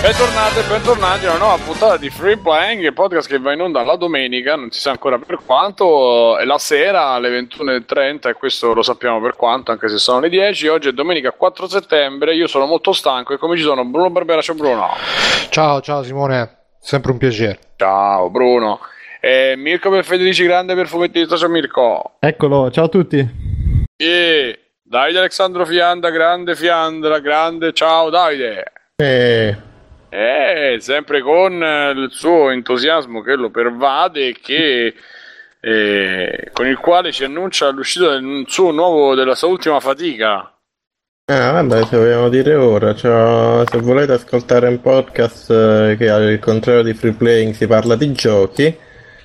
Bentornati a una nuova puntata di Free Playing, il podcast che va in onda la domenica, non si sa ancora per quanto, è la sera alle 21:30 e questo lo sappiamo per quanto, anche se sono le 10. Oggi è domenica 4 settembre, io sono molto stanco e come ci sono Bruno Barbera. Ciao Bruno. Ciao Simone, sempre un piacere. Ciao Bruno. Mirko per Federici Grande per Fumettista. Ciao Mirko. Eccolo, ciao a tutti. E Davide Alessandro Fianda, grande, ciao Davide. Sempre con il suo entusiasmo che lo pervade, con il quale ci annuncia l'uscita della sua ultima fatica. Vabbè, se vogliamo dire ora, cioè, se volete ascoltare un podcast che al contrario di Free Playing si parla di giochi,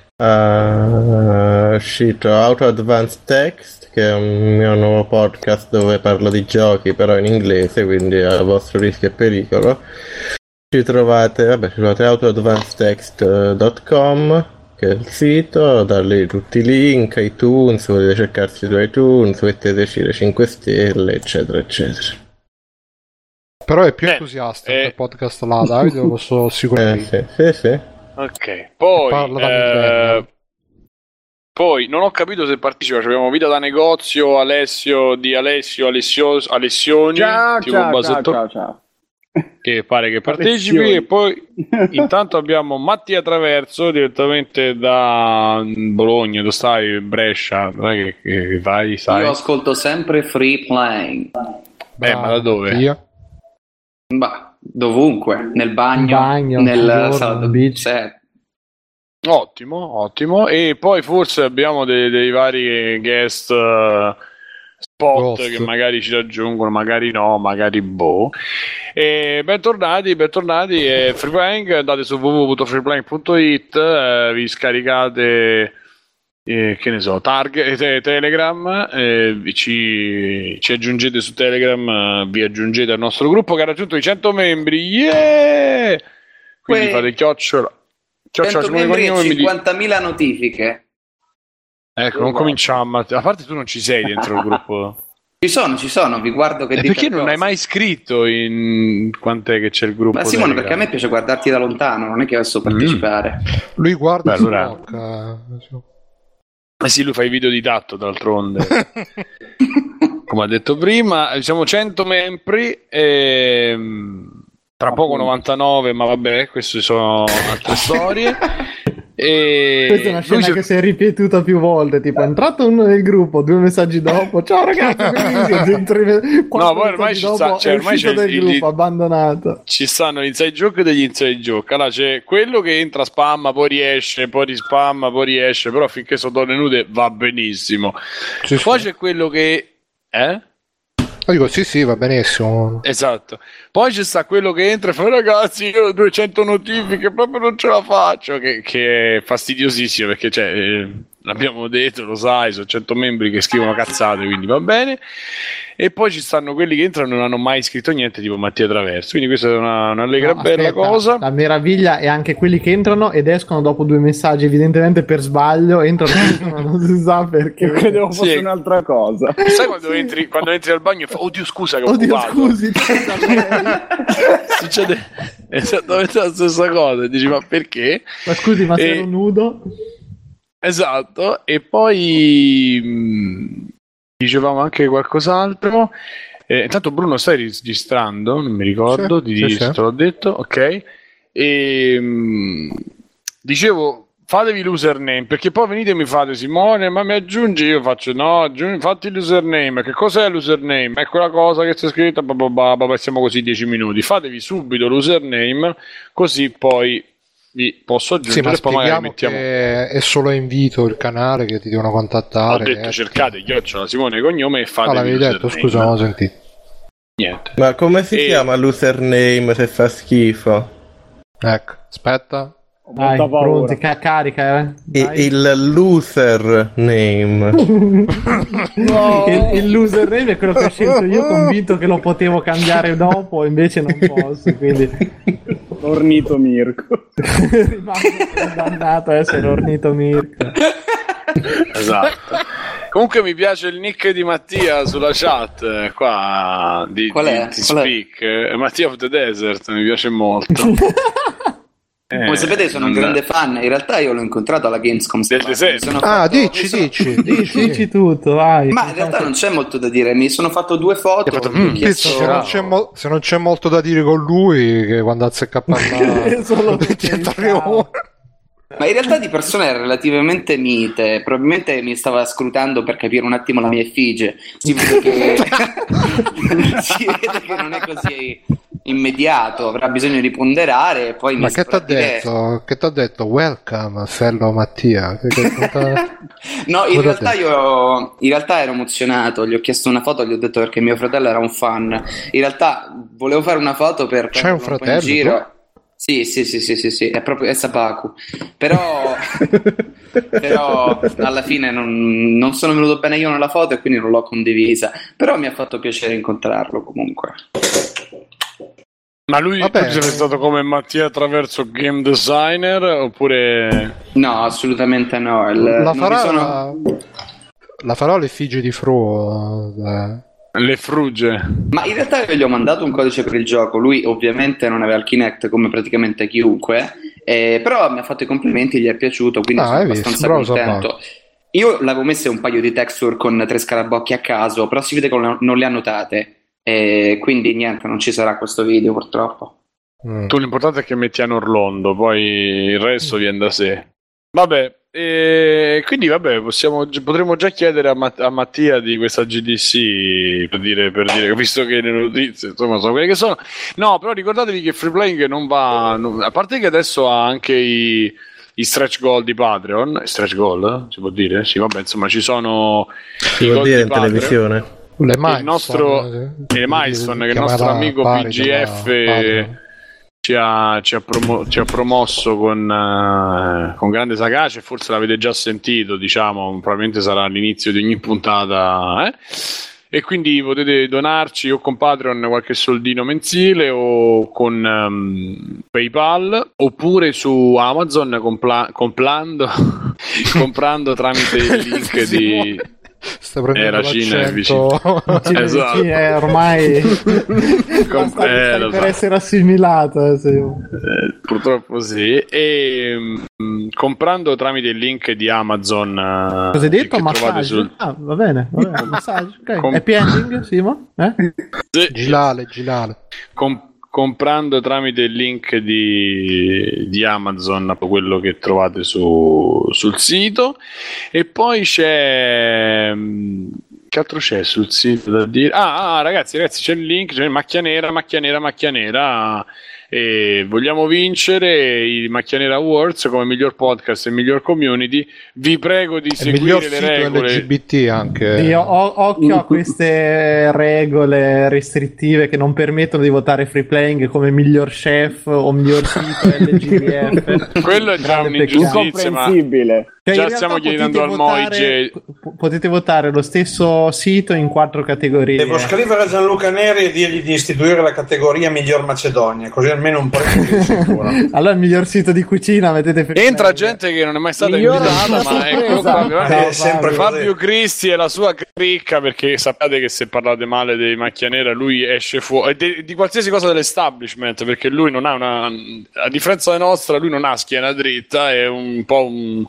è uscito Auto Advanced Text, che è un mio nuovo podcast dove parlo di giochi però in inglese, quindi a vostro rischio e pericolo. Ci trovate autoadvancedtext.com, che è il sito, da lì tutti i link, iTunes, potete cercarsi su iTunes, mettete 5 stelle, eccetera, eccetera. Però è più entusiasta il podcast là, Davide, lo posso assicurare. Sì. Ok, poi non ho capito se partecipa, abbiamo Vita da Negozio, Alessioni, Ciao. Che pare che partecipi, e poi intanto abbiamo Mattia Traverso direttamente da Bologna. Dove stai? Brescia? Dov'è che vai? Sai? Io ascolto sempre Free Playing. Ma da dove? Io? Dovunque, nel bagno, nel beach. Ottimo. E poi forse abbiamo dei vari guest spot che magari ci raggiungono, magari no, magari boh. E bentornati. Free Playing, andate su www.freeplaying.it, vi scaricate Telegram, ci aggiungete su Telegram, vi aggiungete al nostro gruppo che ha raggiunto i 100 membri. Quindi fate chiocciola 100 membri e 50.000 notifiche. Ecco, non cominciamo a parte tu non ci sei dentro il gruppo. Ci sono, vi guardo che perché non hai mai scritto in quant'è che c'è il gruppo? Ma Simone, perché a me piace guardarti da lontano, non è che adesso partecipare. Lui guarda sì, lui fa i video di tatto d'altronde. Come ha detto prima, siamo 100 membri e tra poco 99, ma vabbè, queste sono altre storie. Questa è una scena che si è ripetuta più volte, tipo è entrato uno nel gruppo, 2 messaggi dopo, ciao ragazzi, no, poi ormai ci sta, ormai c'è del gruppo abbandonato. Ci stanno gli inside joke degli inside joke. Allora c'è quello che entra, spamma, poi riesce, poi rispamma, poi riesce, però finché sono donne nude va benissimo. Poi c'è quello che dico sì, va benissimo. Esatto. Poi ci sta quello che entra e fa: ragazzi, io ho 200 notifiche, proprio non ce la faccio. Che è fastidiosissimo, perché l'abbiamo detto, lo sai, sono 100 membri che scrivono cazzate, quindi va bene. E poi ci stanno quelli che entrano e non hanno mai scritto niente, tipo Mattia Traverso. Quindi questa è una allegra bella cosa. La meraviglia è anche quelli che entrano ed escono dopo 2 messaggi, evidentemente per sbaglio, entrano non si sa perché. Io credevo fosse un'altra cosa. Sai quando entri al bagno e fa: oddio scusa che ho occupato. Scusi. Succede esattamente la stessa cosa. Dici: ma perché? Ma scusi, ma sei nudo? Esatto. E poi dicevamo anche qualcos'altro. Intanto Bruno stai registrando, non mi ricordo se te l'ho detto, ok. Dicevo, fatevi l'username, perché poi venite e mi fate: Simone, ma mi aggiungi? Io faccio: no, fatti l'username. Che cos'è l'username? È quella cosa che c'è scritta, siamo così 10 minuti. Fatevi subito l'username, così poi vi posso aggiungere. Sì, ma spieghiamo che è solo invito il canale, che ti devono contattare. Ho detto cercate Simone Cognome e fate. L'avevi detto, scusa, non ho sentito. Niente. Ma come si chiama l'username se fa schifo? Ecco, aspetta. Dai, pronti, carica. Il loser name. No. Il loser name è quello che ho scelto io, convinto che lo potevo cambiare dopo, invece non posso, quindi Ornito Mirko. Rimasto condannato a essere Ornito Mirko. Esatto. Comunque mi piace il nick di Mattia sulla chat qua di Speak. Mattia of the Desert, mi piace molto. Come sapete sono un grande fan. In realtà io l'ho incontrato alla Gamescom del deserto. Dici tutto, vai. Ma in realtà non c'è molto da dire. Mi sono fatto 2 foto. Se non c'è molto da dire con lui, che quando azzecca a parlare solo Ma in realtà di persone era relativamente mite. Probabilmente mi stava scrutando per capire un attimo la mia effigie. Si vede che si vede che non è così immediato, avrà bisogno di ponderare e poi ma che t'ha detto? Che t'ha detto? Welcome fellow Mattia. No, in realtà ero emozionato, gli ho chiesto una foto, gli ho detto perché mio fratello era un fan. In realtà volevo fare una foto per c'è un fratello in giro. Sì, è proprio Sabaku. Però alla fine non sono venuto bene io nella foto e quindi non l'ho condivisa. Però mi ha fatto piacere incontrarlo comunque. Ma lui è stato come Mattia attraverso game designer oppure... No, assolutamente no. La farò l'effigie di Fro. Le frugge. Ma in realtà io gli ho mandato un codice per il gioco. Lui ovviamente non aveva il Kinect come praticamente chiunque, però mi ha fatto i complimenti, gli è piaciuto, quindi sono abbastanza contento. Io l'avevo messo un paio di texture con 3 scarabocchi a caso, però si vede che non le ha notate. Quindi niente, non ci sarà questo video purtroppo. Tu l'importante è che metti a Orlando, poi il resto viene da sé. Vabbè, quindi potremmo già chiedere a Mattia di questa GDC per dire, visto che le notizie insomma sono quelle che sono. No, però ricordatevi che Free Playing non va, a parte che adesso ha anche i stretch goal di Patreon. Stretch goal si può dire? Sì, vabbè, insomma ci sono si può dire in televisione. Il nostro Milestone, che il nostro amico PGF ci ha promosso con grande sagacia, forse l'avete già sentito, diciamo, probabilmente sarà all'inizio di ogni puntata, e quindi potete donarci o con Patreon qualche soldino mensile o con PayPal, oppure su Amazon comprando tramite il link di... Sta prendendo Cina è vicino. Esatto. È ormai per essere assimilato. Purtroppo sì. E comprando tramite il link di Amazon. Cosa hai detto? Massaggio? Va bene. Massaggio. Okay. Happy ending, Simo? Sì. Gilale. Comprando tramite il link di Amazon quello che trovate sul sito, e poi c'è che altro c'è sul sito da dire? Ragazzi c'è il link, c'è Macchia Nera e vogliamo vincere i Macchia Nera Awards come miglior podcast e miglior community. Vi prego di seguire le regole LGBT anche. Io occhio a queste regole restrittive che non permettono di votare Free Playing come miglior chef o miglior sito LGBF. Quello è già un'ingiustizia, ma già stiamo chiedendo al Moige. Potete votare lo stesso sito in 4 categorie. Devo scrivere a Gianluca Neri e dirgli di istituire la categoria miglior Macedonia, così almeno un premio sicuro. Allora il miglior sito di cucina mettete entra gente che non è mai stata invitata, ma ecco qua, sempre Fabio Cristi e la sua cricca, perché sappiate che se parlate male dei Macchia Nera lui esce fuori di qualsiasi cosa dell'establishment, perché lui non ha a differenza della nostra, lui non ha schiena dritta, è un po' un...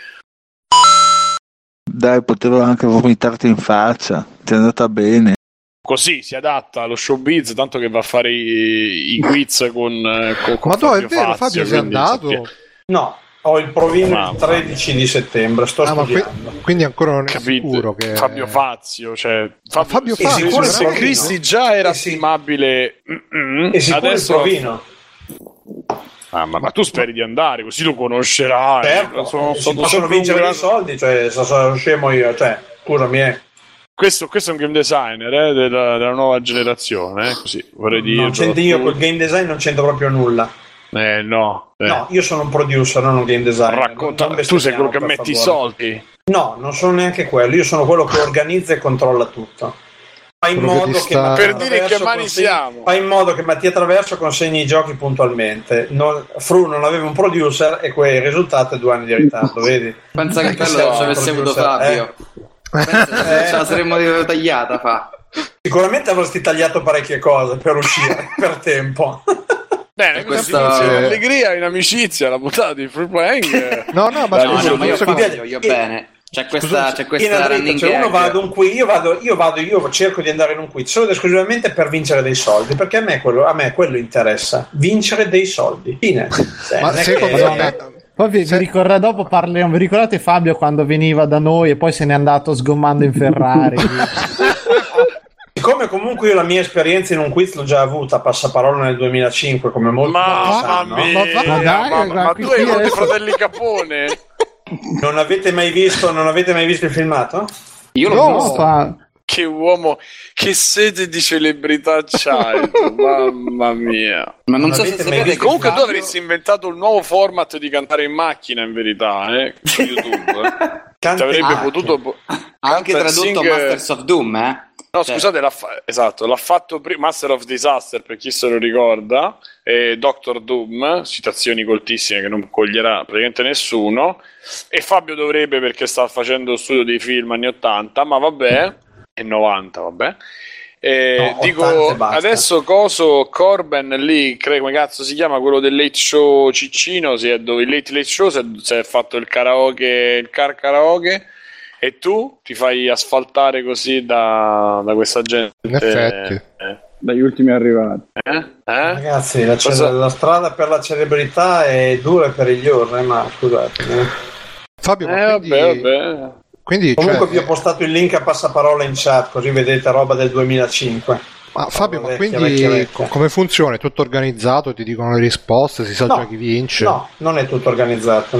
Dai, potevo anche vomitarti in faccia, ti è andata bene. Così si adatta allo showbiz, tanto che va a fare i quiz con ma Fabio, è vero, Fabio sei andato? No, ho il provino il 13 di settembre, sto studiando. Quindi ancora non è sicuro che... Fabio Fazio, cioè Fabio Fazio, se Cristi già era stimabile, e sicuro adesso... il provino. Ma tu speri di andare, così lo conoscerai. Certo, si possono vincere dei soldi, cioè sono scemo io, cioè, scusami. Questo è un game designer della nuova generazione, così vorrei dire. Non c'entro io col game design, non c'entro proprio nulla. No, io sono un producer, non un game designer. Tu sei quello che metti i soldi. No, non sono neanche quello, io sono quello che organizza e controlla tutto. Fai in modo che per dire che mani siamo. Fai in modo che Mattia Traverso consegni i giochi puntualmente. Fru non aveva un producer e quel risultato è 2 anni di ritardo, vedi? Pensa che quello ci avesse avuto Fabio. Ce la saremmo tagliata, fa. Sicuramente avresti tagliato parecchie cose per uscire per tempo. Bene, questa è allegria in amicizia, la puntata di Free Playing. No, ma io bene. C'è questa running gag. Uno vado un quiz, io cerco di andare in un quiz solo ed esclusivamente per vincere dei soldi, perché a me quello interessa, vincere dei soldi. Fine. Ma poi vi ricordate, dopo parliamo, vi ricordate Fabio quando veniva da noi e poi se n'è andato sgommando in Ferrari? Siccome comunque io la mia esperienza in un quiz l'ho già avuta, passaparola nel 2005, come molti sanno. Ma tu hai uno dei fratelli Capone? Non avete mai visto il filmato? Io l'ho visto. Che uomo, che sete di celebrità c'hai, mamma mia. Ma non so se sapete, comunque tu avresti inventato il nuovo format di cantare in macchina, in verità, su YouTube. Ti avrebbe potuto anche tradotto Masters of Doom, No, scusate, l'ha fatto Master of Disaster, per chi se lo ricorda, e Doctor Doom, citazioni coltissime che non coglierà praticamente nessuno, e Fabio dovrebbe, perché sta facendo lo studio dei film anni 80, ma vabbè, e 90, vabbè. Dico, adesso Corben lì, come cazzo si chiama, quello del Late Show Ciccino, dove il Late Show si è fatto il karaoke, il car karaoke, e tu ti fai asfaltare così da questa gente. In effetti. Dagli ultimi arrivati. Ragazzi, la strada per la celebrità è dura per gli orri, ma scusate. Fabio, quindi comunque vi ho postato il link a passaparola in chat, così vedete roba del 2005. Ma Fabio, ma quindi come funziona? È tutto organizzato? Ti dicono le risposte? Si sa già chi vince? No, non è tutto organizzato.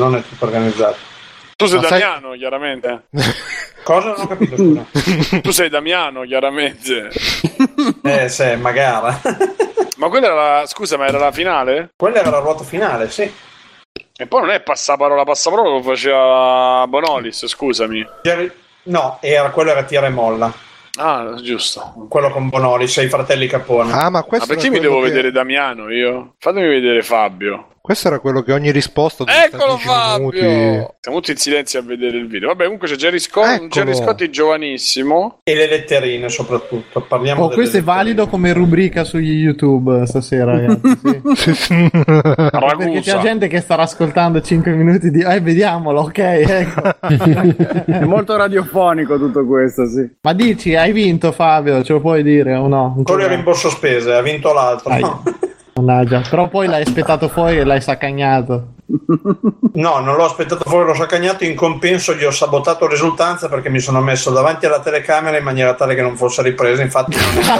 Tu sei Damiano, chiaramente. Cosa? Non ho capito, scusa. Tu sei Damiano, chiaramente. Sì, magari. Ma quella era era la finale? Quella era la ruota finale, sì. E poi non è passaparola lo faceva Bonolis, scusami. No, quello era tira e molla. Ah, giusto. Quello con Bonolis e i fratelli Capone. Ma perché mi devo vedere Damiano io? Fatemi vedere Fabio. Questo era quello che ogni risposta eccolo Fabio! Siamo tutti in silenzio a vedere il video. Vabbè, comunque c'è Gerry Scotti giovanissimo. E le letterine soprattutto. Parliamo questo è valido come rubrica su YouTube stasera, ragazzi. Sì. Perché c'è gente che starà ascoltando 5 minuti di vediamolo, ok, ecco. È molto radiofonico tutto questo, sì. Ma dici, hai vinto Fabio, ce lo puoi dire o no? Con il rimborso spese, ha vinto l'altro. No. Mannaggia, però poi l'hai aspettato fuori e l'hai saccagnato. No, non l'ho aspettato fuori, l'ho saccagnato. In compenso gli ho sabotato l'esultanza perché mi sono messo davanti alla telecamera in maniera tale che non fosse ripresa. Infatti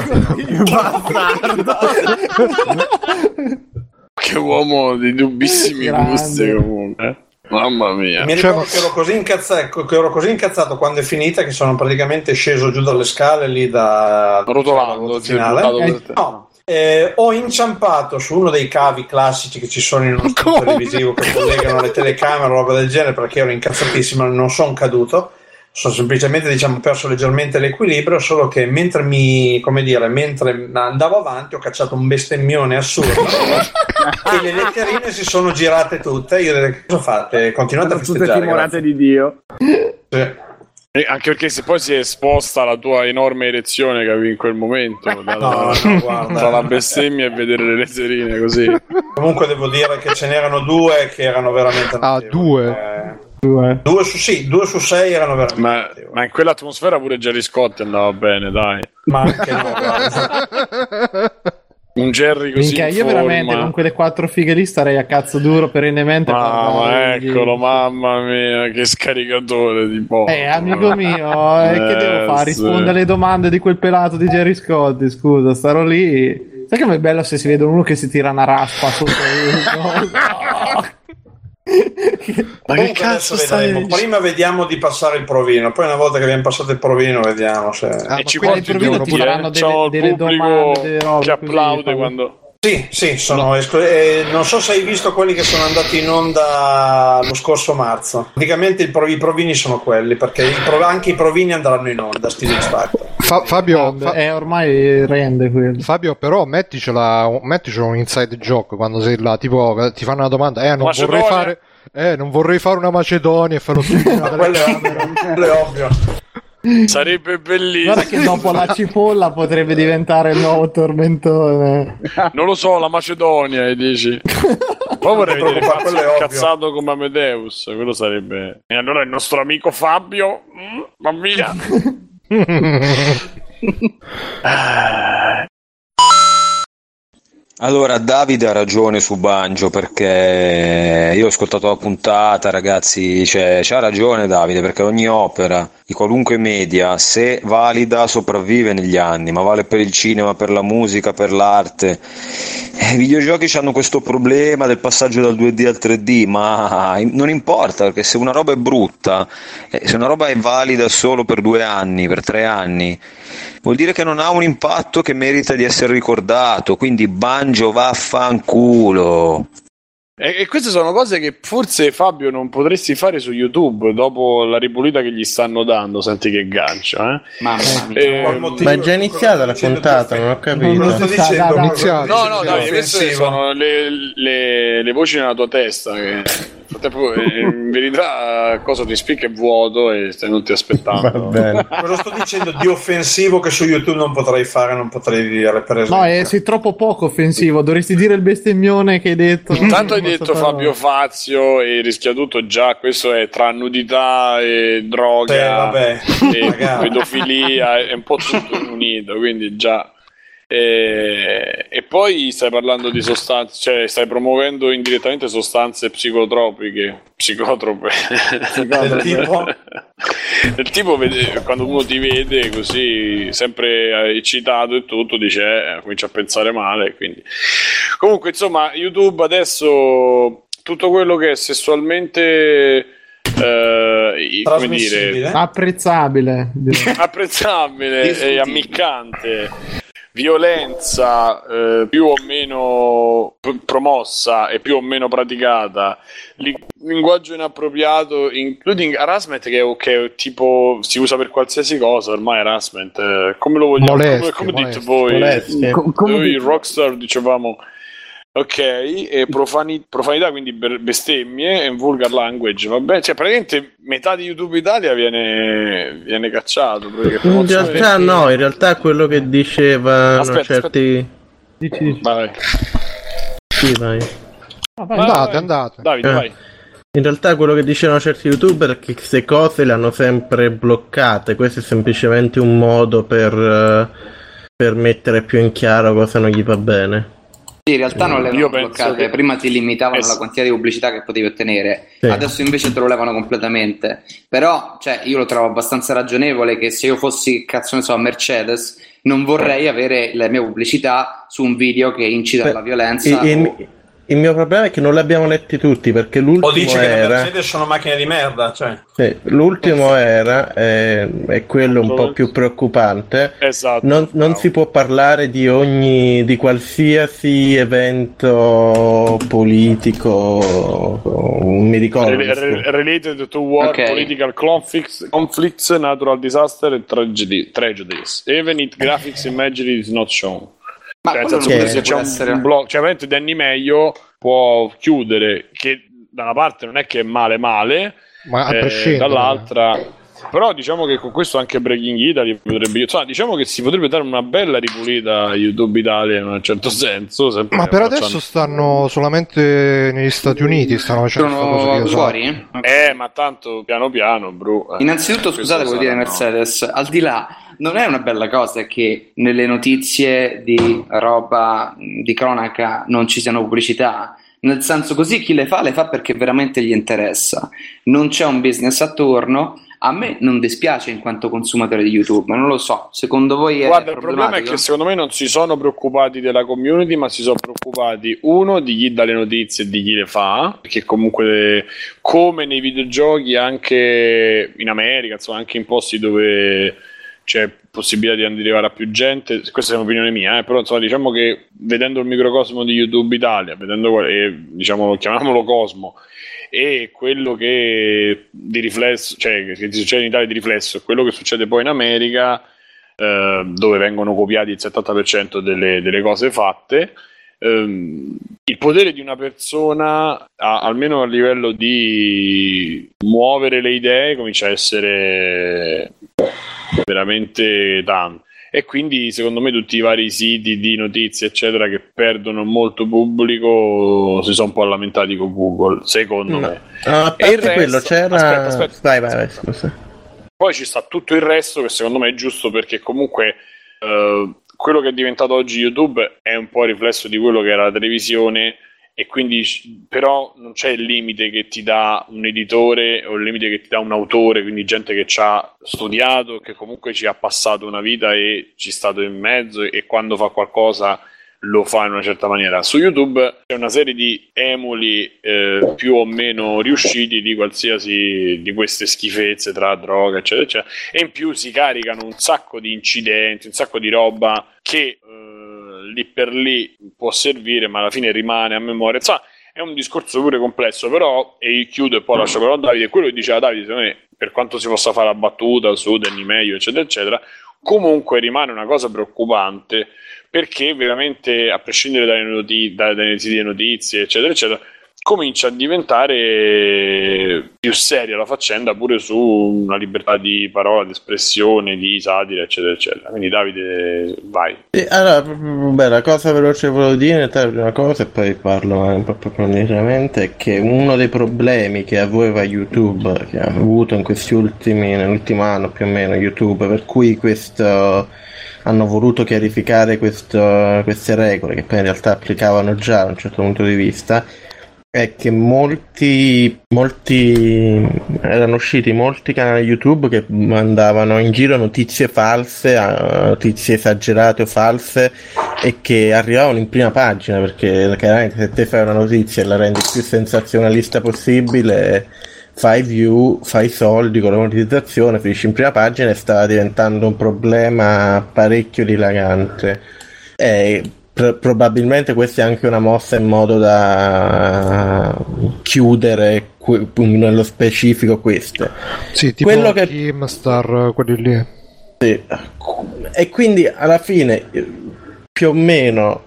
che uomo di dubbissimi gusti comunque. Mamma mia. Mi ricordo che ero così incazzato quando è finita che sono praticamente sceso giù dalle scale lì da rotolando finale. Ho inciampato su uno dei cavi classici che ci sono in uno studio televisivo che collegano le telecamere o roba del genere, perché ero incazzatissimo, non sono caduto, sono semplicemente perso leggermente l'equilibrio, solo che mentre andavo avanti ho cacciato un bestemmione assurdo e le letterine si sono girate tutte. Io ho detto, cosa fate? Continuate a festeggiare, tutte timorate di Dio. Sì. Anche perché se poi si è esposta la tua enorme erezione che avevi in quel momento, tra la bestemmia e vedere le letterine così. Comunque devo dire che ce n'erano due che erano veramente due su 6 erano veramente ma in quell'atmosfera pure Gerry Scotti andava bene, dai. Ma anche no, un Jerry così. Minchia, io veramente con quelle 4 fighe lì starei a cazzo duro perennemente. Ma eccolo, mamma mia, che scaricatore di amico mio, che devo fare? Risponde alle domande di quel pelato di Gerry Scotti, scusa, starò lì. Sai che è bello se si vede uno che si tira una raspa sotto Ma che cazzo stai? Prima vediamo di passare il provino, poi una volta che abbiamo passato il provino vediamo se e ci provino ti faranno delle domande che applaude quando sì sono non so se hai visto quelli che sono andati in onda lo scorso marzo. Praticamente i provini sono quelli, perché anche i provini andranno in onda stile X Factor. Fabio ormai rende quello. Fabio, però metticela un inside joke quando sei là, tipo ti fanno una domanda, non vorrei fare una Macedonia e farlo quello è ovvio. Sarebbe bellissimo. Guarda che dopo la cipolla potrebbe diventare il nuovo tormentone. Non lo so, la Macedonia, dici. Poi vorrei vedere cazzato come Amadeus, quello sarebbe. E allora il nostro amico Fabio, va via. Allora, Davide ha ragione su Banjo, perché io ho ascoltato la puntata, ragazzi, c'ha ragione Davide, perché ogni opera di qualunque media, se valida, sopravvive negli anni, ma vale per il cinema, per la musica, per l'arte. I videogiochi hanno questo problema del passaggio dal 2D al 3D, ma non importa, perché se una roba è brutta, se una roba è valida solo per 2 anni, per 3 anni, vuol dire che non ha un impatto che merita di essere ricordato, quindi Banjo vaffanculo. E queste sono cose che forse, Fabio, non potresti fare su YouTube dopo la ripulita che gli stanno dando. Senti che gancio, Mamma mia. Ma è già iniziata la puntata, non ho capito. No, dai, queste sono le voci nella tua testa che in verità cosa ti spicca è vuoto e stai non ti aspettando. Va bene. Cosa sto dicendo di offensivo che su YouTube non potrei fare, non potrei dire, per esempio? No, sei troppo poco offensivo, dovresti dire il bestemmione che hai detto. Tanto hai detto Fabio Fazio e rischia tutto già, questo è tra nudità e droga e pedofilia, è un po' tutto unito, quindi già. E poi stai parlando di sostanze, cioè stai promuovendo indirettamente sostanze psicotrope del tipo quando uno ti vede così sempre eccitato e tutto dice comincia a pensare male, quindi comunque insomma YouTube adesso tutto quello che è sessualmente come dire, apprezzabile e ammiccante, violenza più o meno promossa e più o meno praticata, linguaggio inappropriato, including harassment, che tipo si usa per qualsiasi cosa ormai. Harassment, come lo vogliamo, come dite voi, noi rockstar dicevamo. Ok, e profanità, quindi bestemmie e vulgar language, vabbè, cioè praticamente metà di YouTube Italia viene cacciato. In realtà no, in realtà quello che dicevano certi... Vai. Sì, vai. Andate. Davide, vai. In realtà quello che dicevano certi YouTuber è che queste cose le hanno sempre bloccate, questo è semplicemente un modo per mettere più in chiaro cosa non gli va bene. Sì, in realtà non le avevano bloccate, prima ti limitavano la quantità di pubblicità che potevi ottenere, adesso invece te lo levano completamente. Però, cioè, io lo trovo abbastanza ragionevole che se io fossi, cazzo ne so, Mercedes, non vorrei avere la mia pubblicità su un video che incita alla violenza. Il mio problema è che non li abbiamo letti tutti, perché l'ultimo o dice era... che le Mercedes sono macchine di merda, cioè. L'ultimo era è quello un po' più preoccupante. Esatto. Non si può parlare di qualsiasi evento politico, non mi ricordo. Related to war, political conflicts, natural disaster and tragedies. Even if graphics imagery is not shown. Ma se c'è un blog, cioè veramente Danny Meglio può chiudere, che da una parte non è che è male, ma a prescindere, dall'altra, però diciamo che con questo anche Breaking Italy potrebbe, diciamo che si potrebbe dare una bella ripulita a YouTube Italia in un certo senso, ma per adesso stanno solamente negli Stati Uniti, stanno facendo fuori? Ma tanto piano bro. Innanzitutto scusate, volevo dire Mercedes, al di là, non è una bella cosa che nelle notizie di roba di cronaca non ci siano pubblicità, nel senso, così chi le fa perché veramente gli interessa, non c'è un business attorno. A me non dispiace in quanto consumatore di YouTube, ma non lo so, secondo voi è Guarda, il problema è che secondo me non si sono preoccupati della community, ma si sono preoccupati, uno, di chi dà le notizie e di chi le fa, perché comunque come nei videogiochi anche in America, insomma anche in posti dove c'è possibilità di arrivare a più gente, questa è un'opinione mia, però insomma diciamo che vedendo il microcosmo di YouTube Italia, diciamo chiamiamolo Cosmo, e quello che di riflesso, cioè che ti succede in Italia di riflesso, e quello che succede poi in America, dove vengono copiati il 70% delle cose fatte, il potere di una persona, almeno a livello di muovere le idee, comincia a essere veramente tanto. E quindi secondo me tutti i vari siti di notizie eccetera che perdono molto pubblico si sono un po' lamentati con Google, secondo me. E il resto, quello c'era... Aspetta. Vai, scusa. Poi ci sta tutto il resto che secondo me è giusto, perché comunque quello che è diventato oggi YouTube è un po' riflesso di quello che era la televisione, e quindi però non c'è il limite che ti dà un editore o il limite che ti dà un autore, quindi gente che ci ha studiato, che comunque ci ha passato una vita e ci è stato in mezzo, e quando fa qualcosa lo fa in una certa maniera. Su YouTube c'è una serie di emuli più o meno riusciti di qualsiasi di queste schifezze tra droga eccetera eccetera, e in più si caricano un sacco di incidenti, un sacco di roba che lì per lì può servire, ma alla fine rimane a memoria. Insomma, è un discorso pure complesso, però, e chiudo e poi lascio però a Davide, quello che diceva Davide, secondo me, per quanto si possa fare la battuta su Danny Meglio eccetera eccetera, comunque rimane una cosa preoccupante, perché veramente, a prescindere dai siti di notizie eccetera eccetera, comincia a diventare più seria la faccenda pure su una libertà di parola, di espressione, di satira eccetera eccetera. Quindi Davide, vai. Allora, la cosa veloce volevo dire, la prima cosa, e poi parlo un po' più approfonditamente, è che uno dei problemi che aveva YouTube, che ha avuto nell'ultimo anno più o meno YouTube, per cui hanno voluto chiarificare queste regole, che poi in realtà applicavano già da un certo punto di vista, è che erano usciti molti canali YouTube che mandavano in giro notizie false, notizie esagerate o false, e che arrivavano in prima pagina, perché chiaramente se te fai una notizia e la rendi più sensazionalista possibile, fai view, fai soldi con la monetizzazione, finisci in prima pagina, e stava diventando un problema parecchio dilagante. Probabilmente questa è anche una mossa in modo da chiudere nello specifico queste. Sì, tipo quello che Keemstar, quelli lì. Sì. E quindi alla fine più o meno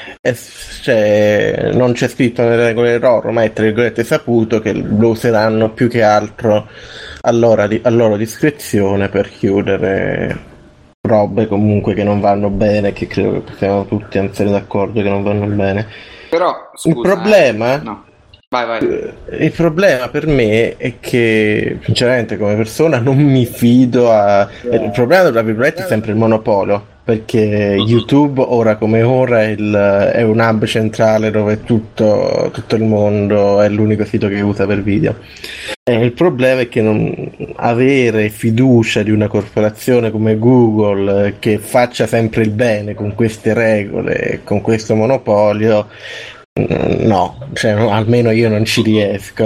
non c'è scritto nelle regole ROR, ma è tra virgolette saputo che lo useranno più che altro a loro discrezione per chiudere robe comunque che non vanno bene, che credo che siamo tutti essere d'accordo che non vanno bene. Però scusa, il problema no. Vai. Il problema per me è che sinceramente come persona non mi fido il problema tra virgolette è sempre il monopolio, perché YouTube ora come ora è un hub centrale dove tutto il mondo è l'unico sito che usa per video. Il problema è che non avere fiducia di una corporazione come Google che faccia sempre il bene con queste regole, con questo monopolio, no, almeno io non ci riesco,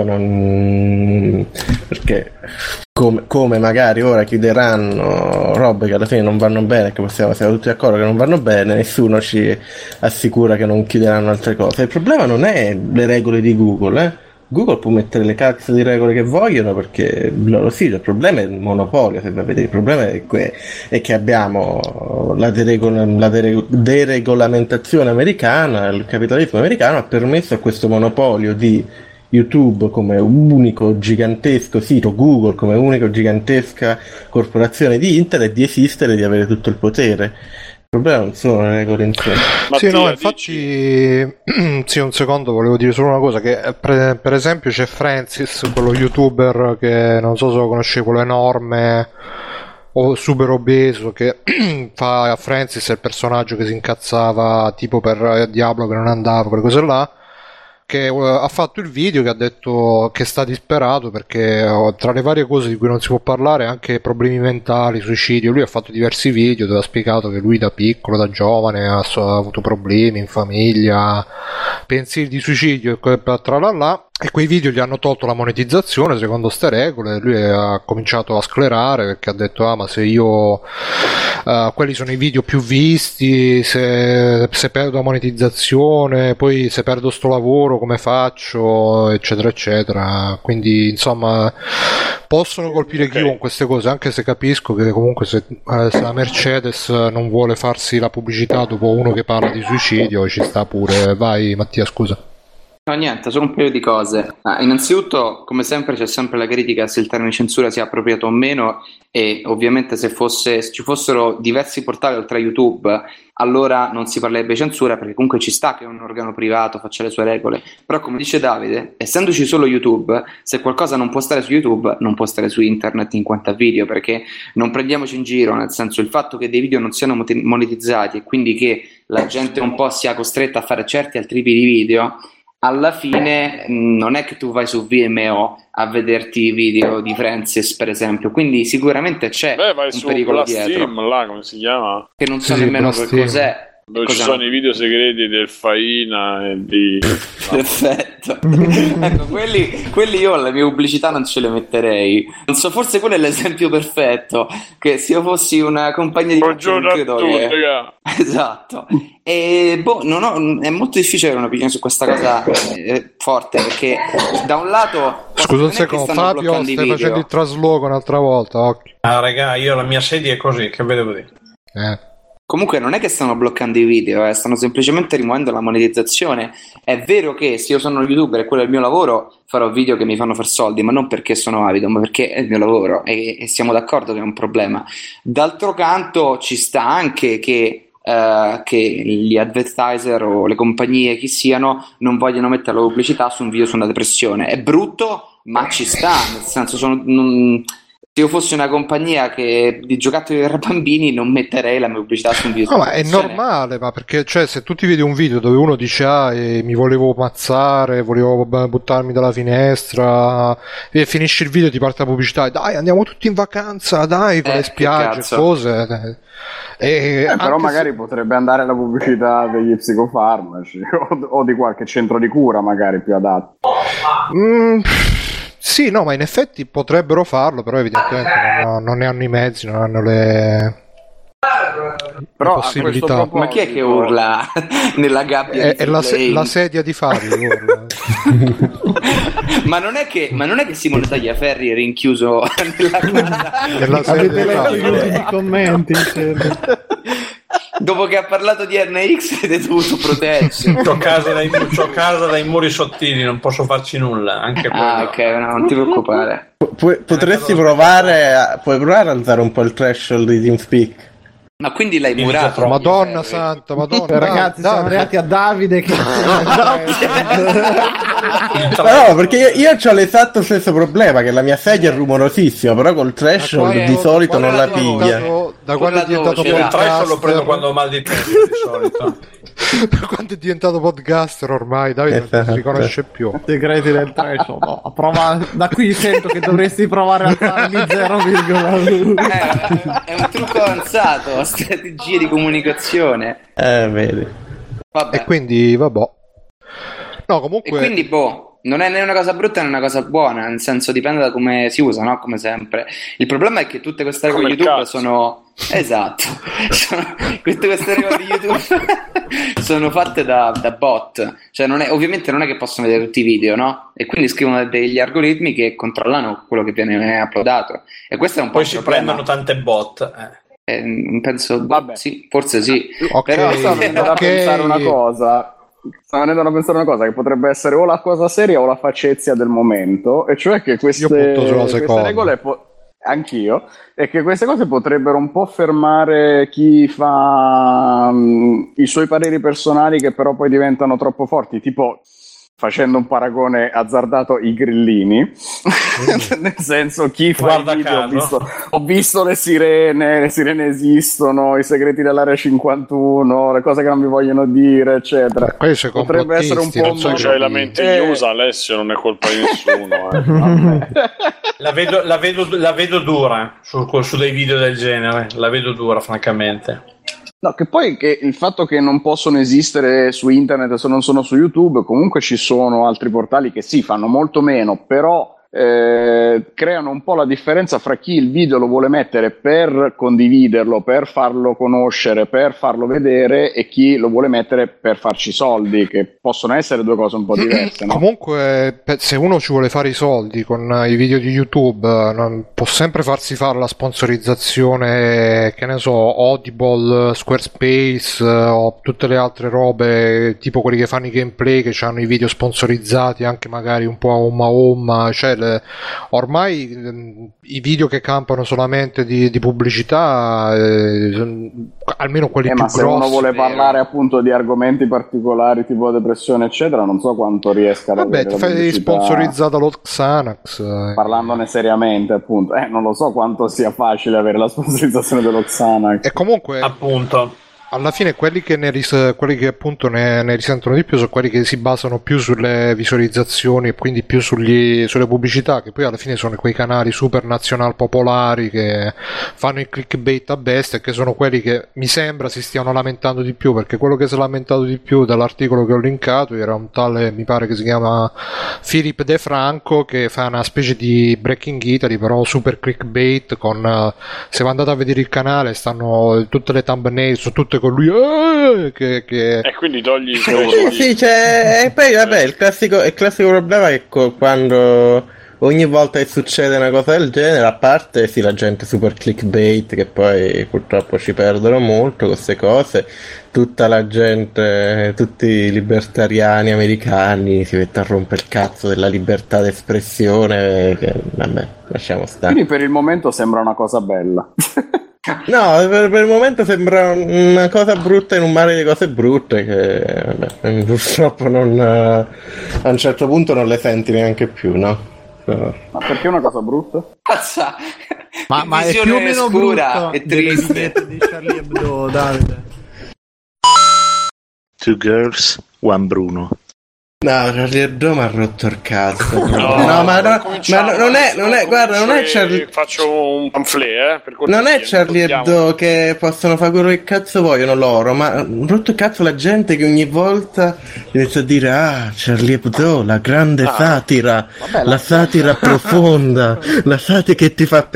perché come magari ora chiuderanno robe che alla fine non vanno bene, che siamo tutti d'accordo che non vanno bene, nessuno ci assicura che non chiuderanno altre cose. Il problema non è le regole di Google, Google può mettere le cazzo di regole che vogliono, perché loro sì, il problema è il monopolio, se vedete. Il problema è che abbiamo la deregolamentazione americana, il capitalismo americano ha permesso a questo monopolio di YouTube come unico gigantesco sito, Google come unico gigantesca corporazione di internet, di esistere e di avere tutto il potere. Il problema non sono le regole in sé. Sì, no, infatti sì, un secondo, volevo dire solo una cosa, che per esempio c'è Francis, quello youtuber che non so se lo conosci, quello enorme o super obeso, che fa Francis, è il personaggio che si incazzava tipo per Diablo che non andava, quelle cose là, che ha fatto il video che ha detto che sta disperato perché tra le varie cose di cui non si può parlare anche problemi mentali, suicidio. Lui ha fatto diversi video dove ha spiegato che lui da piccolo, da giovane ha avuto problemi in famiglia, pensieri di suicidio e tralala, e quei video gli hanno tolto la monetizzazione secondo ste regole. Lui ha cominciato a sclerare perché ha detto ma se io quelli sono i video più visti, se perdo la monetizzazione, poi se perdo sto lavoro come faccio, eccetera eccetera. Quindi insomma possono colpire chiunque queste cose, anche se capisco che comunque se la Mercedes non vuole farsi la pubblicità dopo uno che parla di suicidio ci sta pure. Vai Mattia, scusa. No, niente, solo un paio di cose. Innanzitutto, come sempre, c'è sempre la critica se il termine censura sia appropriato o meno, e ovviamente se ci fossero diversi portali oltre a YouTube, allora non si parlerebbe di censura, perché comunque ci sta che un organo privato faccia le sue regole. Però, come dice Davide, essendoci solo YouTube, se qualcosa non può stare su YouTube, non può stare su internet in quanto a video, perché non prendiamoci in giro, nel senso, il fatto che dei video non siano monetizzati e quindi che la gente un po' sia costretta a fare certi altri tipi di video, alla fine non è che tu vai su VMO a vederti i video di Francis, per esempio, quindi sicuramente c'è vai un su pericolo Blast dietro, Team, là, come si chiama? che non so nemmeno che cos'è. Dove ci sono i video segreti del Faina e di... Perfetto. Ecco, quelli io alla mia pubblicità non ce le metterei. Non so, forse quello è l'esempio perfetto, che se io fossi una compagnia di buongiorno a tutti, esatto. E è molto difficile avere un'opinione su questa cosa forte, perché da un lato scusa un secondo, Fabio, stai facendo il trasloco un'altra volta, occhio. Raga, io la mia sedia è così, che vedevo dire. Comunque non è che stanno bloccando i video, stanno semplicemente rimuovendo la monetizzazione. È vero che se io sono un youtuber e quello è il mio lavoro, farò video che mi fanno far soldi, ma non perché sono avido, ma perché è il mio lavoro, e siamo d'accordo che è un problema. D'altro canto ci sta anche che gli advertiser o le compagnie, chi siano, non vogliono mettere la pubblicità su un video su una depressione. È brutto, ma ci sta, nel senso, se io fossi una compagnia di giocattoli per bambini, non metterei la mia pubblicità su un video. No, ma è normale, ma perché, cioè, se tu ti vedi un video dove uno dice mi volevo ammazzare, volevo buttarmi dalla finestra, e finisci il video e ti parte la pubblicità, dai, andiamo tutti in vacanza, dai, con le spiagge, cose. Però magari potrebbe andare la pubblicità degli psicofarmaci o di qualche centro di cura, magari più adatto. Sì, no, ma in effetti potrebbero farlo, però evidentemente non ne hanno i mezzi, non hanno le possibilità. Ma chi è che urla nella gabbia? È la sedia di Fabio urla. ma non è che Simone Tagliaferri è rinchiuso nella sedia di Fabio. I commenti dopo che ha parlato di RNX avete dovuto proteggersi. C'ho casa dai muri sottili, non posso farci nulla, anche ok, no, non ti preoccupare. Puoi provare ad alzare un po' il threshold di TeamSpeak. Ma quindi l'hai murato? Madonna santa, Madonna. Ragazzi, siamo arrivati a Davide che... No, perché io ho l'esatto stesso problema, che la mia sedia è rumorosissima, però col threshold di solito non la piglia. Da quando è diventato podcast, il threshold lo prendo quando ho mal di testa di solito. Da quando è diventato podcaster ormai Davide non si riconosce più. Segreti del threshold, no. Prova, da qui sento che dovresti provare a farmi 0,1. È un trucco avanzato, strategie di comunicazione. Vedi. Vabbè. E quindi vabbè. No, comunque. E quindi non è né una cosa brutta né una cosa buona, nel senso dipende da come si usa, no? Come sempre. Il problema è che tutte queste regole di YouTube sono... Esatto. Tutte queste regole di YouTube sono fatte da bot. Cioè ovviamente non è che possono vedere tutti i video, no? E quindi scrivono degli algoritmi che controllano quello che viene uploadato. E questo è un po' poi si prendono tante bot. Penso, sì, forse sì. Okay. Però sto venendo da pensare una cosa. Sto venendo a pensare una cosa che potrebbe essere o la cosa seria o la faccezia del momento, e cioè che queste regole anch'io, e che queste cose potrebbero un po' fermare chi fa i suoi pareri personali che però poi diventano troppo forti, tipo, facendo un paragone azzardato, i grillini. Nel senso, chi fa i video, ho visto le sirene esistono, i segreti dell'area 51, le cose che non mi vogliono dire, eccetera. Potrebbe essere un po'... Non so, c'hai la mente chiusa, Alessio, non è colpa di nessuno. La vedo dura su dei video del genere, la vedo dura, francamente. No, che poi il fatto che non possono esistere su internet se non sono su YouTube, comunque ci sono altri portali che sì, fanno molto meno, però creano un po' la differenza fra chi il video lo vuole mettere per condividerlo, per farlo conoscere, per farlo vedere, e chi lo vuole mettere per farci soldi, che possono essere due cose un po' diverse, no? Comunque, se uno ci vuole fare i soldi con i video di YouTube, può sempre farsi fare la sponsorizzazione, che ne so, Audible, Squarespace o tutte le altre robe, tipo quelli che fanno i gameplay, che hanno i video sponsorizzati anche magari un po' a home, cioè ormai i video che campano solamente di pubblicità, almeno quelli più ma grossi. Se uno vuole parlare appunto di argomenti particolari tipo depressione eccetera, non so quanto riesca ad avere. Vabbè, ti fai sponsorizzata lo Xanax. Parlandone seriamente, appunto, non lo so quanto sia facile avere la sponsorizzazione dello Xanax. E comunque, appunto, alla fine quelli che appunto ne risentono di più sono quelli che si basano più sulle visualizzazioni e quindi più sulle pubblicità, che poi alla fine sono quei canali super nazional popolari che fanno il clickbait a bestia, e che sono quelli che mi sembra si stiano lamentando di più, perché quello che si è lamentato di più dall'articolo che ho linkato era un tale, mi pare che si chiama Philip De Franco, che fa una specie di Breaking Italy però super clickbait, con se vi andate a vedere il canale stanno tutte le thumbnail su tutte con lui che e quindi togli sì, cioè, e poi vabbè il classico problema è che quando ogni volta che succede una cosa del genere, a parte sì, la gente super clickbait, che poi purtroppo ci perdono molto queste cose, tutta la gente, tutti i libertariani americani si mette a rompere il cazzo della libertà d'espressione, che, vabbè, lasciamo stare. Quindi per il momento sembra una cosa bella. No, per il momento sembra una cosa brutta in un mare di cose brutte che vabbè, purtroppo non, a un certo punto non le senti neanche più, no? Ma perché una cosa brutta? Ma è più o meno brutta e triste di Charlie Hebdo, Davide. Two girls, one Bruno. No, Charlie Hebdo mi ha rotto il cazzo. No, ma non è, guarda, non è Charlie. Faccio un pamphlet, per cortesia, non è Charlie Hebdo che possono fare quello che cazzo vogliono loro, ma rotto il cazzo la gente che ogni volta inizia a dire Charlie Hebdo, la grande satira, la satira profonda, la satira che ti fa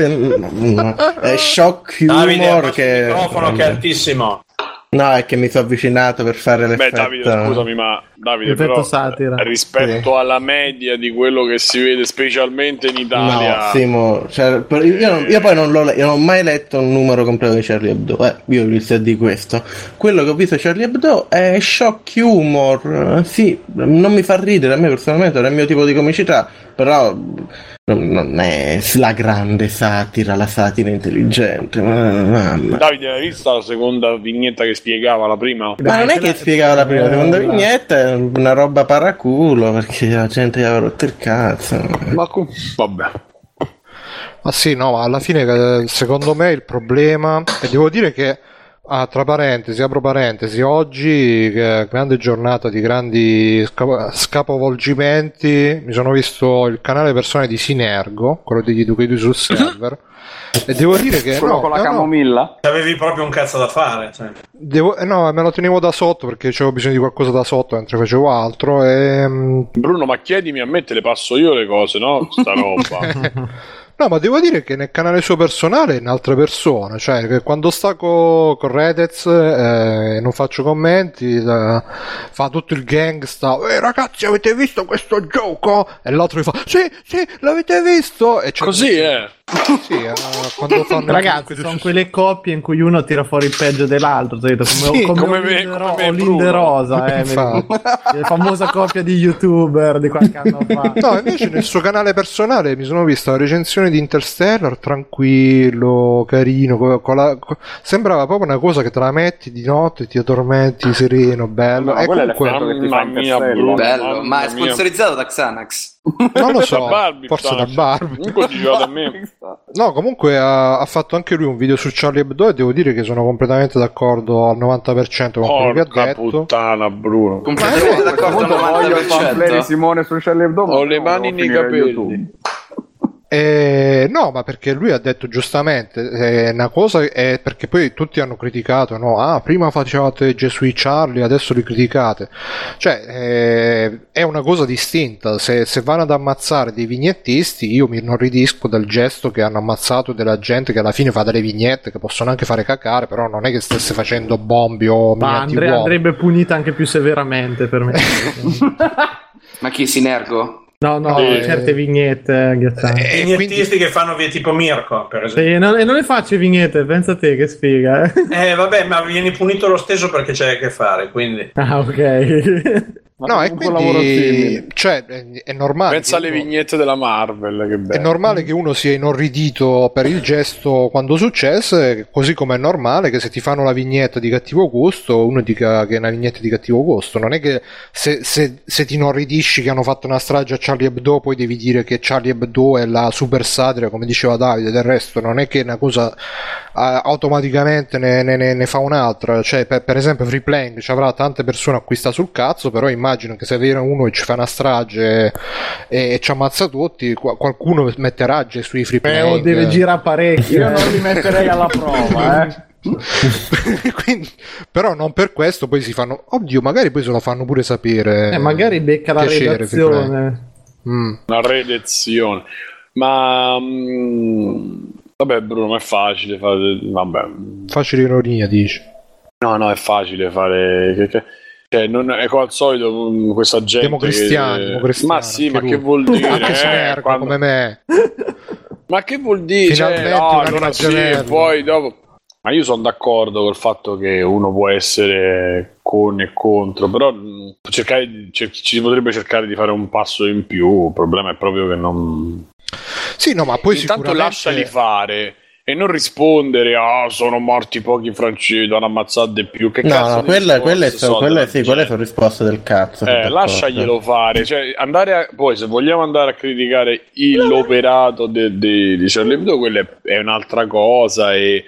è shock humor. Davide, che il microfono che è altissimo. No, è che mi sono avvicinato per fare l'effetto. Davide, scusami, ma Davide, però satira. Rispetto alla media di quello che si vede specialmente in Italia. No, Simo, cioè, io poi non ho mai letto un numero completo di Charlie Hebdo. Io vi sto di questo. Quello che ho visto Charlie Hebdo è shock humor. Sì, non mi fa ridere a me personalmente, non è il mio tipo di comicità, però non è la grande satira, la satira intelligente. Davide, hai visto la seconda vignetta che spiegava la prima? Ma non è che spiegava la prima, la seconda vignetta è una roba paraculo, perché la gente gli aveva rotto il cazzo. Vabbè. Ma sì, no, alla fine secondo me il problema, e devo dire che tra parentesi, apro parentesi, oggi grande giornata di grandi scapovolgimenti, mi sono visto il canale personale di Sinergo, quello degli Duchedi sul server, e devo dire che quello con la camomilla? Avevi proprio un cazzo da fare, cioè. No, me lo tenevo da sotto perché avevo bisogno di qualcosa da sotto mentre facevo altro e... Bruno, ma chiedimi a me, te le passo io le cose, no? Sta roba. No, ma devo dire che nel canale suo personale è un'altra persona, cioè che quando sta con Redez non faccio commenti, fa tutto il gangsta, ragazzi avete visto questo gioco? E l'altro gli fa, sì, l'avete visto? E così sì, quando fanno ragazzi sono quelle coppie in cui uno tira fuori il peggio dell'altro, come Olinde Rosa, la famosa coppia di youtuber di qualche anno fa. No, invece nel suo canale personale mi sono visto la recensione di Interstellar, tranquillo, carino, sembrava proprio una cosa che te la metti di notte, ti addormenti sereno, bello. E comunque, mamma mia, bello, ma è sponsorizzato da Xanax? Non lo so, Barbie, forse da Barbie. Da me. No, comunque ha fatto anche lui un video su Charlie Hebdo e devo dire che sono completamente d'accordo al 90% con quello che ha detto. Puttana, Bruno. Completamente d'accordo al 90%. Simone su Charlie Hebdo, ho le mani nei capelli. No, ma perché lui ha detto giustamente una cosa è perché poi tutti hanno criticato, no? Prima facevate Gesù Charlie, adesso li criticate. Cioè, è una cosa distinta. Se vanno ad ammazzare dei vignettisti, io mi inorridisco del gesto che hanno ammazzato della gente che alla fine fa delle vignette che possono anche fare cacare, però non è che stesse facendo bombi o miniati uomini. Andrebbe punita anche più severamente per me. Ma chi, Sinergo? No, certe vignette vignettisti quindi... che fanno via tipo Mirko, per esempio. Sì, non le faccio vignette, pensa te che sfiga. Vabbè, ma vieni punito lo stesso perché c'hai a che fare, quindi. Ok. No, e quindi cioè, è normale. Pensa alle vignette della Marvel, che bello. È normale che uno sia inorridito per il gesto quando successe, così come è normale che se ti fanno la vignetta di cattivo gusto uno dica che è una vignetta di cattivo gusto. Non è che se ti inorridisci che hanno fatto una strage a Charlie Hebdo poi devi dire che Charlie Hebdo è la super satira, come diceva Davide. Del resto non è che una cosa automaticamente ne fa un'altra. Cioè, per esempio Free Playing ci avrà tante persone a cui sta sul cazzo, però immagino che se viene uno e ci fa una strage e ci ammazza tutti, qualcuno metterà sui Free Playing. O deve girare parecchio. Io non li metterei alla prova, Quindi, però non per questo poi si fanno, oddio, magari poi se lo fanno pure sapere, magari becca la redazione, la redazione, ma vabbè Bruno, ma è facile fare, vabbè, facile ironia dici? No, è facile fare cioè, non è come al solito questa gente democristiani, ma sì, ma che vuol dire? Anche Sinergo, quando... come me. Ma che vuol dire? Allora sì, e poi dopo. Ma io sono d'accordo col fatto che uno può essere con e contro, però ci potrebbe cercare di fare un passo in più. Il problema è proprio che non. Sì, no, ma poi intanto lasciali fare. E non rispondere sono morti pochi francesi, hanno ammazzato di più. Che cazzo quelle sono risposte del cazzo. Lasciaglielo fare. Cioè, poi se vogliamo andare a criticare l'operato di Charlie Hebdo, quella è un'altra cosa.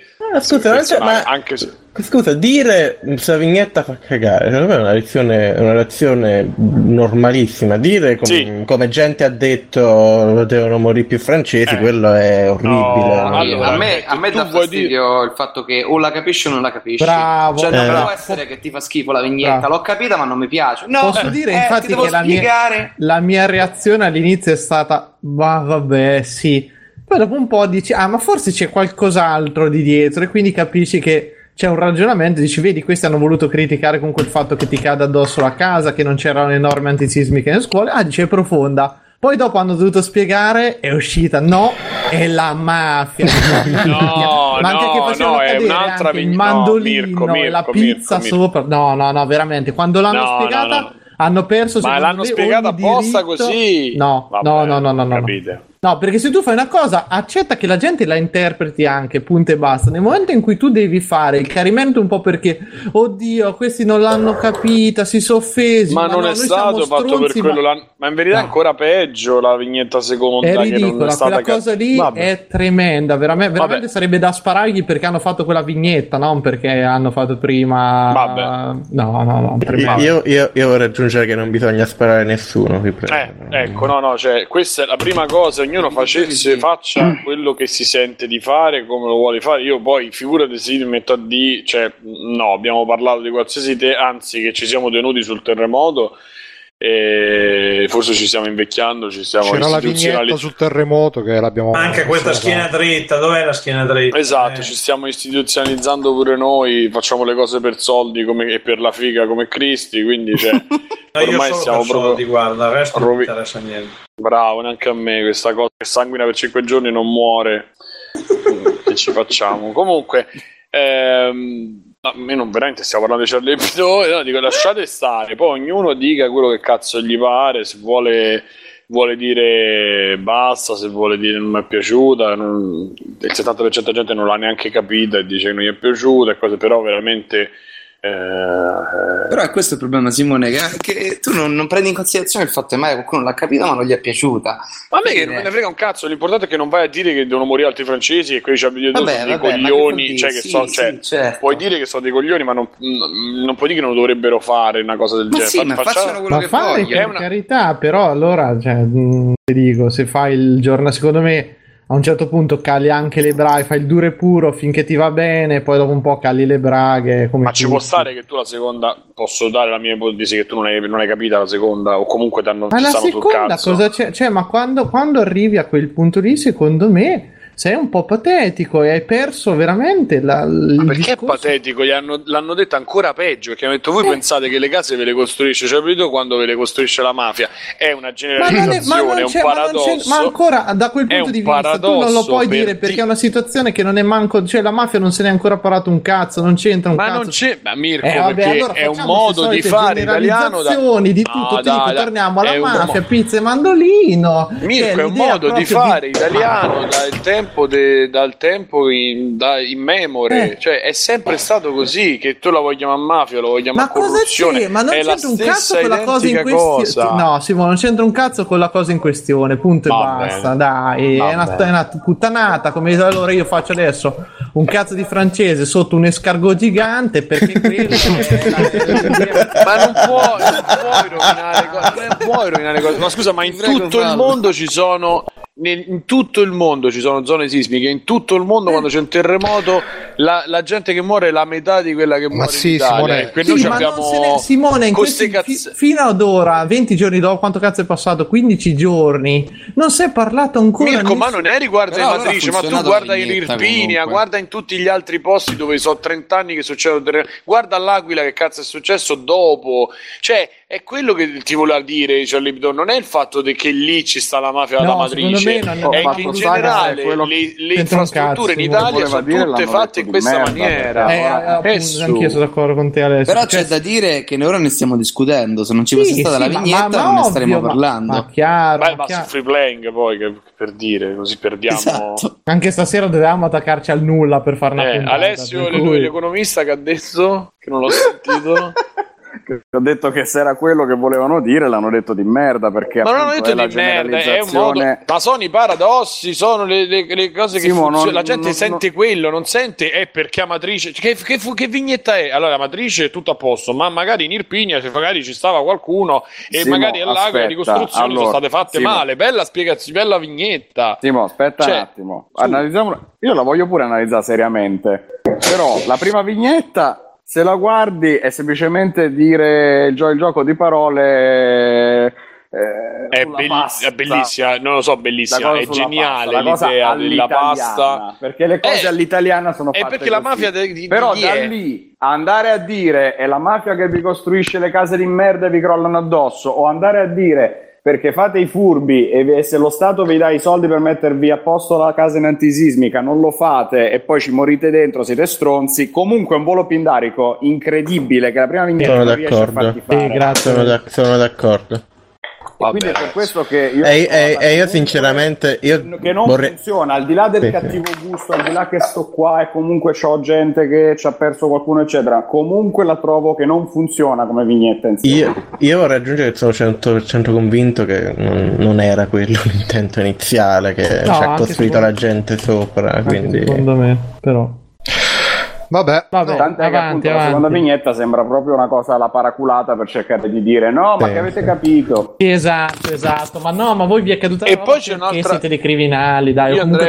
Scusa, dire questa vignetta fa cagare, secondo me è una reazione normalissima. Dire come gente ha detto devono morire più francesi, quello è orribile. No, allora, a me dà fastidio il fatto che o la capisci o non la capisci. Bravo. Cioè, non può essere che ti fa schifo la vignetta. Bravo. L'ho capita ma non mi piace. No, posso dire infatti che la mia reazione all'inizio è stata vabbè, sì. Poi dopo un po' dici ma forse c'è qualcos'altro di dietro, e quindi capisci che c'è un ragionamento, dici vedi, questi hanno voluto criticare con quel fatto che ti cade addosso la casa, che non c'erano le norme antisismiche nelle scuole, dice è profonda. Poi dopo hanno dovuto spiegare, è uscita, no, è la mafia. Ma anche che facevano cadere un'altra anche il mandolino e la pizza sopra. No, veramente, quando l'hanno spiegata hanno perso. Ma l'hanno spiegata apposta così? No. Capite? No, perché se tu fai una cosa, accetta che la gente la interpreti anche, punto e basta. Nel momento in cui tu devi fare il chiarimento un po' perché, oddio, questi non l'hanno capita, si sono offesi. Ma non è stato fatto per quello. Ma in verità è ancora peggio la vignetta seconda. È ridicola, che non è stata quella cosa lì è tremenda. Veramente sarebbe da sparargli perché hanno fatto quella vignetta, non perché hanno fatto prima. Vabbè. No. Io vorrei aggiungere che non bisogna sparare a nessuno. Ecco, cioè, questa è la prima cosa. Ognuno faccia quello che si sente di fare, come lo vuole fare. Io poi figurati se mi metto a dire, cioè, no, abbiamo parlato di qualsiasi anzi che ci siamo tenuti sul terremoto e forse ci stiamo invecchiando, c'era la vignetta sul terremoto che l'abbiamo anche questa schiena dritta, dov'è la schiena dritta? Esatto, ci stiamo istituzionalizzando pure noi, facciamo le cose per soldi e per la figa come Cristi, quindi ormai siamo proprio soldi, guarda, il resto non mi interessa niente. Bravo, neanche a me questa cosa che sanguina per 5 giorni non muore. Che ci facciamo? Comunque noi non veramente stiamo parlando di Charlie Hebdo, dico lasciate stare, poi ognuno dica quello che cazzo gli pare, se vuole dire basta, se vuole dire non mi è piaciuta, il 70% della gente non l'ha neanche capita e dice che non gli è piaciuta e cose, però veramente Però è questo il problema, Simone, che tu non prendi in considerazione il fatto che magari qualcuno l'ha capito ma non gli è piaciuta. Ma a me che non me ne frega un cazzo, l'importante è che non vai a dire che devono morire altri francesi e quelli sono dei coglioni, certo. Puoi dire che sono dei coglioni, ma non puoi dire che non dovrebbero fare una cosa del genere. Ma facciano quello che vogliono. Per carità, però allora, ti dico, se fai il giorno, secondo me a un certo punto cali anche le braghe, fai il duro e puro finché ti va bene, poi dopo un po' cali le braghe. Ma ci può stare che tu la seconda, posso dare la mia ipotesi che tu non hai capita la seconda, o comunque ti stanno sul cazzo. Cosa c'è? Cioè, ma quando arrivi a quel punto lì, secondo me sei un po' patetico e hai perso veramente ma perché è patetico? L'hanno detto ancora peggio, perché hanno detto voi pensate che le case ve le costruisce, cioè quando ve le costruisce la mafia è una generalizzazione, è un paradosso, ma ancora da quel punto di vista tu non lo puoi dire perché è una situazione che non è manco, cioè la mafia non se ne è ancora parlato un cazzo, non c'entra un cazzo. Non c'è, ma Mirko, perché allora è un modo di fare italiano di tutto, torniamo alla mafia, pizza e mandolino. Mirko, è un modo di fare italiano dal tempo in memore, cioè è sempre stato così, che tu la vuoi chiamare mafia, lo vuoi chiamare corruzione, ma non c'entra un cazzo con la cosa in questione. No, Simone, non c'entra un cazzo con la cosa in questione, punto e basta. Dai, è una puttanata, come allora io faccio adesso un cazzo di francese sotto un escargot gigante perché quello ma non puoi rovinare cose. Ma scusa, ma in tutto il mondo ci sono zone sismiche, in tutto il mondo quando c'è un terremoto la gente che muore è la metà di quella che muore in Italia. Simone, fino ad ora 20 giorni dopo, quanto cazzo è passato? 15 giorni non si è parlato ancora. Mirko, ma non è riguardo in Matrice, ma tu guarda in Irpinia, guarda in tutti gli altri posti dove sono 30 anni che succedono, guarda all'Aquila che cazzo è successo dopo, cioè è quello che ti voleva dire Charlie Hebdo, non è il fatto che lì ci sta la mafia alla Matrice, è che in generale le infrastrutture in Italia sono tutte fatte in questa maniera. Anch'io sono d'accordo con te, Alessio. Però c'è da dire che ora ne stiamo discutendo, se non ci fosse stata la vignetta non ne staremo parlando. Ma chiaro, ma su free playing poi, che per dire, così perdiamo. Esatto. Anche stasera dovevamo attaccarci al nulla per fare una puntata. Alessio, l'economista che ha detto, che non l'ho sentito. Ho detto che se era quello che volevano dire l'hanno detto di merda, perché ma non hanno detto di merda, è un modo, ma sono i paradossi, sono le cose che funzionano, la gente sente quello, non sente perché Amatrice che vignetta è? Allora Amatrice è tutto a posto, ma magari in Irpinia se magari ci stava qualcuno e magari all'Aquila di costruzioni sono state fatte male, bella spiegazione, bella vignetta. Simo, aspetta un attimo, io la voglio pure analizzare seriamente, però la prima vignetta, se la guardi, è semplicemente dire il gioco di parole. È bellissima, non lo so, bellissima, è geniale l'idea della pasta. Perché le cose all'italiana sono fatte. Perché la mafia però da lì andare a dire è la mafia che vi costruisce le case di merda e vi crollano addosso, o andare a dire perché fate i furbi e se lo Stato vi dà i soldi per mettervi a posto la casa in antisismica non lo fate e poi ci morite dentro, siete stronzi. Comunque è un volo pindarico incredibile che la prima vignetta non riesce a farti fare. Grazie, sono d'accordo. Quindi è per questo che io sinceramente che non funziona, al di là del cattivo gusto, al di là che sto qua e comunque c'ho gente che ci ha perso qualcuno eccetera, comunque la trovo che non funziona come vignetta insieme. Io vorrei aggiungere che sono 100% convinto che non era quello l'intento iniziale, che ci ha costruito la gente sopra, quindi secondo me però Vabbè, tant'è che appunto la seconda vignetta sembra proprio una cosa alla paraculata per cercare di dire no, ma che avete capito. Esatto, ma voi vi è caduta e poi c'è un'altra, siete dei criminali, dai. Io andrei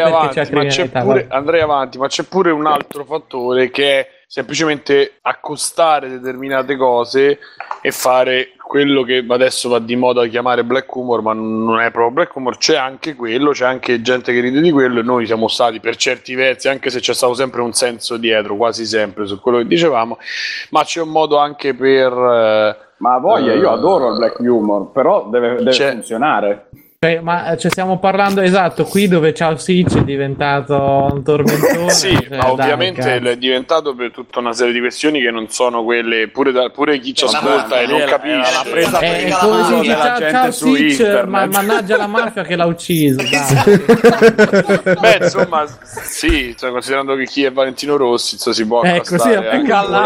avanti, ma c'è pure un altro fattore che è semplicemente accostare determinate cose e fare quello che adesso va di moda a chiamare black humor, ma non è proprio black humor, c'è anche quello, c'è anche gente che ride di quello e noi siamo stati per certi versi, anche se c'è stato sempre un senso dietro, quasi sempre su quello che dicevamo, ma c'è un modo anche per ma voglia, io adoro il black humor, però deve funzionare. Ma stiamo parlando esatto qui dove Ciao Sitch è diventato un tormentone. Sì, ma ovviamente è diventato per tutta una serie di questioni che non sono quelle, pure chi ci ascolta e non capisce. La presa per come si dice Ciao Sitch, ma mannaggia la mafia che l'ha ucciso. Beh, insomma, sì, cioè, considerando che chi è Valentino Rossi, si può accostare.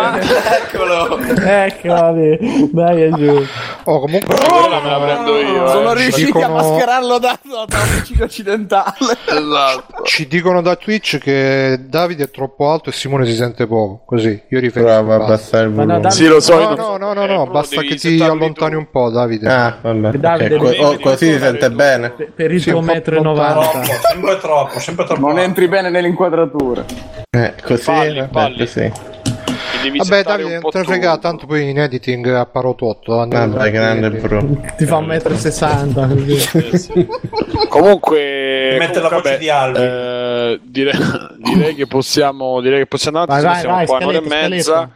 Eccolo, dai, è giù. Comunque me la prendo io. Sono riusciti a mascherarlo da omicidio occidentale. Esatto. Ci dicono da Twitch che Davide è troppo alto e Simone si sente poco. Così, io riferisco. Bravo, abbassare il volume. Sì, lo so. No, basta che ti allontani un po', Davide. Vabbè. Davide, così si sente bene. Per il tuo 1,90 m. Sempre troppo. Non entri bene nell'inquadratura. Così, Palli. sì. Vabbè, Davide, non te ne frega, tanto poi in editing apparo tutto. Vabbè, grande bro. Ti fa 1,60 m. Comunque mette la voce di Albi. Direi che possiamo andare avanti, siamo qua un'ora e mezza.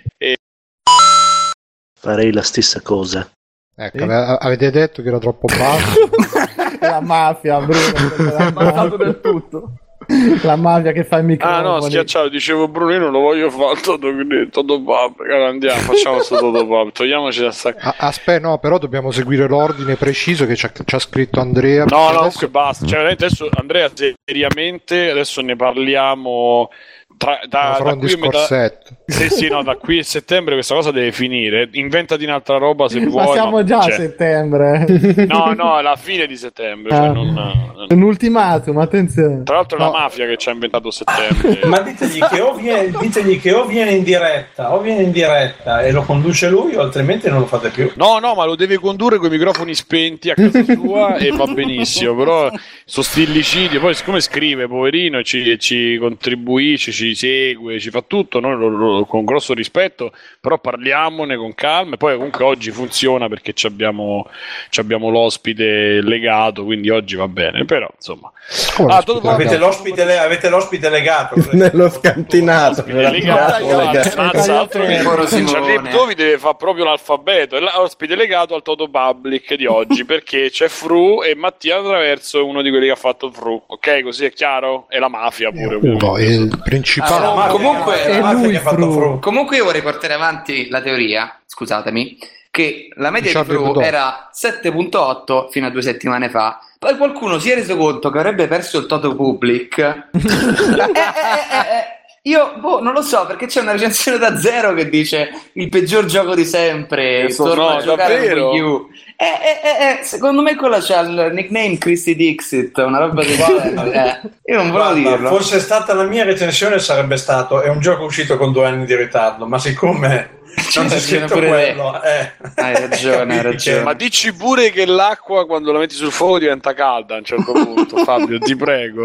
Farei la stessa cosa. Ecco, avete detto che era troppo basso. La mafia, Bruno. È passato del tutto. La mafia che fa il microfono. Schiacciato, dicevo Bruno, io non lo voglio fare Toto Pub. Andiamo, facciamo sto Toto Pub, togliamoci da sta. Aspetta, no, però dobbiamo seguire l'ordine preciso che ci ha scritto Andrea. No, comunque basta. Cioè, veramente adesso, Andrea, seriamente, adesso ne parliamo. Da qui da qui a settembre questa cosa deve finire. Inventati un'altra roba se vuoi. Ma siamo già a settembre. No, alla fine di settembre. Cioè un ultimatum, attenzione. Tra l'altro è la mafia che ci ha inventato settembre. Ma ditegli che o viene in diretta e lo conduce lui, o altrimenti non lo fate più. No, ma lo deve condurre con i microfoni spenti a casa sua e va benissimo. Però sono stillicidio. Poi siccome scrive, poverino, e ci contribuisce, ci segue, ci fa tutto, noi con grosso rispetto, però parliamone con calma. E poi comunque oggi funziona perché abbiamo l'ospite legato, quindi oggi va bene. Però insomma, avete l'ospite legato nello scantinato. Vi deve fare proprio l'alfabeto. È l'ospite legato al Toto Public di oggi perché c'è Fru e Mattia Traverso è uno di quelli che ha fatto Fru. Ok, così è chiaro? E la mafia pure. Il principale. Comunque io vorrei portare avanti la teoria, scusatemi, che la media di Fru era 7.8 fino a 2 settimane fa. Poi qualcuno si è reso conto che avrebbe perso il Toto Public. Io non lo so, perché c'è una recensione da zero che dice il peggior gioco di sempre, torna a giocare con Wii U. Secondo me quello c'ha il nickname Christy Dixit, una roba di io non volevo dirlo. Fosse stata la mia recensione sarebbe stato: è un gioco uscito con 2 anni di ritardo, ma siccome non c'è scritto quello, hai ragione. Ma dici pure che l'acqua quando la metti sul fuoco diventa calda a un certo punto, Fabio, ti prego.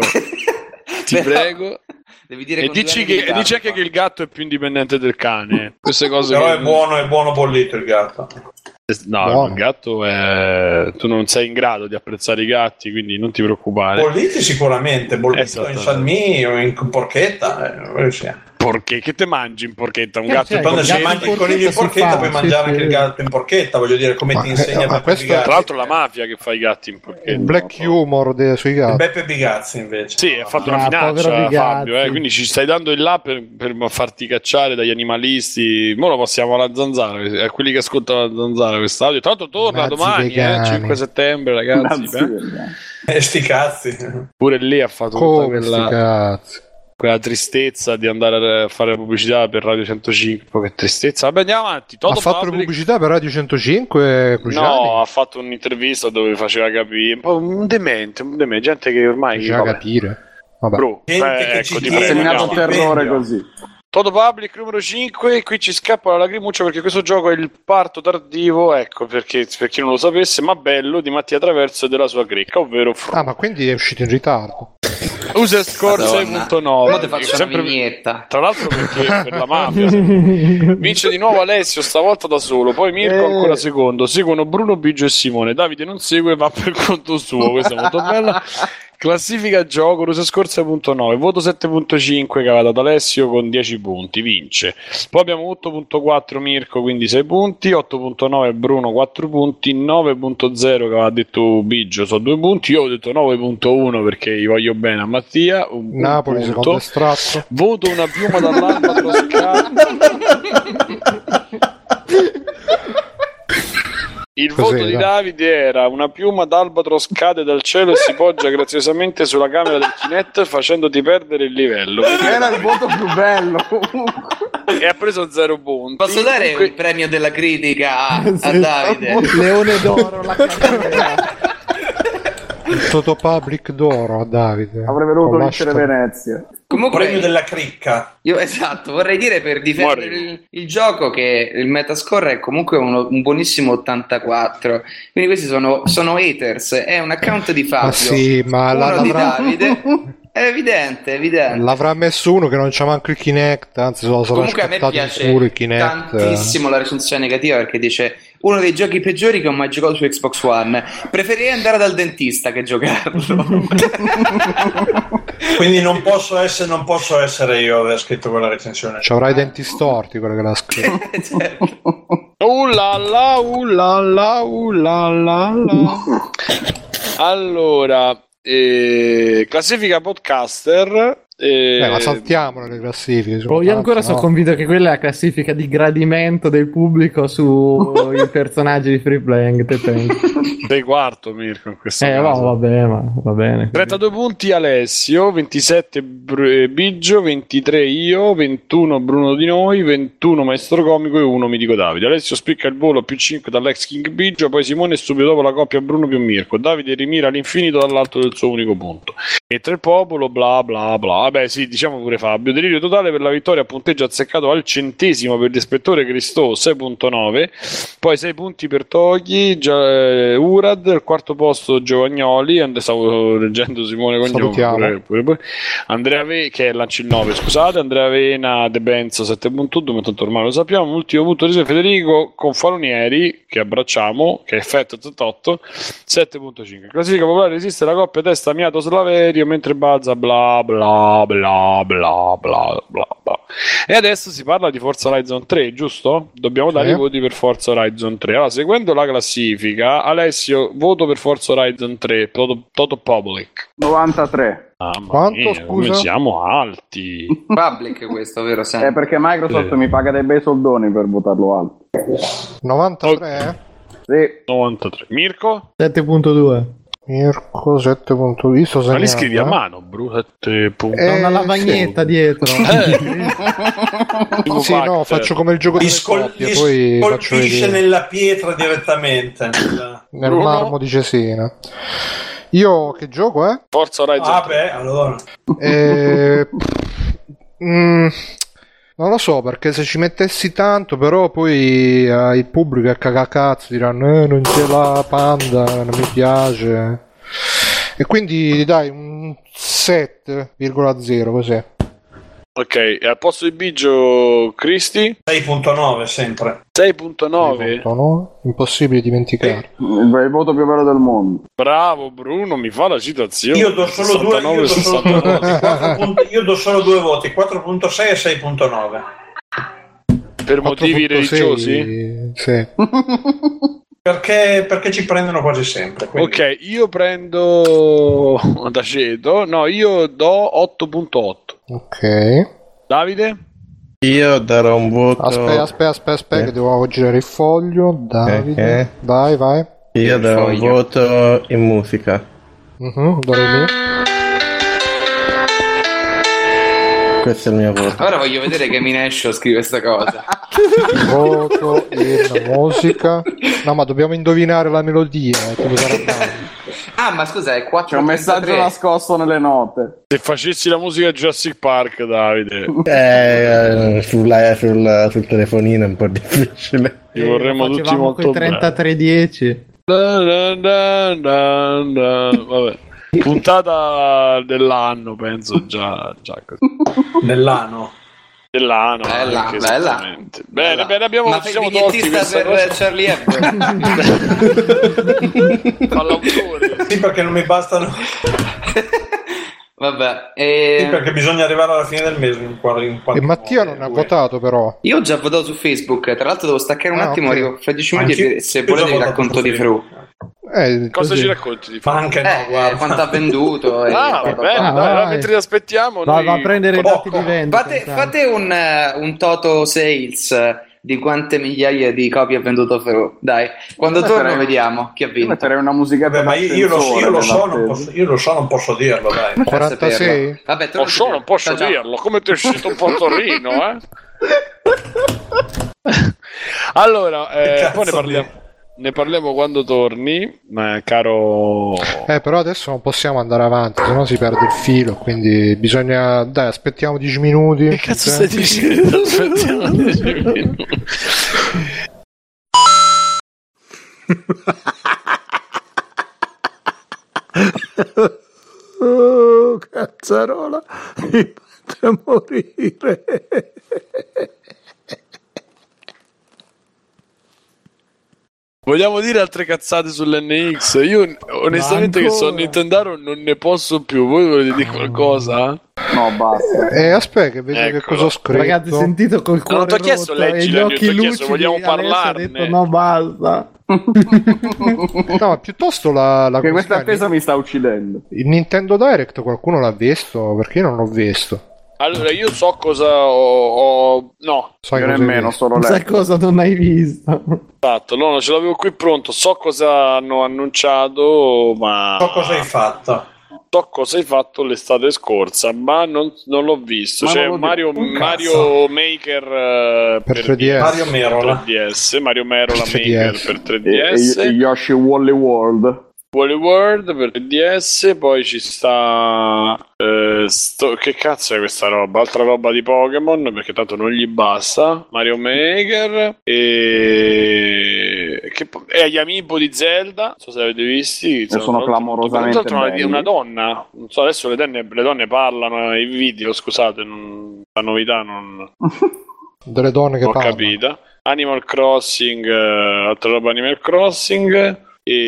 Devi dire e dici anche che il gatto è più indipendente del cane. Queste cose. Però è buono bollito il gatto. No, il gatto tu non sei in grado di apprezzare i gatti, quindi non ti preoccupare. Bolliti sicuramente, bollito in salmì o in porchetta, Porché che te mangi in porchetta? Un gatto quando ci mangi il coniglio in porchetta puoi mangiare anche il gatto in porchetta, voglio dire, come ti insegna Beppe Bigazzi. Tra l'altro la mafia che fa i gatti in porchetta. Il black humor sui gatti. Beppe Bigazzi invece. Sì, ha fatto una minaccia Fabio, quindi ci stai dando il là per farti cacciare dagli animalisti. Ora lo passiamo alla zanzara, a quelli che ascoltano la zanzara quest'audio. Tra l'altro torna domani, 5 settembre, ragazzi. Sti cazzi. Pure lì ha fatto tutta quella tristezza di andare a fare pubblicità per Radio 105. Che tristezza. Vabbè, andiamo avanti. Ha fatto la pubblicità per Radio 105 Cruciani? No, ha fatto un'intervista dove faceva capire un po' un demente, gente che ormai faceva capire. Vabbè. Bro, ha seminato terrore così. Toto Public numero 5, qui ci scappa la lacrimuccia perché questo gioco è il parto tardivo, ecco, perché per chi non lo sapesse, ma bello, di Mattia Traverso e della sua cricca, ovvero ma quindi è uscito in ritardo. User score 6.9. Ma te faccio una vignetta. Tra l'altro perché per la mafia vince di nuovo Alessio, stavolta da solo, poi Mirko ancora secondo, seguono Bruno, Biggio e Simone. Davide non segue, va per conto suo, questa è molto bella. Classifica gioco, Rose Scorsa.9, voto 7.5 che aveva dato Alessio con 10 punti, vince. Poi abbiamo 8.4 Mirko, quindi 6 punti, 8.9 Bruno, 4 punti, 9.0 che aveva detto Biggio, sono 2 punti, io ho detto 9.1 perché gli voglio bene a Mattia, Napoli, secondo estratto. Voto una piuma dall'Albatros. Il voto di Davide era: una piuma d'albatros cade dal cielo e si poggia graziosamente sulla camera del Kinect facendoti perdere il livello. Era il voto più bello. E ha preso 0 punti. Posso dare il premio della critica a Davide? Leone d'oro, la carriera. Il Toto Public d'oro a Davide. Avrebbe dovuto vincere Venezia. Comunque, premio della cricca. Io vorrei dire, per difendere il gioco, che il metascore è comunque un buonissimo 84. Quindi questi sono haters. È un account di Fabio, sì, ma uno di Davide. È evidente. L'avrà messo uno che non c'ha manco il Kinect, anzi sono comunque a me piace il Kinect. Tantissimo la recensione negativa, perché dice: uno dei giochi peggiori che ho mai giocato su Xbox One. Preferirei andare dal dentista che giocarlo. Quindi non posso essere io aver scritto quella recensione. Ci avrai i denti storti quello che l'ha scritto. Certo. Allora, classifica podcaster. Ma saltiamo le classifiche. Io ancora sono convinto che quella è la classifica di gradimento del pubblico sui personaggi di Free Playing. Sei quarto, Mirko, in questo caso. Vabbè, ma va bene. 32 punti Alessio, 27 Biggio, 23 io, 21 Bruno Di Noi, 21 Maestro Comico e 1 Mitico Davide. Alessio spicca il volo più 5 dall'ex King Biggio, poi Simone e subito dopo la coppia Bruno più Mirko. Davide rimira all'infinito dall'alto del suo unico punto. Entra il popolo, bla bla bla. Vabbè, sì, diciamo pure Fabio. Delirio totale per la vittoria, punteggio azzeccato al centesimo per l'ispettore Cristò, 6.9. Poi 6 punti per Toghi, Urad, il quarto posto Giovagnoli, stavo leggendo Simone Cognome pure. Andrea che è lanci il 9, scusate, Andrea Vena, De Benzo 7.2, ma tanto ormai lo sappiamo. Ultimo punto di Federico con Falonieri, che abbracciamo, che è Effetto 88, 7.5. Classifica popolare resiste la coppia testa Miato Slaverio, mentre balza bla bla bla bla bla bla bla. E adesso si parla di Forza Horizon 3, giusto? Dobbiamo dare i voti per Forza Horizon 3. Allora, seguendo la classifica, Alessio, voto per Forza Horizon 3, Toto Public 93. Quanto, scusa? Siamo alti. Public questo, vero? È perché Microsoft mi paga dei bei soldoni per votarlo alto. 93? Sì. 93. Mirko? 7.2. Mirko 7.2. Ma li scrivi a mano, Bru? 7. Una lavagnetta dietro. Sì, no, faccio come il gioco delle coppie, poi colpisce nella pietra direttamente. Nel marmo di Cesena. Io che gioco è? Forza Horizon 3. Beh, allora. Non lo so, perché se ci mettessi tanto, però poi il pubblico è cagacazzo, diranno non c'è la Panda, non mi piace. E quindi dai un 7,0 cos'è? Ok, e al posto di Biggio Cristi? 6.9 sempre. 6.9? Impossibile dimenticare. Il voto più bello del mondo. Bravo Bruno, mi fa la citazione. Io do solo 2 io do solo 2 voti, 4.6 e 6.9. Per motivi religiosi? Sì. Perché ci prendono quasi sempre. Quindi. Ok, io prendo da ceto. No, io do 8.8. Ok. Davide? Io darò un voto. Aspetta, che devo girare il foglio. Davide, vai. Io darò un voto in musica. Questo è il mio voto. Ora voglio vedere che Minescio scrive questa cosa. Voto in musica. No, ma dobbiamo indovinare la melodia. Ah, ma scusa, è 4. C'è un messaggio nascosto nelle note. Se facessi la musica Jurassic Park, Davide. Sul telefonino è un po' difficile. Ci vorremmo tutti molto 3310. Vabbè. Puntata dell'anno, penso già così. Dell'anno. dell'anno. Bella. Bene, abbiamo ma siamo tolti questa per cosa. Charlie Hebdo. Fa l'autore. Sì, perché non mi bastano. Vabbè, sì, perché bisogna arrivare alla fine del mese e Mattia non ha votato, però. Io ho già votato su Facebook. Tra l'altro devo staccare un attimo, okay. Arrivo fra 10 minuti. Se volete vi racconto di Fru. Cosa ci racconti di Fru? Ma anche quanto ha venduto. Va bene, mentre ti aspettiamo va a prendere i dati di vendita. Fate un Toto Sales di quante migliaia di copie ha venduto Fru. Dai, quando torno vediamo chi ha vinto. Metterei una musica. Ma io lo so, non posso dirlo, dai. 46? Vabbè, non posso dirlo, come ti è uscito un po' Torino, Allora, poi ne parliamo quando torni, caro. Però adesso non possiamo andare avanti, sennò si perde il filo. Quindi bisogna. Dai, aspettiamo 10 minuti. Che cazzo stai dicendo? Aspettiamo 10 minuti. Oh, cazzarola, mi fate morire. Vogliamo dire altre cazzate sull'NX? Io onestamente che sono Nintendaro non ne posso più. Voi volete dire qualcosa? No, basta. Aspetta che vedo che cosa ho scritto. Ragazzi, sentito col cuore non ti ho chiesto leggila, gli occhi lucidi, vogliamo parlarne. Ha detto no, basta. No, piuttosto la che questa attesa mi sta uccidendo. Il Nintendo Direct qualcuno l'ha visto? Perché io non l'ho visto. Allora, io so cosa ho... No. Sai io nemmeno, solo sai cosa non hai visto. Esatto, no, ce l'avevo qui pronto. So cosa hanno annunciato, ma... So cosa hai fatto. So cosa hai fatto l'estate scorsa, ma non l'ho visto. Ma c'è Mario Maker per 3DS. Mario Merola. 3DS, Mario Merola Maker per 3DS. E Yoshi Woolly World. Wally World per 3DS, poi ci sta che cazzo è questa roba? Altra roba di Pokémon, perché tanto non gli basta. Mario Maker e gli amiibo di Zelda, non so se avete visti, sono clamorosamente belli. Una donna, non so, adesso le donne parlano ai video, scusate, la novità non delle donne che ho parlano. capito. Animal Crossing, altra roba Animal Crossing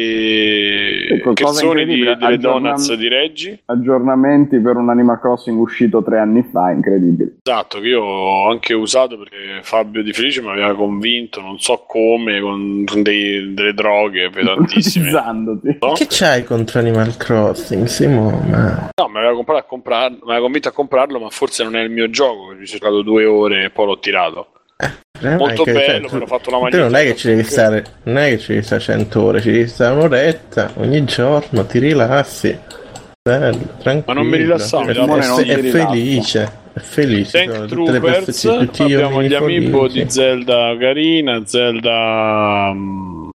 e canzoni delle donuts di Reggi, aggiornamenti per un Animal Crossing uscito 3 anni fa, incredibile. Esatto, che io ho anche usato perché Fabio Di Felice mi aveva convinto, non so come, con delle droghe pesantissime. No? Che c'hai contro Animal Crossing, Simone? No, mi aveva convinto a comprarlo, ma forse non è il mio gioco, ci ho giocato 2 ore e poi l'ho tirato. Molto bello, però ho fatto la maglietta. Non è che ci devi stare 100 ore, ci devi stare un'oretta ogni giorno, ti rilassi, bello, tranquillo. Ma non mi rilassavo, è felice. Tank Troopers, abbiamo gli amiibo di Zelda Ocarina, Zelda. Non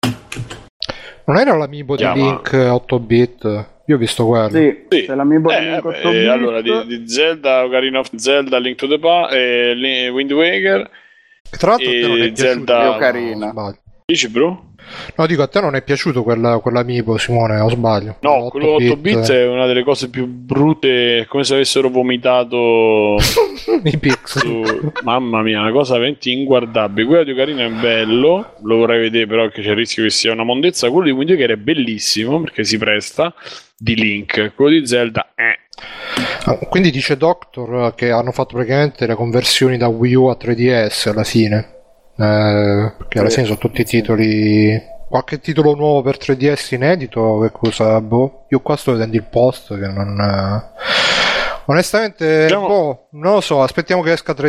era l'amiibo di Link 8-bit? Io ho visto quello. Sì. C'è l'amiibo di Link 8-bit. Allora di Zelda Ocarina of Zelda, Link to the Past, Wind Waker. Tra l'altro a te non è Zelda Ocarina. Dici, bro? No, dico, a te non è piaciuto quell'amiibo, Simone, o sbaglio? No, quello 8-bit è una delle cose più brutte, come se avessero vomitato i pixel. Mamma mia, una cosa veramente inguardabile. Quello di Ocarina è bello, lo vorrei vedere, però che c'è il rischio che sia una mondezza. Quello di Wind Waker è bellissimo perché si presta, di Link. Quello di Zelda Quindi dice Doctor che hanno fatto praticamente le conversioni da Wii U a 3DS alla fine, perché alla fine sono tutti titoli. Qualche titolo nuovo per 3DS inedito? Che cosa? Boh, io qua sto vedendo il post che non. Onestamente, non lo so. Aspettiamo che esca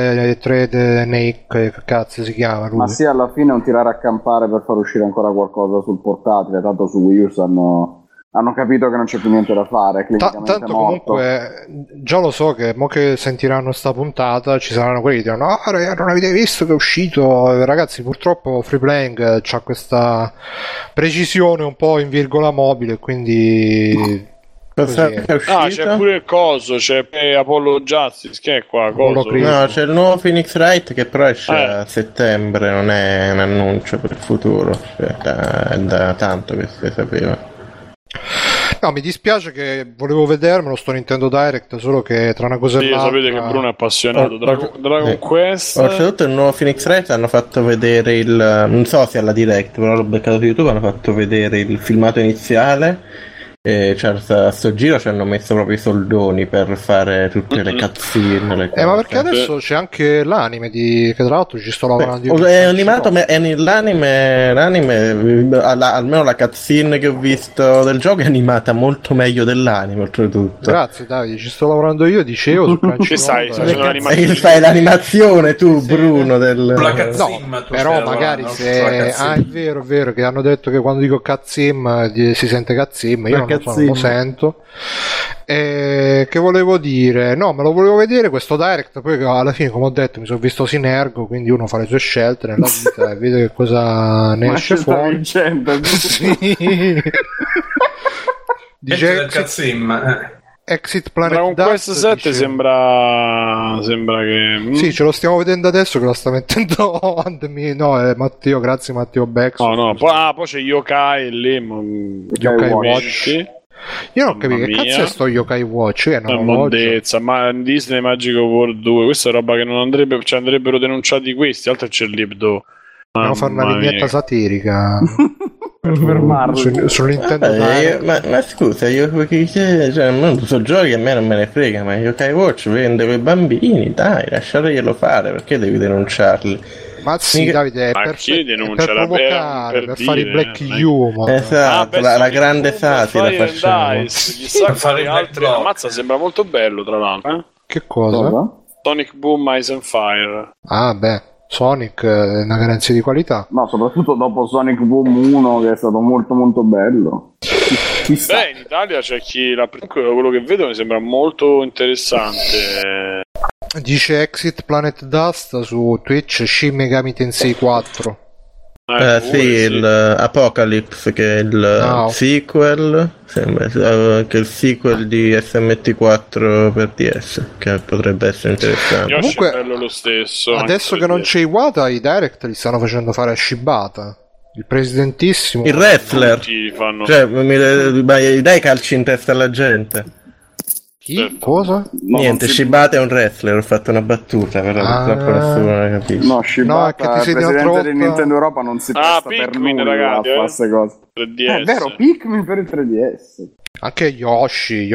3D Snake, che cazzo si chiama lui. Ma sì, alla fine non tirare a campare per far uscire ancora qualcosa sul portatile. Tanto su Wii U hanno capito che non c'è più niente da fare. Tanto comunque già lo so che mo che sentiranno sta puntata ci saranno quelli che diranno: no, non avete visto che è uscito. Ragazzi, purtroppo Free Playing c'ha questa precisione un po' in virgola mobile, quindi c'è pure il coso, c'è Apollo Justice, che è qua coso. No, c'è il nuovo Phoenix Wright che però esce a settembre, non è un annuncio per il futuro, è da tanto che si sapeva. No, mi dispiace che volevo vedermelo sto Nintendo Direct, solo che tra una cosa e l'altra... sapete che Bruno è appassionato. Dragon Quest. Oltretutto il nuovo Phoenix Wright hanno fatto vedere il... non so se alla Direct, però l'ho beccato su YouTube, hanno fatto vedere il filmato iniziale. E a sto giro ci hanno messo proprio i soldoni per fare tutte le cutscene, le cose. Ma perché adesso c'è anche l'anime che tra l'altro ci sto lavorando io. È animato, l'anime almeno la cutscene che ho visto del gioco è animata molto meglio dell'anime, oltretutto. Grazie Davide, ci sto lavorando io, dicevo su Crunchyroll. Fai l'animazione tu, Bruno, del... La cutscene, no, però magari se... Ah, è vero che hanno detto che quando dico cutscene si sente cutscene, io non lo sento. Che volevo dire? No, me lo volevo vedere questo Direct, poi alla fine, come ho detto, mi sono visto Sinergo, quindi uno fa le sue scelte nella vita e vede che cosa ne esce fuori. Sì. Dice Exit Planet Dragon Quest 7 sembra che... Sì, ce lo stiamo vedendo adesso che lo sta mettendo no, Matteo, grazie Matteo Bex. No, poi c'è Yokai lì, Yokai Watch. Io non capisco che cazzo è sto Yokai Watch, è una mondezza, ma Disney Magic World 2, questa è roba che non andrebbe, cioè andrebbero denunciati questi, altro c'è il libro. Dobbiamo fare una vignetta satirica. Per fermarlo su Nintendo ma scusa, non so giochi, a me non me ne frega, ma Yokai Watch vende quei bambini, dai, lasciateglielo fare, perché devi denunciarli? Ma sì, Davide, per provocare, per fare i black humor. Esatto, la grande satira facciamo. Per fare altri. Ammazza, sembra molto bello, tra l'altro. Che cosa? Sonic Boom Ice and Fire. Ah, beh. Sonic è una garanzia di qualità. No, soprattutto dopo Sonic Boom 1 che è stato molto molto bello. Beh, in Italia c'è chi quello che vedo mi sembra molto interessante. Dice Exit Planet Dust su Twitch Shin Megami Tensei 4. Sì, il Apocalypse, che è il sequel, sembra, che è il sequel di SMT4 per DS, che potrebbe essere interessante. Comunque, è bello lo stesso. Adesso che non c'è Iwata, i direct li stanno facendo fare a Shibata, il presidentissimo. Il wrestler. Cioè, dai calci in testa alla gente. Chi? Cosa? Niente, Shibata è un wrestler, ho fatto una battuta, però purtroppo nessuno la capisce. No, Shibata, il presidente di Nintendo Europa, non si presta per nulla a fare queste cose. 3DS. È vero, Pikmin per il 3DS. Anche Yoshi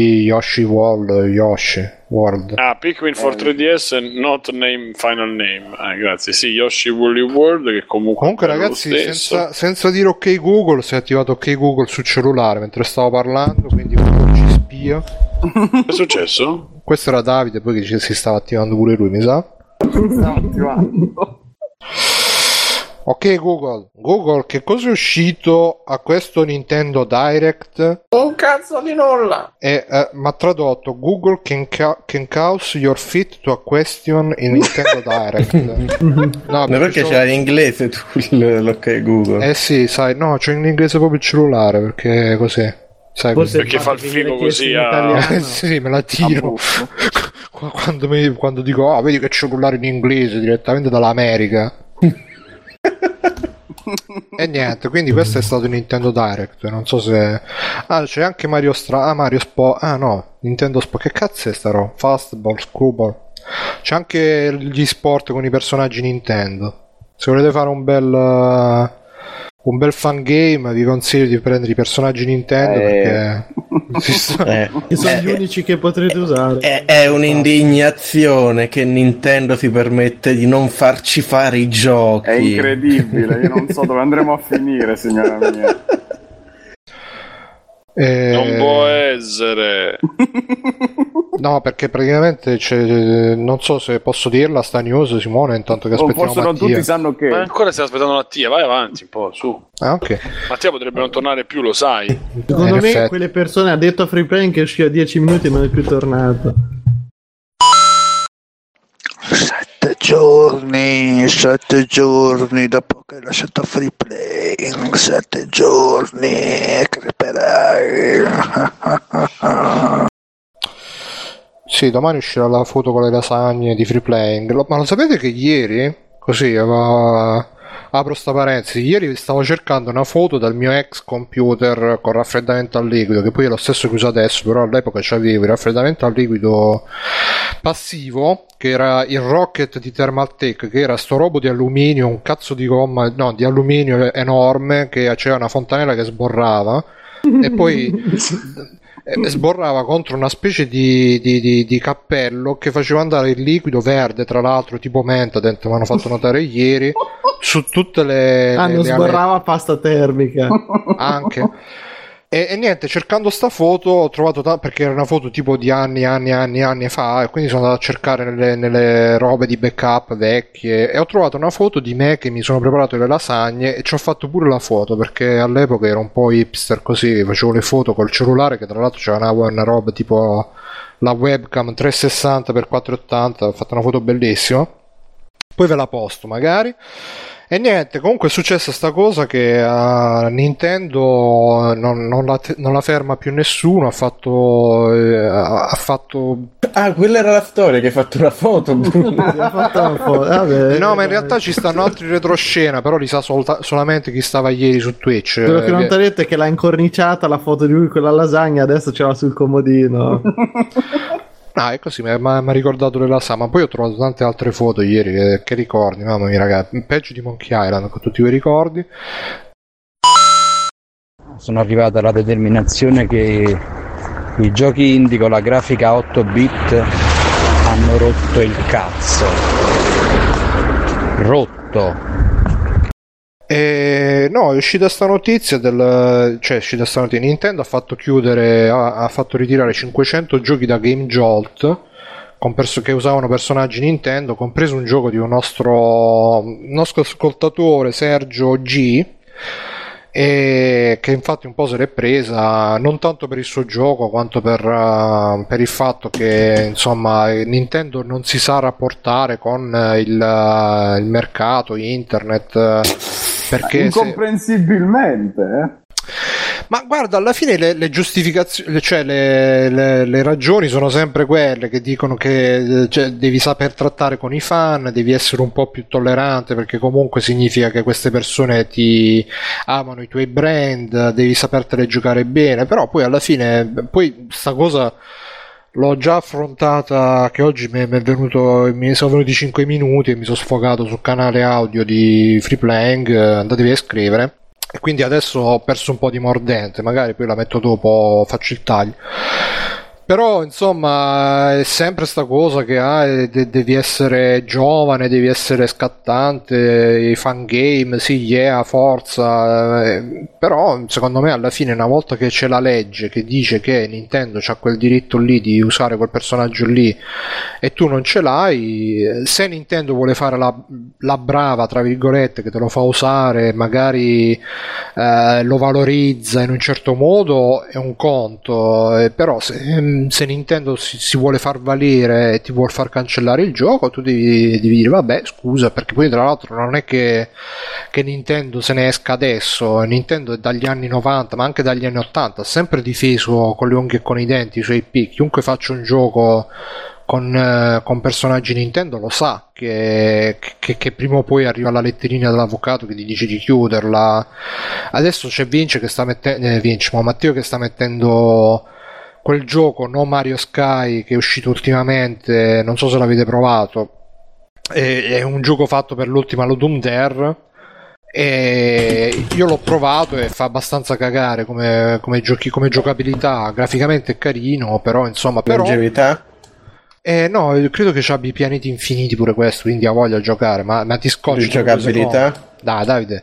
World. Pikmin for 3DS not name final name. Grazie. Sì, Yoshi Woolly World, che comunque ragazzi, senza dire ok Google, si è attivato ok Google sul cellulare mentre stavo parlando, quindi Google ci spia. Che è successo? Questo era Davide, poi che si stava attivando pure lui, mi sa. Stava attivando. Ok Google, che cosa è uscito a questo Nintendo Direct? Un cazzo di nulla! Ma tradotto, Google can cause your feet to a question in Nintendo Direct. No, perché c'è in inglese tu l'ok Google? Sì, sai, no, c'è in inglese proprio il cellulare, perché così. Sai, perché fa il figo così sì, me la tiro quando dico vedi che cellulare in inglese direttamente dall'America. E niente, quindi questo è stato il Nintendo Direct. Non so se c'è anche Mario Sport. Nintendo Sport, che cazzo è sta roba? Fastball, Screwball. C'è anche gli sport con i personaggi Nintendo. Se volete fare un bel fan game, vi consiglio di prendere i personaggi Nintendo perché sono gli unici che potrete usare. È un'indignazione che Nintendo si permette di non farci fare i giochi. È incredibile, io non so dove andremo a finire, signora mia. Non può essere. No, perché praticamente non so se posso dirla sta news, Simone, intanto che aspettiamo forse Mattia. Non tutti sanno che. Ma ancora stiamo aspettando Mattia, vai avanti un po', su. Ok. Mattia potrebbe non tornare più, lo sai. Secondo me quelle persone, ha detto a Freeplay che uscì a 10 minuti e non è più tornato. 7 giorni dopo che hai lasciato Freeplay, 7 giorni che recuperai. Sì, domani uscirà la foto con le lasagne di Freeplaying. Ma lo sapete che ieri, così, aveva apro sta parentesi, ieri stavo cercando una foto dal mio ex computer con raffreddamento al liquido, che poi è lo stesso che uso adesso, però all'epoca c'avevo il raffreddamento al liquido passivo, che era il Rocket di Thermaltake, che era sto robo di alluminio, un cazzo di gomma, no, di alluminio enorme, che c'era una fontanella che sborrava e poi sborrava contro una specie di cappello che faceva andare il liquido verde, tra l'altro tipo menta dentro, mi hanno fatto notare ieri, su tutte le non sborrava pasta termica anche. E niente, cercando sta foto ho trovato perché era una foto tipo di anni fa, e quindi sono andato a cercare nelle robe di backup vecchie e ho trovato una foto di me che mi sono preparato le lasagne e ci ho fatto pure la foto, perché all'epoca ero un po' hipster così, facevo le foto col cellulare, che tra l'altro c'era una roba tipo la webcam 360x480, ho fatto una foto bellissima, poi ve la posto magari. E niente, comunque è successa sta cosa che Nintendo non la ferma più nessuno, ha fatto quella era la storia, che hai fatto una foto. No, ma in realtà ci stanno altri retroscena, però li sa solamente chi stava ieri su Twitch. Quello che non ti ha detto è che l'ha incorniciata la foto di lui con la lasagna, adesso ce l'ha sul comodino. Ah, è così, mi ha ricordato le lasagne, ma poi ho trovato tante altre foto ieri che ricordi, mamma mia ragazzi, peggio di Monkey Island con tutti quei ricordi. Sono arrivato alla determinazione che i giochi indie con la grafica 8 bit hanno rotto il cazzo. Rotto. No, è uscita sta notizia Nintendo ha fatto ritirare 500 giochi da Game Jolt che usavano personaggi Nintendo, compreso un gioco di un nostro ascoltatore Sergio G, e che infatti un po' se l'è presa non tanto per il suo gioco quanto per il fatto che insomma Nintendo non si sa rapportare con il mercato internet, perché incomprensibilmente ma guarda, alla fine le giustificazioni, cioè le ragioni sono sempre quelle che dicono che devi saper trattare con i fan, devi essere un po' più tollerante, perché comunque significa che queste persone ti amano i tuoi brand, devi sapertele giocare bene, però poi alla fine sta cosa l'ho già affrontata, che oggi mi sono venuti 5 minuti e mi sono sfogato sul canale audio di Free Playing, andatevi a iscrivere. E quindi adesso ho perso un po' di mordente, magari poi la metto dopo, faccio il taglio. Però insomma è sempre sta cosa che devi essere giovane, devi essere scattante, i fan game, sì, forza, però secondo me alla fine, una volta che c'è la legge che dice che Nintendo c'ha quel diritto lì di usare quel personaggio lì e tu non ce l'hai, se Nintendo vuole fare la brava, tra virgolette, che te lo fa usare, magari lo valorizza in un certo modo, è un conto, però se Nintendo si vuole far valere e ti vuol far cancellare il gioco, tu devi dire vabbè scusa, perché poi tra l'altro non è che Nintendo se ne esca adesso. Nintendo è dagli anni 90 ma anche dagli anni 80 ha sempre difeso con le unghie e con i denti i suoi IP. Chiunque faccia un gioco con personaggi Nintendo lo sa che prima o poi arriva la letterina dell'avvocato che ti dice di chiuderla. Adesso c'è Matteo che sta mettendo quel gioco No Mario Sky che è uscito ultimamente, non so se l'avete provato, è un gioco fatto per l'ultima Ludum Dare e io l'ho provato e fa abbastanza cagare come giocabilità, graficamente è carino, però insomma longevità? No, credo che abbia i pianeti infiniti pure questo, quindi ha voglia di giocare, ma ti scocci di giocabilità? Dai Davide.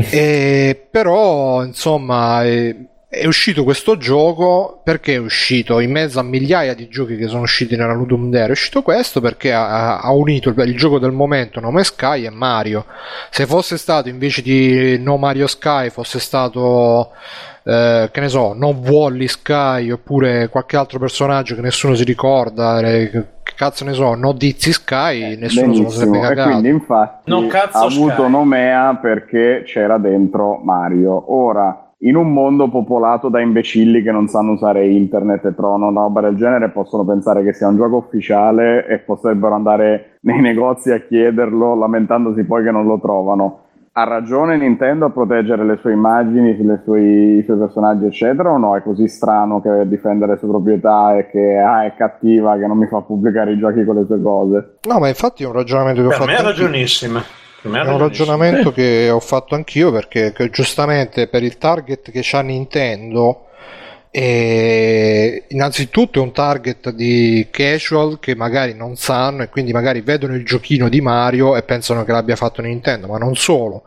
Però insomma è uscito questo gioco. Perché è uscito in mezzo a migliaia di giochi che sono usciti nella Ludum Dare? È uscito questo perché ha unito il gioco del momento No Man's Sky e Mario. Se fosse stato invece di No Mario Sky fosse stato che ne so, No Wally Sky oppure qualche altro personaggio che nessuno si ricorda, che cazzo ne so, No Dizzy Sky, nessuno se lo sarebbe cagato. E quindi infatti ha avuto Nomea perché c'era dentro Mario. Ora, in un mondo popolato da imbecilli che non sanno usare internet e trovano una roba del genere, possono pensare che sia un gioco ufficiale e potrebbero andare nei negozi a chiederlo, lamentandosi poi che non lo trovano. ha ragione Nintendo a proteggere le sue immagini, i suoi personaggi eccetera, o no? È così strano che difendere le sue proprietà e che è cattiva, che non mi fa pubblicare i giochi con le sue cose? No, ma infatti è un ragionamento che ho fatto. Per me è ragionissima. È un ragionamento che ho fatto anch'io, perché giustamente per il target che c'ha Nintendo, innanzitutto è un target di casual che magari non sanno e quindi magari vedono il giochino di Mario e pensano che l'abbia fatto Nintendo, ma non solo.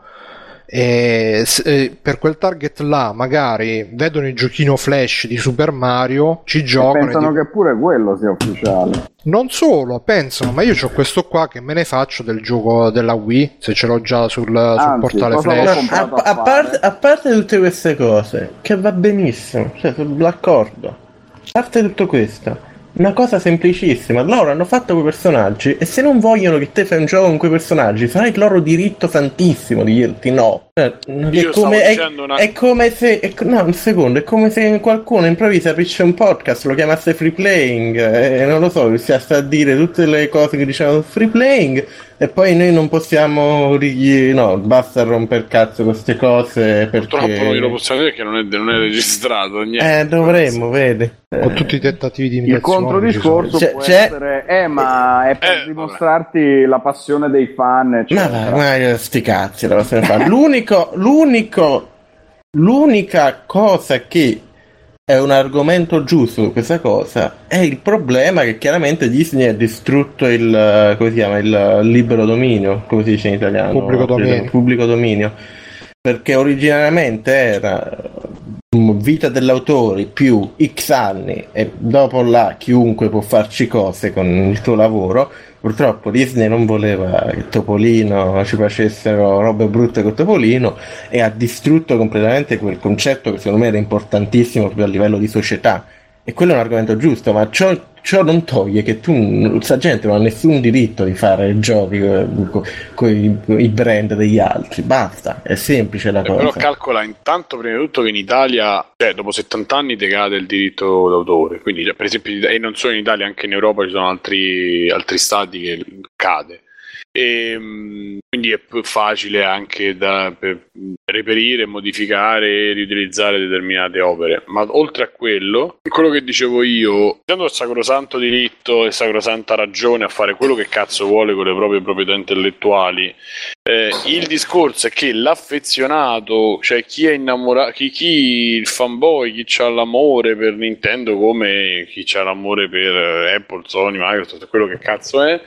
Per quel target là magari vedono il giochino Flash di Super Mario, ci giocano e pensano che pure quello sia ufficiale. Non solo, pensano, ma io c'ho questo qua, che me ne faccio del gioco della Wii, se ce l'ho già sul portale Flash. A parte tutte queste cose, che va benissimo, cioè sono d'accordo. A parte tutto questo, una cosa semplicissima, loro hanno fatto quei personaggi e se non vogliono che te fai un gioco con quei personaggi, farai il loro diritto santissimo di dirti no. È come se no, un secondo, è come se qualcuno improvvisa aprisce un podcast, lo chiamasse free playing e non lo so, si sta a dire tutte le cose che dicevano free playing e poi noi non possiamo no, basta romper cazzo queste cose, perché purtroppo non glielo possiamo dire che non è registrato niente. Dovremmo, vedi, con tutti i tentativi di il controdiscorso può essere ma è per dimostrarti la passione dei fan, eccetera. Ma sti cazzi la possiamo fare. L'unica cosa che è un argomento giusto su questa cosa è il problema che chiaramente Disney ha distrutto il come si chiama, il libero dominio, come si dice in italiano, pubblico dominio, perché originariamente era vita dell'autore più X anni e dopo là chiunque può farci cose con il tuo lavoro. Purtroppo Disney non voleva che Topolino ci facessero robe brutte con Topolino e ha distrutto completamente quel concetto che secondo me era importantissimo proprio a livello di società, e quello è un argomento giusto, ma ciò non toglie che questa gente non ha nessun diritto di fare giochi con i brand degli altri, basta, è semplice la cosa. Però calcola intanto prima di tutto che in Italia, cioè dopo 70 anni decade il diritto d'autore, quindi per esempio, e non solo in Italia, anche in Europa ci sono altri stati che cade, e quindi è più facile anche per reperire, modificare e riutilizzare determinate opere. Ma oltre a quello che dicevo io, dando il sacrosanto diritto e sacrosanta ragione a fare quello che cazzo vuole con le proprie proprietà intellettuali, il discorso è che l'affezionato, cioè chi è innamorato, chi il fanboy, chi c'ha l'amore per Nintendo come chi c'ha l'amore per Apple, Sony, Microsoft, quello che cazzo è,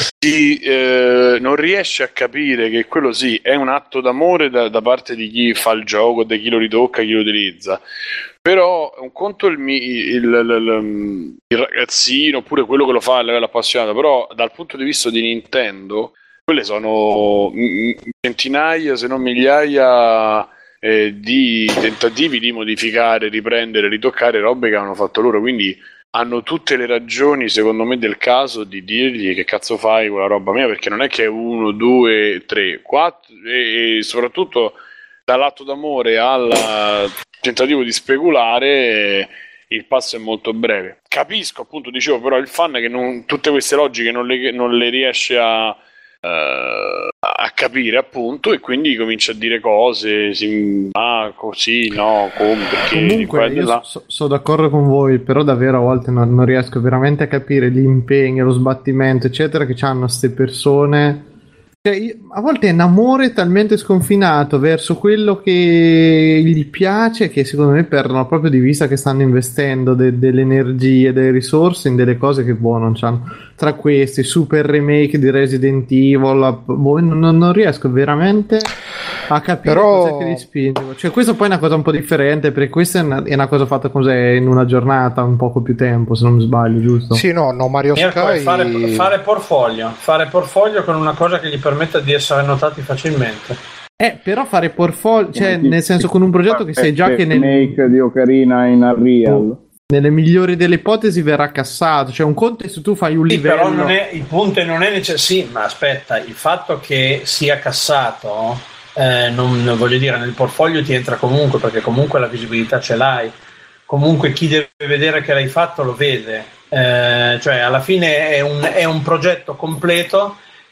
non riesce a capire che quello sì è un atto d'amore da parte di chi fa il gioco, di chi lo ritocca, chi lo utilizza. Però un conto il ragazzino, oppure quello che lo fa a livello appassionato, però dal punto di vista di Nintendo quelle sono centinaia se non migliaia di tentativi di modificare, riprendere, ritoccare robe che hanno fatto loro, quindi hanno tutte le ragioni secondo me del caso di dirgli che cazzo fai con la roba mia, perché non è che è 1, 2, 3, 4 e soprattutto dall'atto d'amore al tentativo di speculare il passo è molto breve. Capisco, appunto, dicevo, però il fan che tutte queste logiche non le riesce a capire, appunto, e quindi comincia a dire cose così, no, come, perché comunque io sono d'accordo con voi, però davvero a volte non riesco veramente a capire l'impegno, lo sbattimento eccetera che hanno queste persone. Cioè, a volte è un amore talmente sconfinato verso quello che gli piace che secondo me perdono proprio di vista che stanno investendo delle energie, delle risorse in delle cose che non c'hanno. Tra questi super remake di Resident Evil, non riesco veramente a capire cosa che li spinge. Cioè, questo poi è una cosa un po' differente, perché questa è una cosa fatta cos'è in una giornata, un poco più tempo, se non mi sbaglio, giusto? Sì, no, Mario Sky fare portfolio con una cosa che gli permetta di essere notati facilmente. Però fare portfolio, cioè nel senso con un progetto che sai già che nel remake di Ocarina in Unreal, nelle migliori delle ipotesi verrà cassato, cioè un conto è se tu fai un livello, però il punto non è necessario. Sì, ma aspetta, il fatto che sia cassato non voglio dire, nel portfolio ti entra comunque, perché comunque la visibilità ce l'hai, comunque chi deve vedere che l'hai fatto lo vede, cioè alla fine è un progetto completo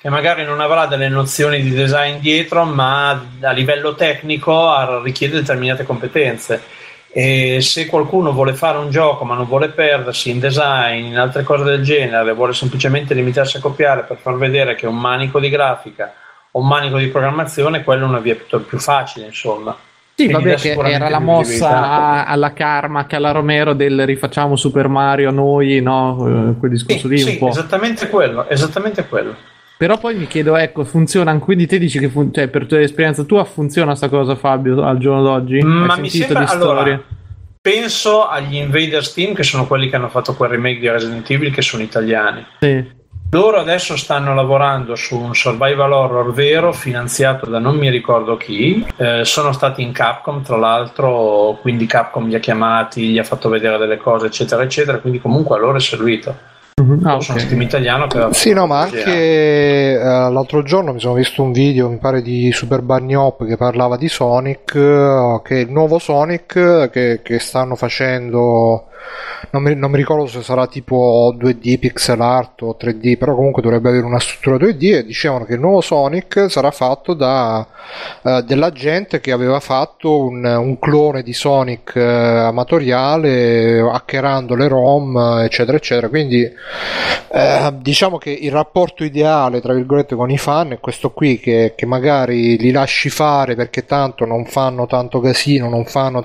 che magari non avrà delle nozioni di design dietro, ma a livello tecnico richiede determinate competenze. E se qualcuno vuole fare un gioco ma non vuole perdersi in design, in altre cose del genere, vuole semplicemente limitarsi a copiare per far vedere che è un manico di grafica o un manico di programmazione, quella è una via più facile, insomma. Sì, vabbè, che era la mossa alla Carmack, alla Romero del rifacciamo Super Mario noi, no? Quel discorso lì un po'. Esattamente quello. Però poi mi chiedo, ecco, funziona, quindi te dici che cioè, per tua esperienza tua funziona sta cosa, Fabio, al giorno d'oggi? Ma Hai mi sentito sembra, di storie? allora, penso agli Invaders Team, che sono quelli che hanno fatto quel remake di Resident Evil, che sono italiani. Sì. Loro adesso stanno lavorando su un survival horror vero, finanziato da non mi ricordo chi. Sono stati in Capcom, tra l'altro, quindi Capcom li ha chiamati, gli ha fatto vedere delle cose, eccetera, eccetera, quindi comunque a loro è servito. Sono un team italiano che sì, no, ma anche l'altro giorno mi sono visto un video, mi pare di Super Bunny Hop, che parlava di Sonic, che è il nuovo Sonic che stanno facendo. Non mi ricordo se sarà tipo 2D pixel art o 3D, però comunque dovrebbe avere una struttura 2D, e dicevano che il nuovo Sonic sarà fatto da della gente che aveva fatto un clone di Sonic amatoriale, hackerando le ROM, eccetera eccetera. Quindi diciamo che il rapporto ideale tra virgolette con i fan è questo qui, che magari li lasci fare perché tanto non fanno tanto casino, non fanno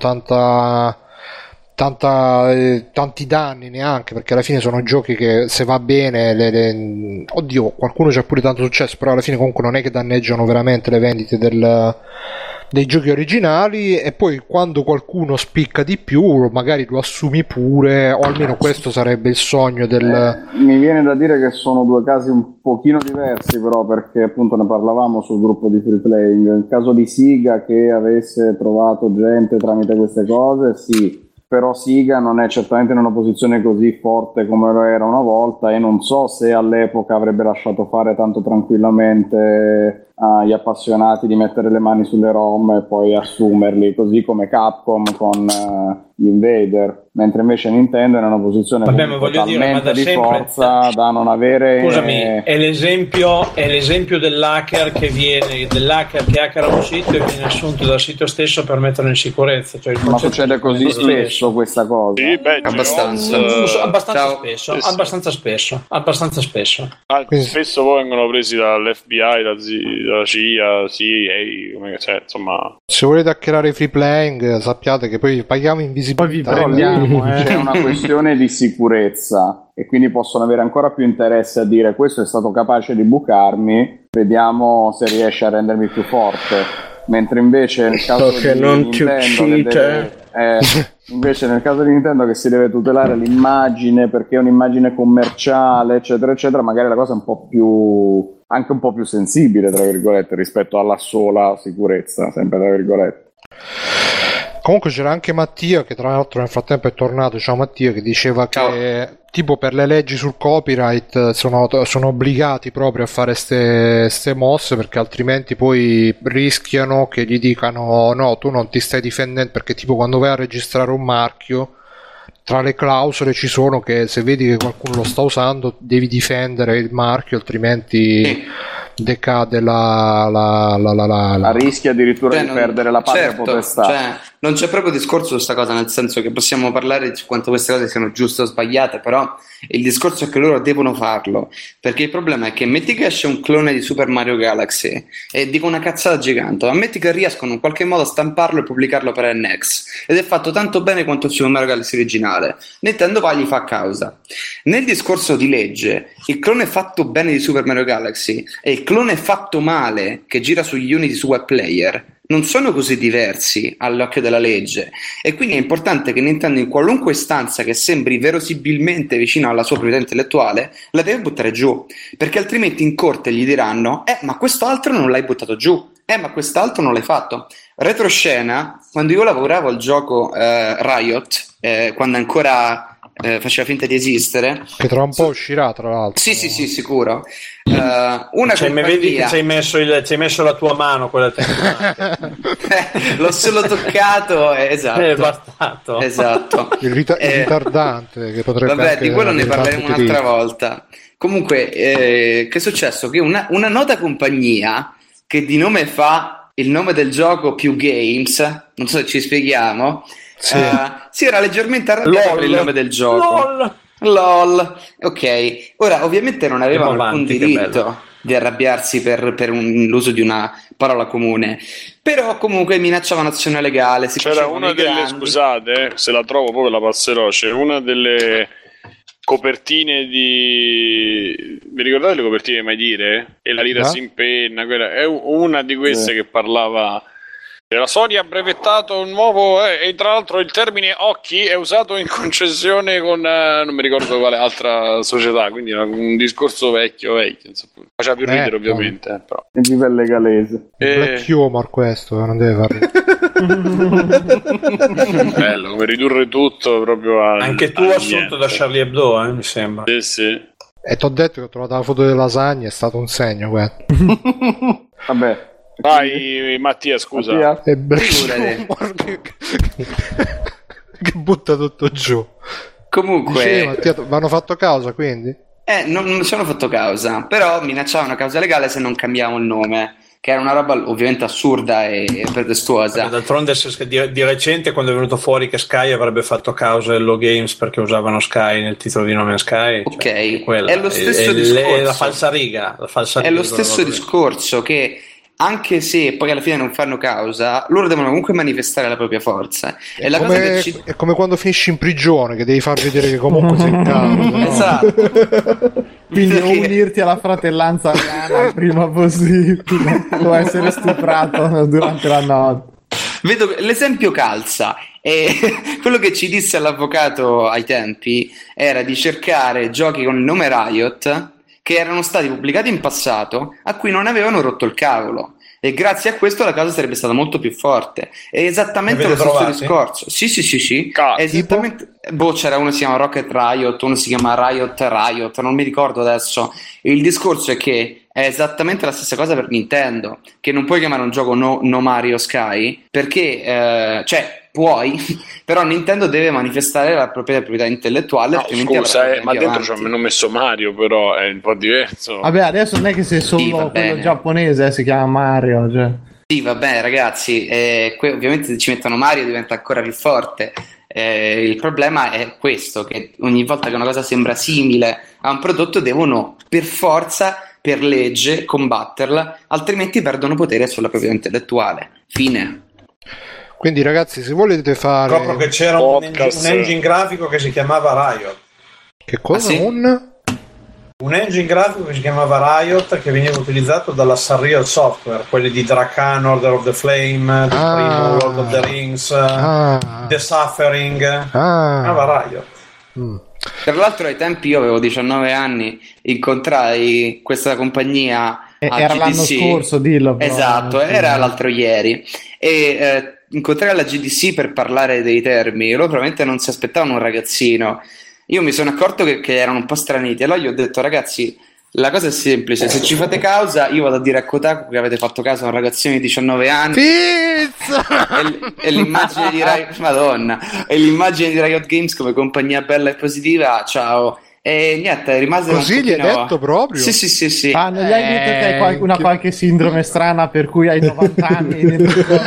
tanti danni neanche, perché alla fine sono giochi che, se va bene, oddio, qualcuno c'ha pure tanto successo, però alla fine comunque non è che danneggiano veramente le vendite dei giochi originali. E poi quando qualcuno spicca di più magari lo assumi pure, o almeno questo sarebbe il sogno mi viene da dire che sono due casi un pochino diversi, però, perché appunto ne parlavamo sul gruppo di Free Playing. Il caso di Siga, che avesse trovato gente tramite queste cose, sì, però Siga non è certamente in una posizione così forte come lo era una volta, e non so se all'epoca avrebbe lasciato fare tanto tranquillamente agli appassionati di mettere le mani sulle ROM e poi assumerli, così come Capcom con gli Invader, mentre invece Nintendo è in una posizione talmente di forza da non avere. Scusami, è l'esempio dell'hacker che hackera un sito e viene assunto dal sito stesso per metterlo in sicurezza. Cioè, ma succede così spesso questa cosa? Sì, abbastanza spesso. Spesso poi vengono presi dall'FBI, dalla CIA, insomma. Se volete hackerare Free Playing, sappiate che poi paghiamo invisibilità. Però c'è una questione di sicurezza, e quindi possono avere ancora più interesse a dire: questo è stato capace di bucarmi, vediamo se riesce a rendermi più forte. Mentre invece nel caso di Nintendo, invece nel caso di Nintendo, che si deve tutelare l'immagine perché è un'immagine commerciale, eccetera eccetera, magari la cosa è anche un po' più sensibile, tra virgolette, rispetto alla sola sicurezza, sempre tra virgolette. Comunque c'era anche Mattia, che tra l'altro nel frattempo è tornato. Ciao Mattia, che diceva che tipo per le leggi sul copyright sono obbligati proprio a fare ste mosse, perché altrimenti poi rischiano che gli dicano no, tu non ti stai difendendo, perché tipo quando vai a registrare un marchio, tra le clausole ci sono che se vedi che qualcuno lo sta usando devi difendere il marchio, altrimenti decade la rischia addirittura di perdere la patria potestà. Cioè, non c'è proprio discorso su questa cosa, nel senso che possiamo parlare di quanto queste cose siano giuste o sbagliate, però il discorso è che loro devono farlo, perché il problema è che metti che esce un clone di Super Mario Galaxy e dico una cazzata gigante, ma metti che riescono in qualche modo a stamparlo e pubblicarlo per NX ed è fatto tanto bene quanto il Super Mario Galaxy originale, Nintendo va, gli fa causa. Nel discorso di legge, il clone fatto bene di Super Mario Galaxy e il clone fatto male che gira sugli Unity su web player non sono così diversi all'occhio della legge, e quindi è importante che Nintendo in qualunque istanza che sembri verosimilmente vicino alla sua proprietà intellettuale la deve buttare giù, perché altrimenti in corte gli diranno ma quest'altro non l'hai buttato giù, ma quest'altro non l'hai fatto. Retroscena, quando io lavoravo al gioco Riot, quando ancora faceva finta di esistere, che tra un po' uscirà, tra l'altro. Sì, sicuro. Vedi che ci hai messo la tua mano, quella l'ho solo toccato, esatto. È bastato. Esatto. Il ritardante che potrebbe di quello ne parleremo un'altra volta. Comunque, che è successo? Che una nota compagnia che di nome fa il nome del gioco più Games, non so se ci spieghiamo, si era leggermente arrabbiata per il nome del gioco. LOL. Ok, ora ovviamente non avevano alcun diritto di arrabbiarsi per l'uso di una parola comune, però comunque minacciavano azione legale. C'era una delle, scusate, se la trovo poi la passerò, c'è una delle copertine vi ricordate le copertine Mai Dire? E la lira si impenna, quella è una di queste che parlava. La Sony ha brevettato un nuovo e tra l'altro il termine occhi è usato in concessione con non mi ricordo quale altra società, quindi un discorso vecchio insomma. Faceva più ridere ovviamente, però. Il livello legalese. Black humor questo, non deve fare. Bello, come ridurre tutto proprio a... Anche tu assunto da Charlie Hebdo, mi sembra. Sì. E t'ho detto che ho trovato la foto delle lasagne, è stato un segno questo. Vabbè. Vai Mattia, scusa. È humor che butta tutto giù. Comunque dicevi, Mattia, vanno fatto causa quindi? Non ci hanno fatto causa, però minacciavano causa legale se non cambiamo il nome, che era una roba ovviamente assurda e pretestuosa. D'altronde di recente, quando è venuto fuori che Sky avrebbe fatto causa Hello Games perché usavano Sky nel titolo di nome Sky, ok, è lo stesso discorso, la falsariga, è lo stesso discorso, che anche se poi alla fine non fanno causa, loro devono comunque manifestare la propria forza. È come quando finisci in prigione, che devi far vedere che comunque sei in causa, no? Esatto. Quindi unirti alla fratellanza il prima possibile, o essere stuprato durante la notte. Vedo che l'esempio calza, e quello che ci disse l'avvocato ai tempi era di cercare giochi con il nome Riot che erano stati pubblicati in passato, a cui non avevano rotto il cavolo, e grazie a questo la cosa sarebbe stata molto più forte. È esattamente lo stesso discorso. Sì. È esattamente... c'era uno che si chiama Rocket Riot, uno si chiama Riot, non mi ricordo adesso. Il discorso è che è esattamente la stessa cosa per Nintendo, che non puoi chiamare un gioco no Mario Sky, perché puoi, però Nintendo deve manifestare la propria proprietà intellettuale. Scusa, ma dentro ci hanno messo Mario, però è un po' diverso. Vabbè, adesso non è che sei solo quello giapponese, si chiama Mario, cioè. Sì, vabbè ragazzi, ovviamente se ci mettono Mario diventa ancora più forte. Il problema è questo, che ogni volta che una cosa sembra simile a un prodotto devono per forza, per legge, combatterla, altrimenti perdono potere sulla proprietà intellettuale. Fine. Quindi ragazzi, se volete fare... Proprio che c'era un engine grafico che si chiamava Riot. Che cosa? Un engine grafico che si chiamava Riot, che veniva utilizzato dalla Surreal Software, quelli di Drakan, Order of the Flame, del primo Lord of the Rings, The Suffering. Chiamava Riot. Tra l'altro ai tempi io avevo 19 anni, incontrai questa compagnia era GDC. L'anno scorso, dillo. Esatto, era l'altro ieri. E incontrai alla GDC per parlare dei termini. Loro probabilmente non si aspettavano un ragazzino. Io mi sono accorto che erano un po' straniti. Allora gli ho detto: ragazzi, la cosa è semplice, se ci fate causa io vado a dire a Kotaku che avete fatto causa a un ragazzino di 19 anni e l'immagine di Riot, e l'immagine di Riot Games come compagnia bella e positiva, ciao. E niente, rimase così, gli hai detto proprio? Sì. Non gli hai detto che hai qualche sindrome strana per cui hai 90 anni?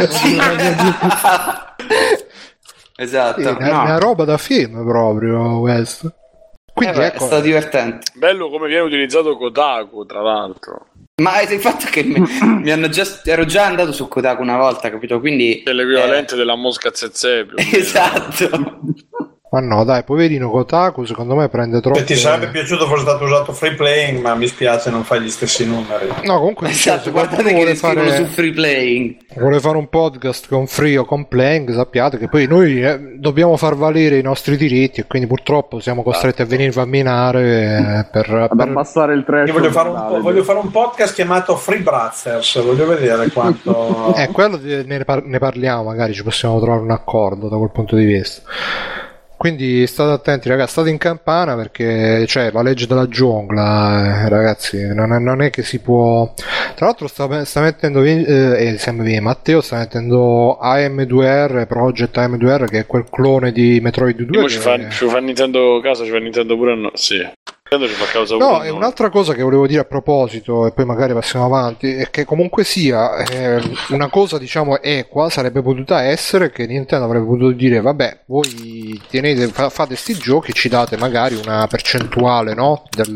Esatto, sì, è una roba da film proprio questo. Quindi è stato divertente. Bello come viene utilizzato Kotaku, tra l'altro. Ma il fatto che ero già andato su Kotaku una volta, capito? Quindi è l'equivalente della mosca zezé. Esatto. Ma no, dai, poverino Kotaku, secondo me prende troppo. Ti sarebbe piaciuto fosse stato usato Free Playing, ma mi spiace non fai gli stessi numeri. No, comunque esatto, guardate che scrivono su Free Playing. Vuole fare un podcast con Free o con Playing, sappiate che poi noi dobbiamo far valere i nostri diritti e quindi purtroppo siamo costretti a venirvi a minare per abbassare il trash. Io voglio fare un podcast chiamato Free Brothers, voglio vedere quanto quello ne parliamo, magari ci possiamo trovare un accordo da quel punto di vista. Quindi state attenti ragazzi, state in campana perché c'è la legge della giungla, ragazzi, non è che si può. Tra l'altro sta mettendo Matteo sta mettendo AM2R, Project AM2R, che è quel clone di Metroid 2 ci fa Nintendo casa, ci fa Nintendo pure no. Sì. No, e un'altra cosa che volevo dire a proposito, e poi magari passiamo avanti, è che comunque sia una cosa diciamo equa sarebbe potuta essere che Nintendo avrebbe potuto dire vabbè, voi fate sti giochi, ci date magari una percentuale, no? Del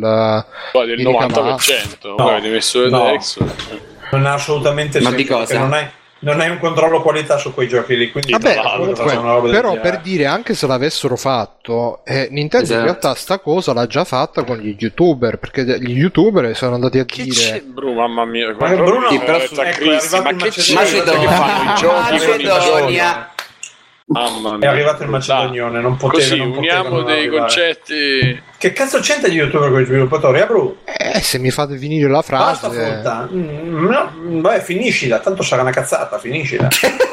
90%, no, avete messo non ha assolutamente senso. Ma di cosa? Non hai un controllo qualità su quei giochi lì, quindi però per dire, anche se l'avessero fatto, Nintendo in realtà sta cosa l'ha già fatta con gli YouTuber, perché gli YouTuber sono andati a dire mamma mia, Bruno, sì, però Macedonia. È arrivato il macedonione, non poteva. Uniamo dei concetti. Che cazzo c'entra gli YouTuber con gli sviluppatori, Bru? Se mi fate finire la frase. Basta, vabbè, finiscila, tanto sarà una cazzata, finiscila.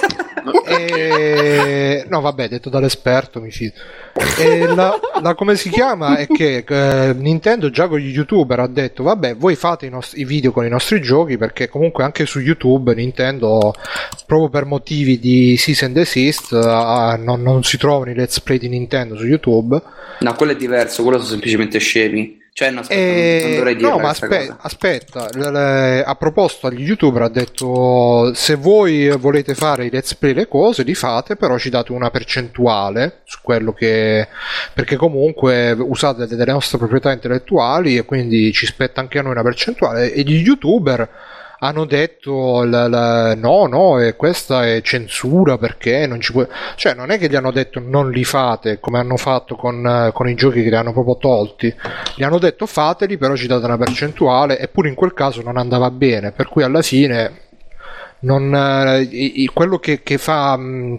No, vabbè, detto dall'esperto mi fido. La come si chiama è che Nintendo già con gli YouTuber ha detto vabbè, voi fate i video con i nostri giochi, perché comunque anche su YouTube Nintendo, proprio per motivi di cease and desist, non si trovano i let's play di Nintendo su YouTube. No, quello è diverso, quello sono semplicemente scemi. Cioè, no, aspetta, non dovrei dire. No, ma aspetta, a proposito agli YouTuber ha detto se voi volete fare i let's play, le cose li fate, però ci date una percentuale su quello che, perché comunque usate delle nostre proprietà intellettuali e quindi ci spetta anche a noi una percentuale. E gli YouTuber hanno detto no, e questa è censura, perché non ci può. Cioè, non è che gli hanno detto non li fate come hanno fatto con i giochi che li hanno proprio tolti, gli hanno detto fateli, però ci date una percentuale, eppure in quel caso non andava bene, per cui alla fine quello che fa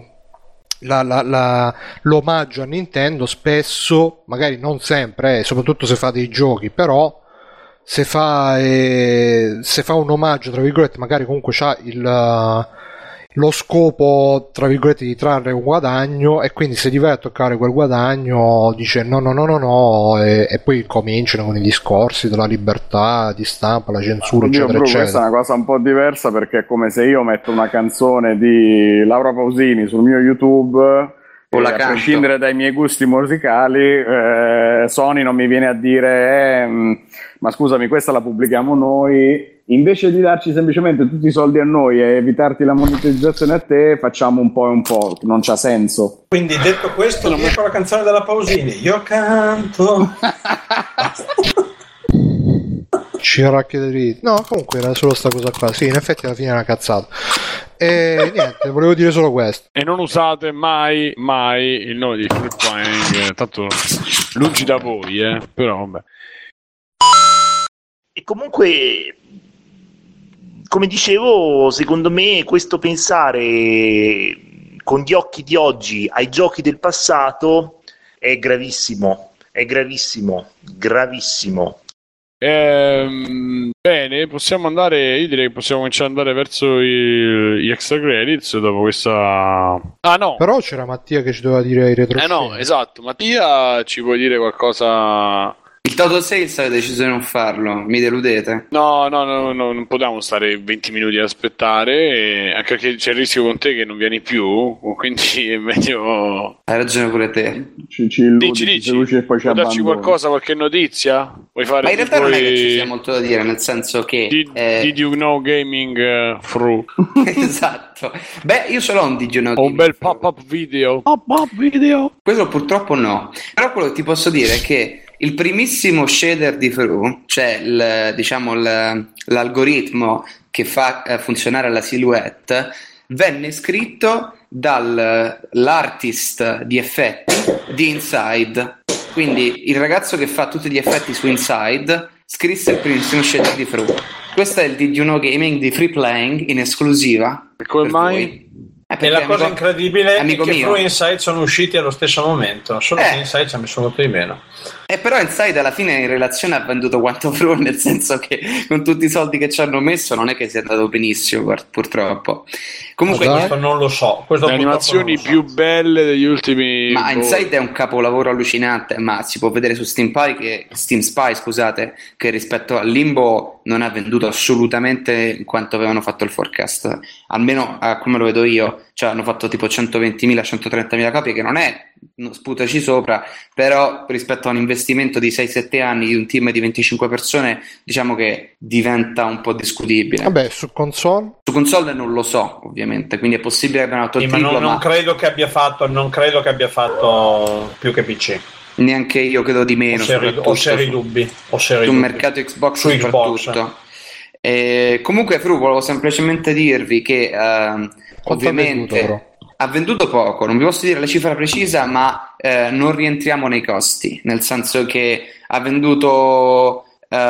l'omaggio a Nintendo spesso, magari non sempre, soprattutto se fa dei giochi, però se fa un omaggio, tra virgolette, magari comunque c'ha lo scopo, tra virgolette, di trarre un guadagno, e quindi se gli vai a toccare quel guadagno dice no, e poi cominciano con i discorsi della libertà di stampa, la censura, eccetera, eccetera. Questa è una cosa un po' diversa, perché è come se io metto una canzone di Laura Pausini sul mio YouTube, a prescindere dai miei gusti musicali, Sony non mi viene a dire ma scusami, questa la pubblichiamo noi, invece di darci semplicemente tutti i soldi a noi e evitarti la monetizzazione a te, facciamo un po' e un po', non c'ha senso. Quindi, detto questo, non ecco la canzone della Pausini, io canto. No, comunque era solo sta cosa qua. Sì, in effetti alla fine è una cazzata. E niente, volevo dire solo questo. E non usate mai il nome di Free Playing, tanto lungi da voi, però vabbè. E comunque, come dicevo, secondo me questo pensare con gli occhi di oggi ai giochi del passato è gravissimo, gravissimo. Bene, possiamo andare. Io direi che possiamo cominciare ad andare verso gli extra credits dopo questa. Ah no, però c'era Mattia che ci doveva dire i retro. No, esatto. Mattia, ci puoi dire qualcosa? Il Total Sales avete deciso di non farlo, mi deludete. No, non potevamo stare 20 minuti ad aspettare, anche perché c'è il rischio con te che non vieni più, quindi è meglio. Hai ragione pure te. Ci illudi, dici. E poi ci vuoi darci qualcosa, qualche notizia? Vuoi fare? Ma in realtà non è che ci sia molto da dire, nel senso che Did you know gaming through? Esatto. Beh, io ce l'ho un Did you know un bel pop-up video. Questo purtroppo no. Però quello che ti posso dire è che il primissimo shader di Fru, cioè l'algoritmo che fa funzionare la silhouette, venne scritto dall'artist di effetti di Inside. Quindi il ragazzo che fa tutti gli effetti su Inside scrisse il primissimo shader di Fru. Questo è il Did You Know Gaming di Free Playing in esclusiva. E come mai? E la cosa incredibile è che Fru e Inside sono usciti allo stesso momento, solo che Inside ci ha messo molto di meno. Però Inside alla fine in relazione ha venduto quanto Fru, nel senso che con tutti i soldi che ci hanno messo non è che sia andato benissimo, purtroppo. Comunque questo non lo so. Le animazioni più belle degli ultimi. Ma Inside è un capolavoro allucinante, ma si può vedere su Steam Spy, che rispetto a Limbo non ha venduto assolutamente quanto avevano fatto il forecast, almeno come lo vedo io. Cioè hanno fatto tipo 120.000, 130.000 copie, che non è sputaci sopra, però rispetto a un investimento di 6-7 anni di un team di 25 persone, diciamo che diventa un po' discutibile. Vabbè, su console? Su console non lo so, ovviamente, quindi è possibile che abbiano fatto il triplo, ma non credo che abbia fatto più che PC. Neanche io, credo di meno. Ho seri dubbi. Sul mercato Xbox soprattutto. Comunque, Fru, volevo semplicemente dirvi che ovviamente ha venduto poco, non vi posso dire la cifra precisa, ma non rientriamo nei costi, nel senso che ha venduto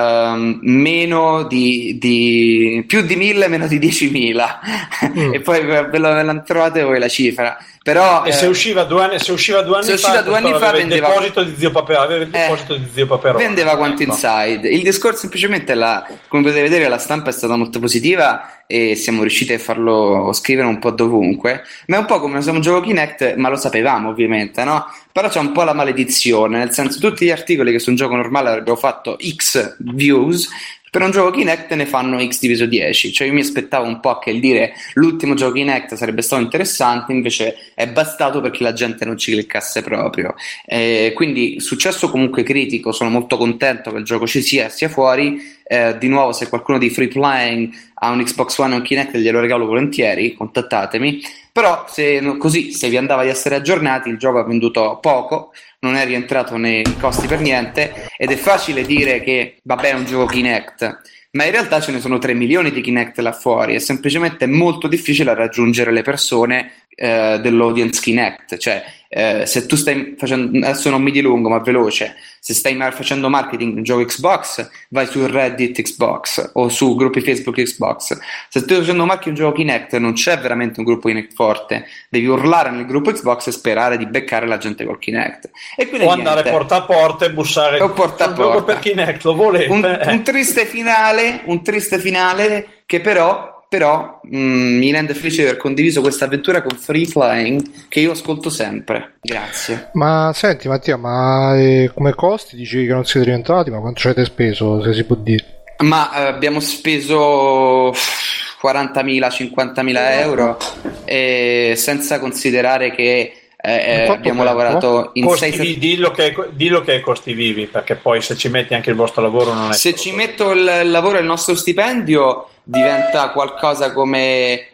meno di più di 1000, meno di 10.000 e poi ve la trovate voi la cifra. Però se usciva due anni fa vendeva il deposito di zio Paperone, vendeva quanto Inside. Il discorso semplicemente come potete vedere, la stampa è stata molto positiva e siamo riusciti a farlo scrivere un po' dovunque, ma è un po' come se un gioco Kinect, ma lo sapevamo ovviamente, no? Però c'è un po' la maledizione, nel senso, tutti gli articoli che su un gioco normale avrebbero fatto X views, per un gioco Kinect ne fanno X diviso 10. Cioè io mi aspettavo un po' che il dire l'ultimo gioco Kinect sarebbe stato interessante, invece è bastato perché la gente non ci cliccasse proprio. Quindi successo comunque critico, sono molto contento che il gioco ci sia fuori. Di nuovo, se qualcuno di Free Playing ha un Xbox One o un Kinect, glielo regalo volentieri, contattatemi. Però se vi andava di essere aggiornati, il gioco ha venduto poco, non è rientrato nei costi per niente, ed è facile dire che vabbè è un gioco Kinect, ma in realtà ce ne sono 3 milioni di Kinect là fuori, è semplicemente molto difficile raggiungere le persone dell'audience Kinect. Cioè se tu stai facendo, adesso non mi dilungo ma veloce, se stai facendo marketing un gioco Xbox, vai su Reddit Xbox o su gruppi Facebook Xbox. Se stai facendo marketing un gioco Kinect, non c'è veramente un gruppo Kinect forte, devi urlare nel gruppo Xbox e sperare di beccare la gente col Kinect, e quindi andare porta a porta e bussare o porta a porta per Kinect, lo volete? un triste finale che però mi rende felice di aver condiviso questa avventura con Free Flying, che io ascolto sempre. Grazie. Ma senti Mattia, ma come costi dicevi che non siete rientrati, ma quanto ci avete speso, se si può dire? Ma abbiamo speso 40.000, 50.000 euro, senza considerare che abbiamo lavorato in dillo che è costi vivi, perché poi se ci metti anche il vostro lavoro non è. Se ci metto il lavoro e il nostro stipendio diventa qualcosa come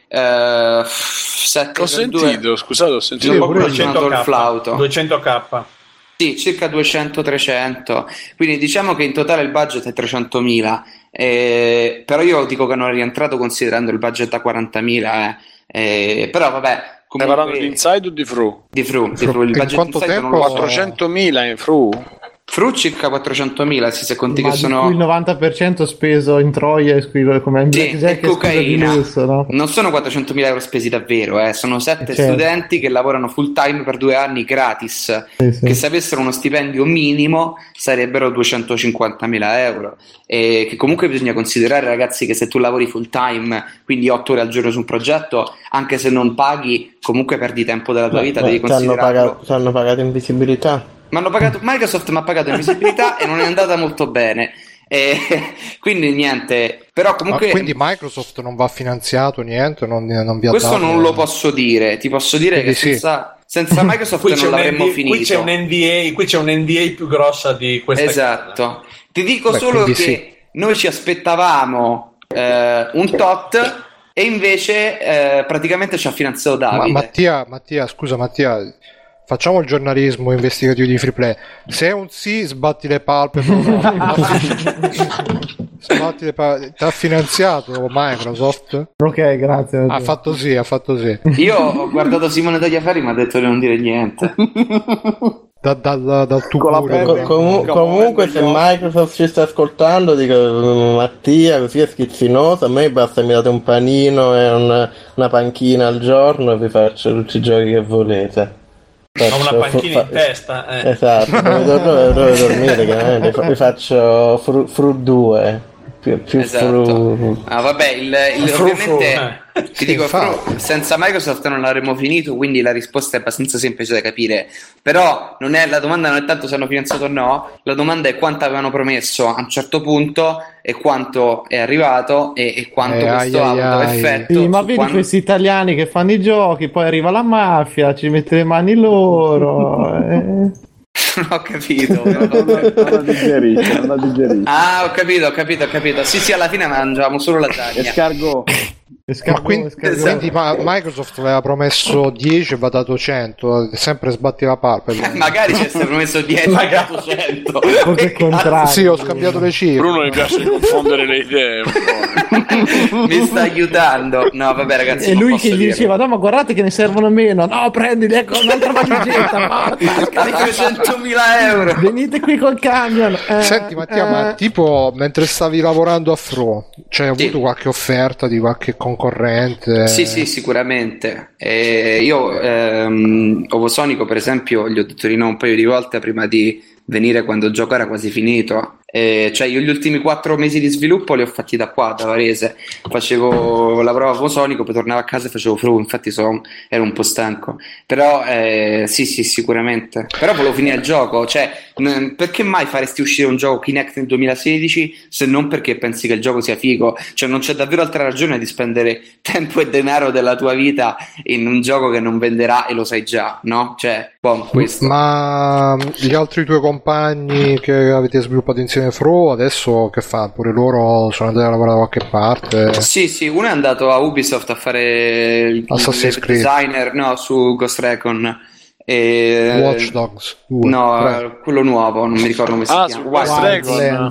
7 ho sentito, scusate, ho sentito un po' il flauto. 200k. Sì, circa 200-300, quindi diciamo che in totale il budget è 300.000, però io dico che non è rientrato considerando il budget a 40.000, però vabbè. Stai parlando di Inside o di Fru? Di Fru. Il budget quanto tempo? 400.000 in Fru? Fru circa 400.000, se conti ma che sono il 90% speso in troia e come e cocaina, no? Non sono 400.000 euro spesi davvero, sono 7 studenti che lavorano full time per 2 anni gratis, che se avessero uno stipendio minimo sarebbero 250.000 euro, e che comunque bisogna considerare, ragazzi, che se tu lavori full time, quindi 8 ore al giorno su un progetto, anche se non paghi, comunque perdi tempo della tua vita, devi considerarlo. Ti hanno pagato in visibilità? Microsoft mi ha pagato in visibilità e non è andata molto bene, quindi niente, però comunque. Ma quindi Microsoft non va finanziato, niente, non vi ha questo dato, non lo posso dire, ti posso dire che senza Microsoft non l'avremmo finito. Qui c'è un NDA più grossa di questa. Esatto. Ti dico solo che noi ci aspettavamo un tot e invece praticamente ci ha finanziato Davide. Mattia, scusa Mattia, facciamo il giornalismo investigativo di Freeplay. Se è un sì, sbatti le palpebre. Sbatti le palpebre. Ti ha finanziato Microsoft? Ok, grazie. Ha fatto sì. Io ho guardato Simone Tagliaferri, mi ha detto di non dire niente. Dal tuo comunque se Microsoft ci sta ascoltando, dico Mattia, così è schizzinoso, a me basta mi date un panino e una panchina al giorno e vi faccio tutti i giochi che volete. Ho una panchina in testa. Esatto, dove dormire, chiaramente. Vi faccio Fruit 2. più esatto. Vabbè, ovviamente ti dico, senza Microsoft non l'avremmo finito, quindi la risposta è abbastanza semplice da capire. Però la domanda non è tanto se hanno finanziato o no, la domanda è quanto avevano promesso a un certo punto e quanto è arrivato e quanto questo ha avuto effetto. Sì, ma vedi questi italiani che fanno i giochi, poi arriva la mafia, ci mette le mani loro. Non ho capito. Non la digerisce. Ah, ho capito. Sì, alla fine mangiamo solo lasagna. Escargot. Ma quindi Microsoft aveva promesso 10 e va dato 100, sempre sbatti la palpebra. Magari ci è promesso 10 e va dato 100. Sì, ho scambiato le cifre. Bruno mi piace confondere le idee. Mi sta aiutando. No, vabbè, ragazzi. E lui che gli diceva: no, ma guardate che ne servono meno. No, prendili, ecco un'altra valigetta. Carico 100.000 euro. Venite qui col camion. Senti, Mattia, ma tipo mentre stavi lavorando a Fro, hai avuto qualche offerta di qualche concorrente? Sì, sicuramente. Io Ovosonico, per esempio, gli ho detto di no un paio di volte prima di venire, quando il gioco era quasi finito. Cioè, io gli ultimi 4 mesi di sviluppo li ho fatti da qua, da Varese. Lavoravo a Ovosonico, poi tornavo a casa e facevo Fru, infatti ero un po' stanco. Però sì, sicuramente. Però volevo finire il gioco, cioè, perché mai faresti uscire un gioco Kinect nel 2016 se non perché pensi che il gioco sia figo? Cioè, non c'è davvero altra ragione di spendere tempo e denaro della tua vita in un gioco che non venderà e lo sai già, no? Cioè, questo. Ma gli altri tuoi compagni che avete sviluppato insieme Fro adesso che fa? Pure loro sono andati a lavorare da qualche parte? Sì, uno è andato a Ubisoft a fare il designer, no, su Ghost Recon. Watch Dogs 2, no, quello nuovo, non mi ricordo come si chiama. Su Ghost Recon.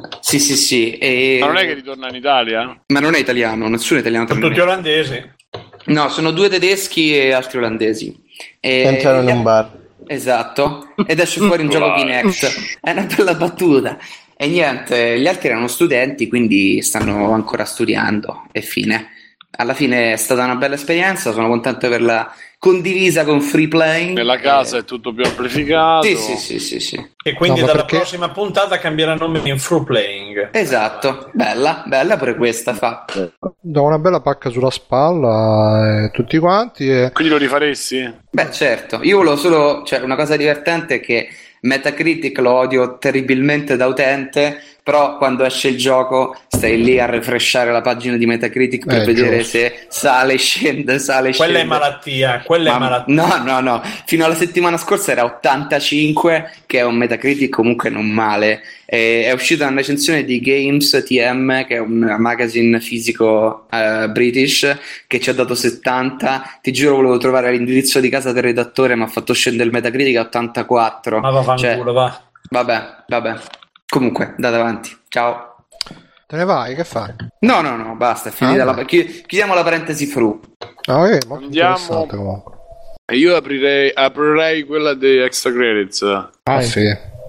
Sì. Ma non è che ritorna in Italia? Ma non è italiano, nessuno è italiano. Sono tutti olandesi. No, sono 2 tedeschi e altri olandesi. Entrano in un bar. Esatto, ed esce fuori un gioco Kinect. È una bella battuta. E niente, gli altri erano studenti, quindi stanno ancora studiando e fine. Alla fine è stata una bella esperienza, sono contento di averla condivisa con Free Playing. Nella casa è tutto più amplificato. Sì. E quindi dalla prossima puntata cambierà nome in Free Playing. Esatto, bella pure questa fa. Do una bella pacca sulla spalla tutti quanti. Quindi lo rifaresti? Beh, certo. Io volevo solo, una cosa divertente è che Metacritic lo odio terribilmente da utente, però quando esce il gioco stai lì a refreshare la pagina di Metacritic per vedere se sale, scende. Quella è malattia. No, fino alla settimana scorsa era 85, che è un Metacritic comunque non male. È uscita una recensione di Games TM, che è un magazine fisico British, che ci ha dato 70. Ti giuro, volevo trovare l'indirizzo di casa del redattore, ma ha fatto scendere il Metacritic a 84. Ma va. Vabbè. Comunque, andate avanti. Ciao. Te ne vai? Che fai? No, basta, è finita. Chiudiamo la parentesi Fru. Andiamo. E io aprirei quella dei extra credits. Sì.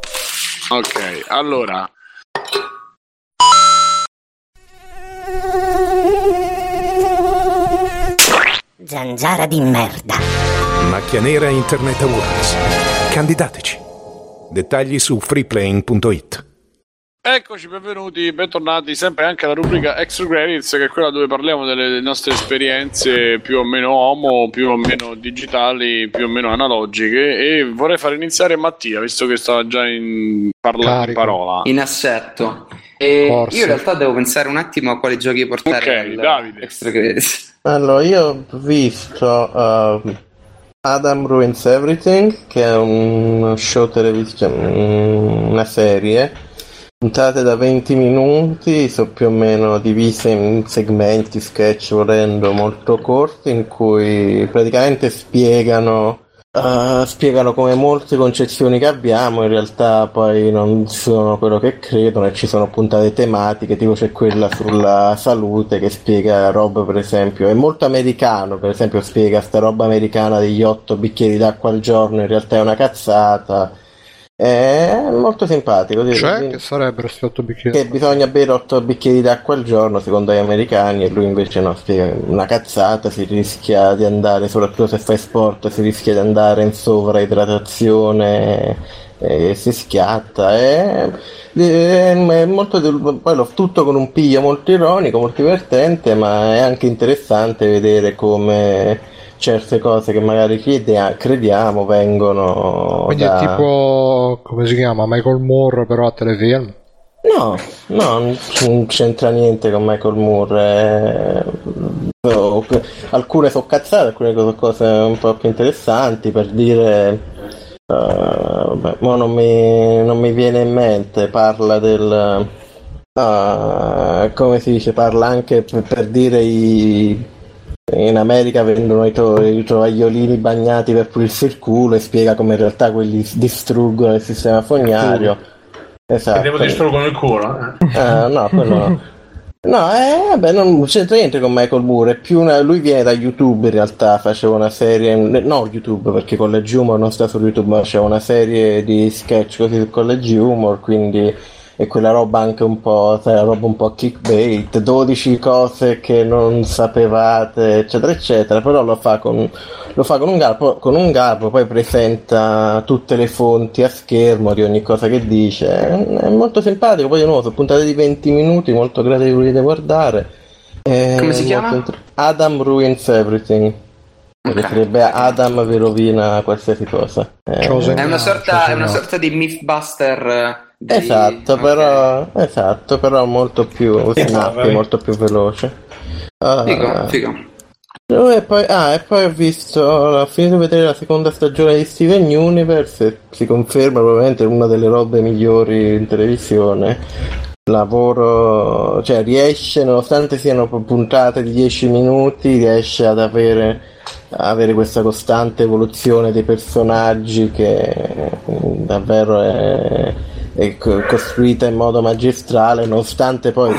Ok, allora. Zanzara di merda. Macchia Nera Internet Awards. Candidateci. Dettagli su freeplaying.it. Eccoci, bentornati sempre anche alla rubrica Extra Credits, che è quella dove parliamo delle nostre esperienze più o meno homo, più o meno digitali, più o meno analogiche, e vorrei far iniziare Mattia, visto che stava già in parola. In assetto. Io in realtà devo pensare un attimo a quali giochi portare. Ok, Davide. Extra Credits. Allora, io ho visto Adam Ruins Everything, che è un show televisivo, una serie, puntate da 20 minuti, sono più o meno divise in segmenti, sketch volendo molto corti, in cui praticamente spiegano come molte concezioni che abbiamo in realtà poi non sono quello che credono, e ci sono puntate tematiche, tipo c'è quella sulla salute che spiega roba, per esempio è molto americano, per esempio spiega sta roba americana degli 8 bicchieri d'acqua al giorno, in realtà è una cazzata. È molto simpatico. Che sarebbero questi 8 bicchieri? Che bisogna bere 8 bicchieri d'acqua al giorno secondo gli americani, e lui invece no, spiega una cazzata, si rischia di andare, soprattutto se fai sport, si rischia di andare in sovraidratazione e si schiatta, è molto poi tutto con un piglio molto ironico, molto divertente, ma è anche interessante vedere come certe cose che magari crediamo vengono quindi è tipo, come si chiama, Michael Moore però a telefilm? No, non c'entra niente con Michael Moore. Alcune sono cazzate, alcune sono cose un po' più interessanti, per dire non mi viene in mente, parla del come si dice, parla anche per dire in America vendono i tovagliolini bagnati per pulirsi il culo e spiega come in realtà quelli distruggono il sistema fognario. Esatto. Che devo distruggono il culo? No, quello no. No, vabbè, non c'entra niente con Michael Moore, è più lui viene da YouTube in realtà, faceva una serie, no YouTube perché College Humor non sta su YouTube, ma faceva una serie di sketch così su College Humor, quindi è quella roba anche un po', sai, la roba un po' clickbait, 12 cose che non sapevate, eccetera eccetera, però lo fa con un garbo, poi presenta tutte le fonti a schermo di ogni cosa che dice, è molto simpatico, poi di nuovo sono puntate di 20 minuti, molto gradevoli da guardare. Come si chiama? Adam Ruins Everything. Okay. Sarebbe Adam vi rovina qualsiasi cosa. È una sorta di Mythbuster. Esatto, però molto più snappy, molto più veloce. Figo. E poi ho finito di vedere la seconda stagione di Steven Universe e si conferma probabilmente una delle robe migliori in televisione. Lavoro, cioè riesce, nonostante siano puntate di 10 minuti, riesce ad avere questa costante evoluzione dei personaggi che davvero è costruita in modo magistrale, nonostante poi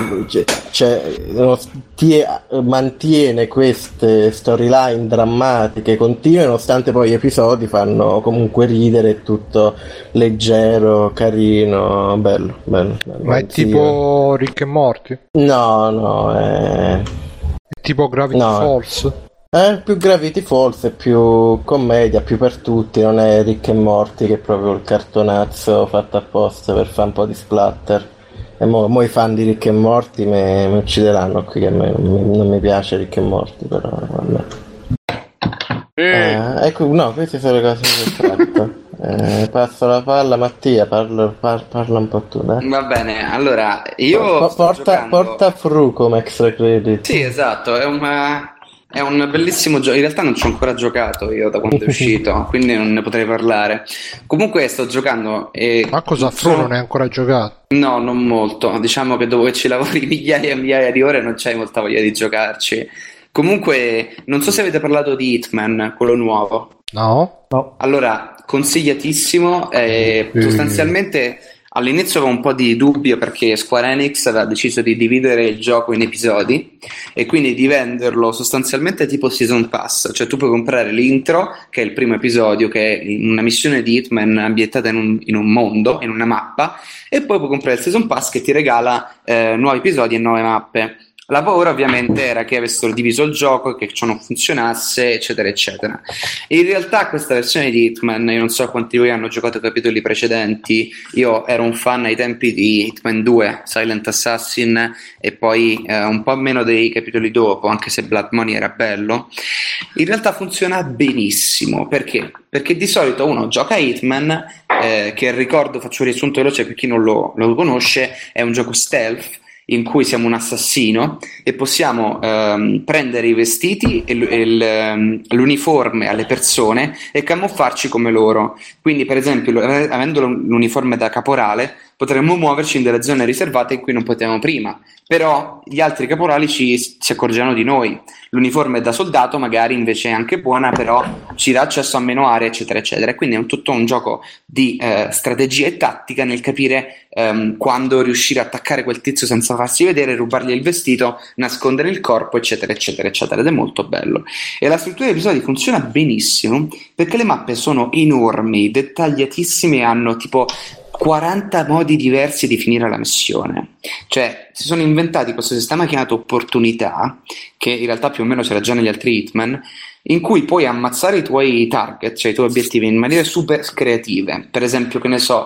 mantiene queste storyline drammatiche continue, nonostante poi gli episodi fanno comunque ridere, è tutto leggero, carino, bello. Ma è tipo Rick e Morty? No, è tipo Gravity Falls? È più Gravity Falls, è più commedia, più per tutti, non è Rick e Morty che è proprio il cartonazzo fatto apposta per fare un po' di splatter. E mo i fan di Rick e Morty mi uccideranno qui, che a me non mi piace Rick e Morty, però vabbè. Ecco, no, queste sono le cose che tratto. Passo la palla, Mattia, parla un po' tu, dai. Va bene, allora io porta Fru come extra credit. Sì, esatto, è un bellissimo gioco. In realtà non ci ho ancora giocato io da quando è uscito, quindi non ne potrei parlare. Comunque sto giocando e... Ma cosa, Fru non è ancora giocato? No, non molto. Diciamo che dopo che ci lavori migliaia e migliaia di ore non c'hai molta voglia di giocarci. Comunque, non so se avete parlato di Hitman, quello nuovo. No. Allora, consigliatissimo. Sostanzialmente all'inizio avevo un po' di dubbio perché Square Enix aveva deciso di dividere il gioco in episodi e quindi di venderlo sostanzialmente tipo Season Pass, cioè tu puoi comprare l'intro, che è il primo episodio, che è una missione di Hitman ambientata in un mondo, in una mappa, e poi puoi comprare il Season Pass che ti regala nuovi episodi e nuove mappe. La paura ovviamente era che avessero diviso il gioco e che ciò non funzionasse, eccetera eccetera. E in realtà questa versione di Hitman, io non so quanti di voi hanno giocato i capitoli precedenti, io ero un fan ai tempi di Hitman 2, Silent Assassin, e poi un po' meno dei capitoli dopo, anche se Blood Money era bello. In realtà funziona benissimo, perché di solito uno gioca a Hitman, che ricordo, faccio un riassunto veloce per chi non lo conosce, è un gioco stealth in cui siamo un assassino e possiamo prendere i vestiti e l'uniforme alle persone e camuffarci come loro. Quindi, per esempio, avendo l'uniforme da caporale, potremmo muoverci in delle zone riservate in cui non potevamo prima, però gli altri caporali si accorgeranno di noi. L'uniforme da soldato magari invece è anche buona, però ci dà accesso a meno aree, eccetera eccetera. E quindi è tutto un gioco di strategia e tattica nel capire quando riuscire a attaccare quel tizio senza farsi vedere, rubargli il vestito, nascondere il corpo, eccetera eccetera eccetera, ed è molto bello. E la struttura degli episodi funziona benissimo perché le mappe sono enormi, dettagliatissime e hanno tipo 40 modi diversi di finire la missione. Cioè si sono inventati questo sistema chiamato opportunità, che in realtà più o meno c'era già negli altri Hitman, in cui puoi ammazzare i tuoi target, cioè i tuoi obiettivi, in maniere super creative. Per esempio, che ne so,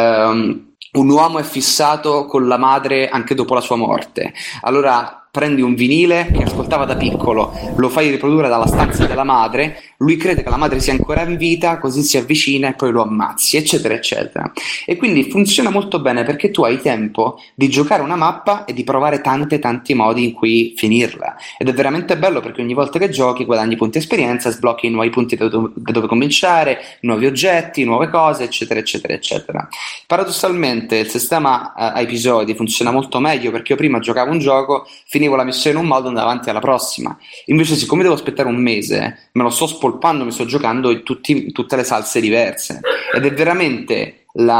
un uomo è fissato con la madre anche dopo la sua morte. Allora prendi un vinile che ascoltava da piccolo, lo fai riprodurre dalla stanza della madre, lui crede che la madre sia ancora in vita, così si avvicina e poi lo ammazzi, eccetera eccetera. E quindi funziona molto bene perché tu hai tempo di giocare una mappa e di provare tanti modi in cui finirla, ed è veramente bello perché ogni volta che giochi guadagni punti esperienza, sblocchi nuovi punti da dove cominciare, nuovi oggetti, nuove cose, eccetera eccetera eccetera. Paradossalmente il sistema a episodi funziona molto meglio, perché io prima giocavo un gioco, finivo la missione in un modo e andavo avanti alla prossima. Invece, siccome devo aspettare un mese, me lo sto spolpando, mi sto giocando in tutte le salse diverse, ed è veramente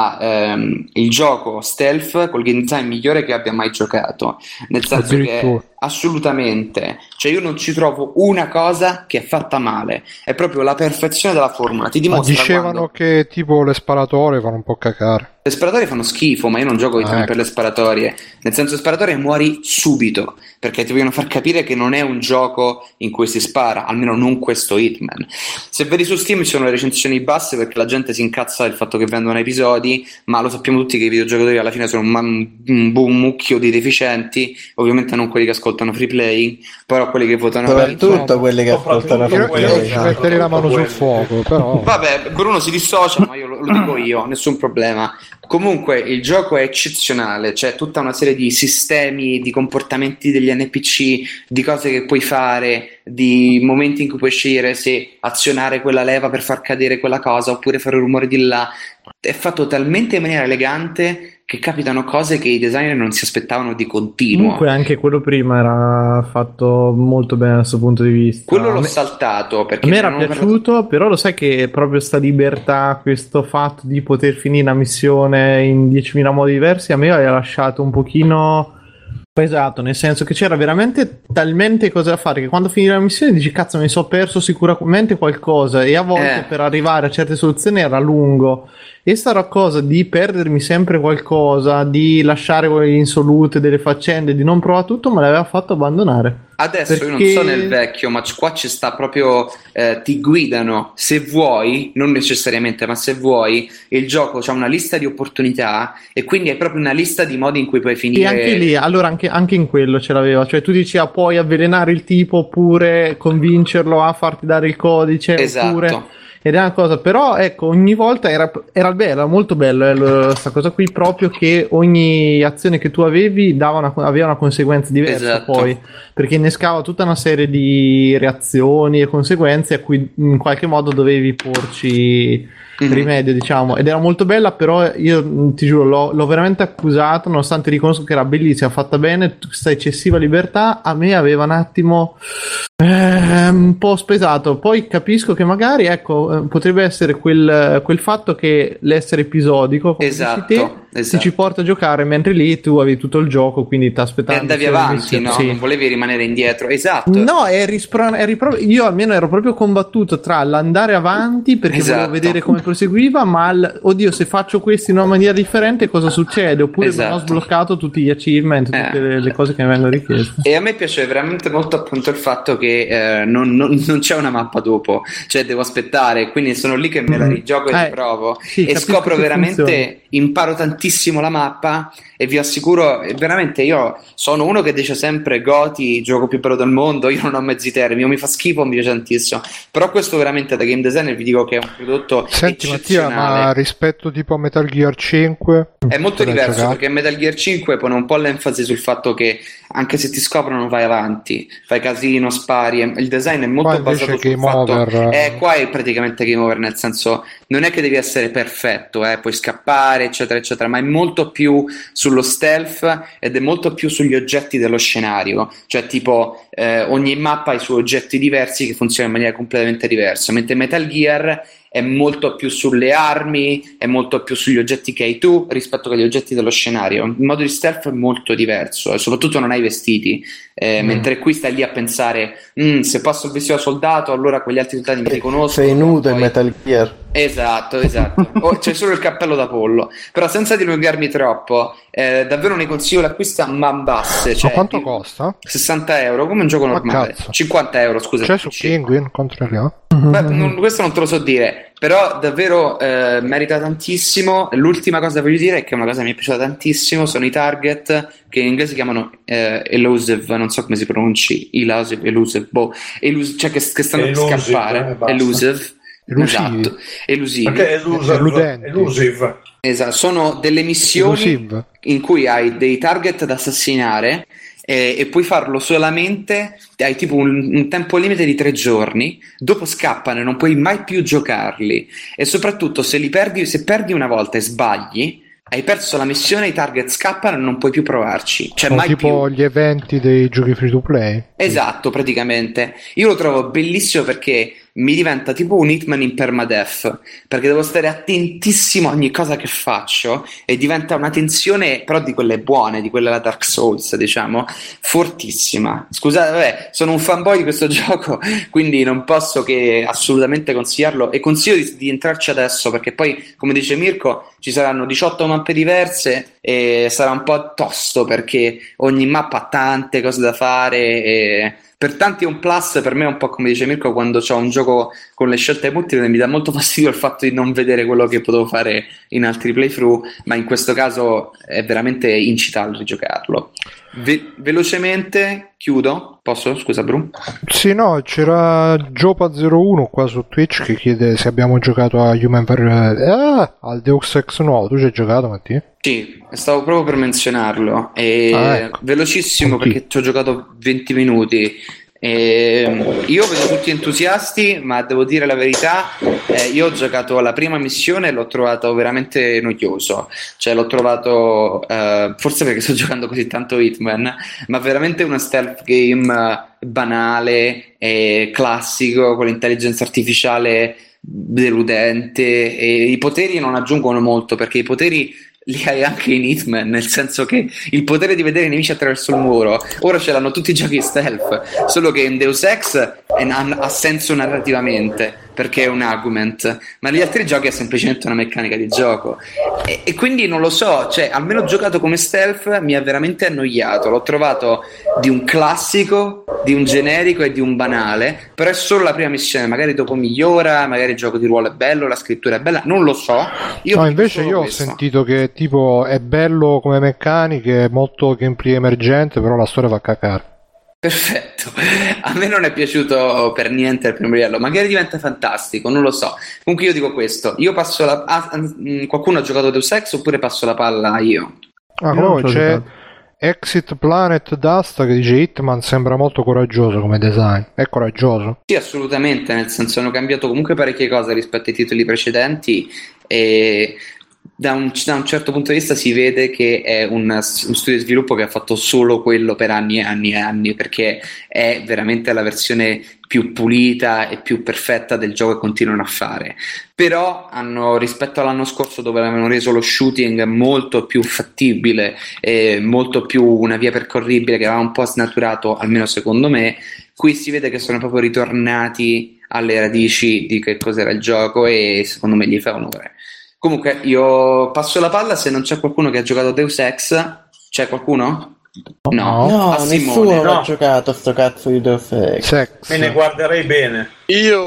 il gioco stealth col game design migliore che abbia mai giocato, nel senso che assolutamente, cioè io non ci trovo una cosa che è fatta male, è proprio la perfezione della formula. Ti dimostra. Dicevano che tipo le sparatorie fanno un po' cacare. Le sparatorie fanno schifo, ma io non gioco per le sparatorie, nel senso, le sparatorie muori subito, perché ti vogliono far capire che non è un gioco in cui si spara, almeno non questo Hitman. Se vedi su Steam ci sono le recensioni basse perché la gente si incazza del fatto che vendono episodi, ma lo sappiamo tutti che i videogiocatori alla fine sono un mucchio di deficienti, ovviamente non quelli che ascoltano free play, però quelli che votano soprattutto quelli che ascoltano free play. Io metterei la mano sul fuoco, però vabbè, Bruno si dissocia, ma io lo dico io, nessun problema. Comunque il gioco è eccezionale, c'è tutta una serie di sistemi, di comportamenti degli NPC, di cose che puoi fare, di momenti in cui puoi scegliere se azionare quella leva per far cadere quella cosa oppure fare il rumore di là. È fatto talmente in maniera elegante che capitano cose che i designer non si aspettavano di continuo. Comunque anche quello prima era fatto molto bene da questo punto di vista. Quello l'ho saltato perché a me era piaciuto, però lo sai che proprio sta libertà, questo fatto di poter finire una missione in 10.000 modi diversi, a me aveva lasciato un pochino pesato, nel senso che c'era veramente talmente cose da fare che quando finivi la missione dici cazzo, mi sono perso sicuramente qualcosa, e a volte per arrivare a certe soluzioni era lungo, e sta cosa di perdermi sempre qualcosa, di lasciare quelle insolute delle faccende, di non provare tutto, me l'aveva fatto abbandonare. Adesso perché... io non so nel vecchio, ma qua ci sta proprio, ti guidano, se vuoi, non necessariamente, ma se vuoi, il gioco c'ha una lista di opportunità e quindi è proprio una lista di modi in cui puoi finire. E anche lì, allora anche in quello ce l'aveva, cioè tu dici puoi avvelenare il tipo oppure convincerlo a farti dare il codice, esatto. Oppure... ed è una cosa, però ecco, ogni volta era molto bello questa cosa qui, proprio che ogni azione che tu avevi aveva una conseguenza diversa, esatto. Poi perché innescava tutta una serie di reazioni e conseguenze a cui in qualche modo dovevi porci rimedio, diciamo, ed era molto bella. Però io ti giuro l'ho veramente accusato, nonostante riconosco che era bellissima, fatta bene, questa eccessiva libertà a me aveva un attimo un po' spesato. Poi capisco che magari potrebbe essere quel fatto che l'essere episodico, come esatto. Ti ci porta a giocare, mentre lì tu avevi tutto il gioco, quindi ti aspettavi e andavi avanti, no? Sì. Non volevi rimanere indietro, esatto. No, io almeno ero proprio combattuto tra l'andare avanti perché volevo vedere come proseguiva, ma oddio, se faccio questo in una maniera differente cosa succede? Oppure non ho sbloccato tutti gli achievement, tutte le cose che mi vengono richieste. E a me piace veramente molto appunto il fatto che non c'è una mappa dopo, cioè devo aspettare, quindi sono lì che me la rigioco e riprovo, e scopro veramente, imparo tantissimo la mappa, e vi assicuro, veramente, io sono uno che dice sempre Goti, gioco più bello del mondo, io non ho mezzi termini, mi fa schifo, mi piace tantissimo, però questo veramente da game designer vi dico che è un prodotto eccezionale. Mattia, ma rispetto tipo a Metal Gear 5 è molto diverso, perché Metal Gear 5 pone un po' l'enfasi sul fatto che anche se ti scoprono vai avanti, fai casino, spari, il design è molto basato sul fatto qua è praticamente game over, nel senso non è che devi essere perfetto, puoi scappare eccetera eccetera, ma è molto più sullo stealth ed è molto più sugli oggetti dello scenario, cioè tipo ogni mappa ha i suoi oggetti diversi che funzionano in maniera completamente diversa, mentre Metal Gear è molto più sulle armi, è molto più sugli oggetti che hai tu rispetto agli oggetti dello scenario. Il modo di stealth è molto diverso e soprattutto non hai vestiti, mentre qui stai lì a pensare se passo il vestito da soldato allora quegli altri soldati mi riconoscono. Sei nudo in Metal Gear. Esatto. C'è solo il cappello da pollo. Però senza dilungarmi troppo, davvero ne consiglio l'acquisto a man basse. Cioè, ma quanto costa? 60 euro, come un gioco normale. 50 euro, scusa. C'è su Penguin, controlliamo. Questo non te lo so dire, però davvero merita tantissimo. L'ultima cosa che voglio dire è che una cosa che mi è piaciuta tantissimo sono i target, che in inglese si chiamano elusive, non so come si pronunci, elusive, cioè che stanno per scappare. Esatto, elusivi. Elusive. Esatto, sono delle missioni in cui hai dei target da assassinare e puoi farlo solamente, hai tipo un tempo limite di 3 giorni, dopo scappano e non puoi mai più giocarli, e soprattutto se perdi una volta e sbagli, hai perso la missione, i target scappano e non puoi più provarci. Cioè, sono mai tipo più. Gli eventi dei giochi free to play. Esatto, praticamente. Io lo trovo bellissimo perché mi diventa tipo un Hitman in permadeath, perché devo stare attentissimo a ogni cosa che faccio e diventa una tensione, però di quelle buone, di quelle alla Dark Souls, diciamo, fortissima. Scusate, vabbè, sono un fanboy di questo gioco, quindi non posso che assolutamente consigliarlo, e consiglio di entrarci adesso, perché poi, come dice Mirko, ci saranno 18 mappe diverse e sarà un po' tosto perché ogni mappa ha tante cose da fare e per tanti è un plus. Per me è un po' come dice Mirko, quando c'ho un gioco con le scelte multiple mi dà molto fastidio il fatto di non vedere quello che potevo fare in altri playthrough, ma in questo caso è veramente incita a rigiocarlo. Velocemente chiudo, posso? Scusa Bru? Sì, no, c'era Jopa01 qua su Twitch che chiede se abbiamo giocato a al Deus Ex nuovo. Tu ci hai giocato, Mattia? Sì, stavo proprio per menzionarlo. Ecco. Velocissimo, perché ci ho giocato 20 minuti. Io vedo tutti entusiasti, ma devo dire la verità, io ho giocato la prima missione e l'ho trovato veramente noioso, cioè l'ho trovato forse perché sto giocando così tanto Hitman, ma veramente una stealth game banale e classico, con l'intelligenza artificiale deludente, e i poteri non aggiungono molto, perché i poteri li hai anche in Hitman, nel senso che il potere di vedere i nemici attraverso il muro ora ce l'hanno tutti i giochi stealth, solo che in Deus Ex ha senso narrativamente perché è un argument, ma negli altri giochi è semplicemente una meccanica di gioco, e quindi non lo so, cioè almeno giocato come stealth mi ha veramente annoiato, l'ho trovato di un classico, di un generico e di un banale, però è solo la prima missione, magari dopo migliora, magari il gioco di ruolo è bello, la scrittura è bella, non lo so. Invece io ho sentito che tipo è bello come meccaniche, molto gameplay emergente, però la storia fa cacare. Perfetto, a me non è piaciuto per niente il primo livello, magari diventa fantastico, non lo so. Comunque io dico questo, io passo qualcuno ha giocato Deus Ex oppure passo la palla io? C'è Exit Planet Dust che dice Hitman sembra molto coraggioso come design. È coraggioso? Sì, assolutamente, nel senso hanno cambiato comunque parecchie cose rispetto ai titoli precedenti, e da un certo punto di vista si vede che è un studio di sviluppo che ha fatto solo quello per anni e anni e anni, perché è veramente la versione più pulita e più perfetta del gioco che continuano a fare. Però hanno, rispetto all'anno scorso dove avevano reso lo shooting molto più fattibile e molto più una via percorribile che aveva un po' snaturato, almeno secondo me, qui si vede che sono proprio ritornati alle radici di che cos'era il gioco, e secondo me gli fa onore. Comunque io passo la palla, se non c'è qualcuno che ha giocato Deus Ex. C'è qualcuno? No, nessuno ha giocato a sto cazzo di Deus Ex. Me ne guarderei bene. Io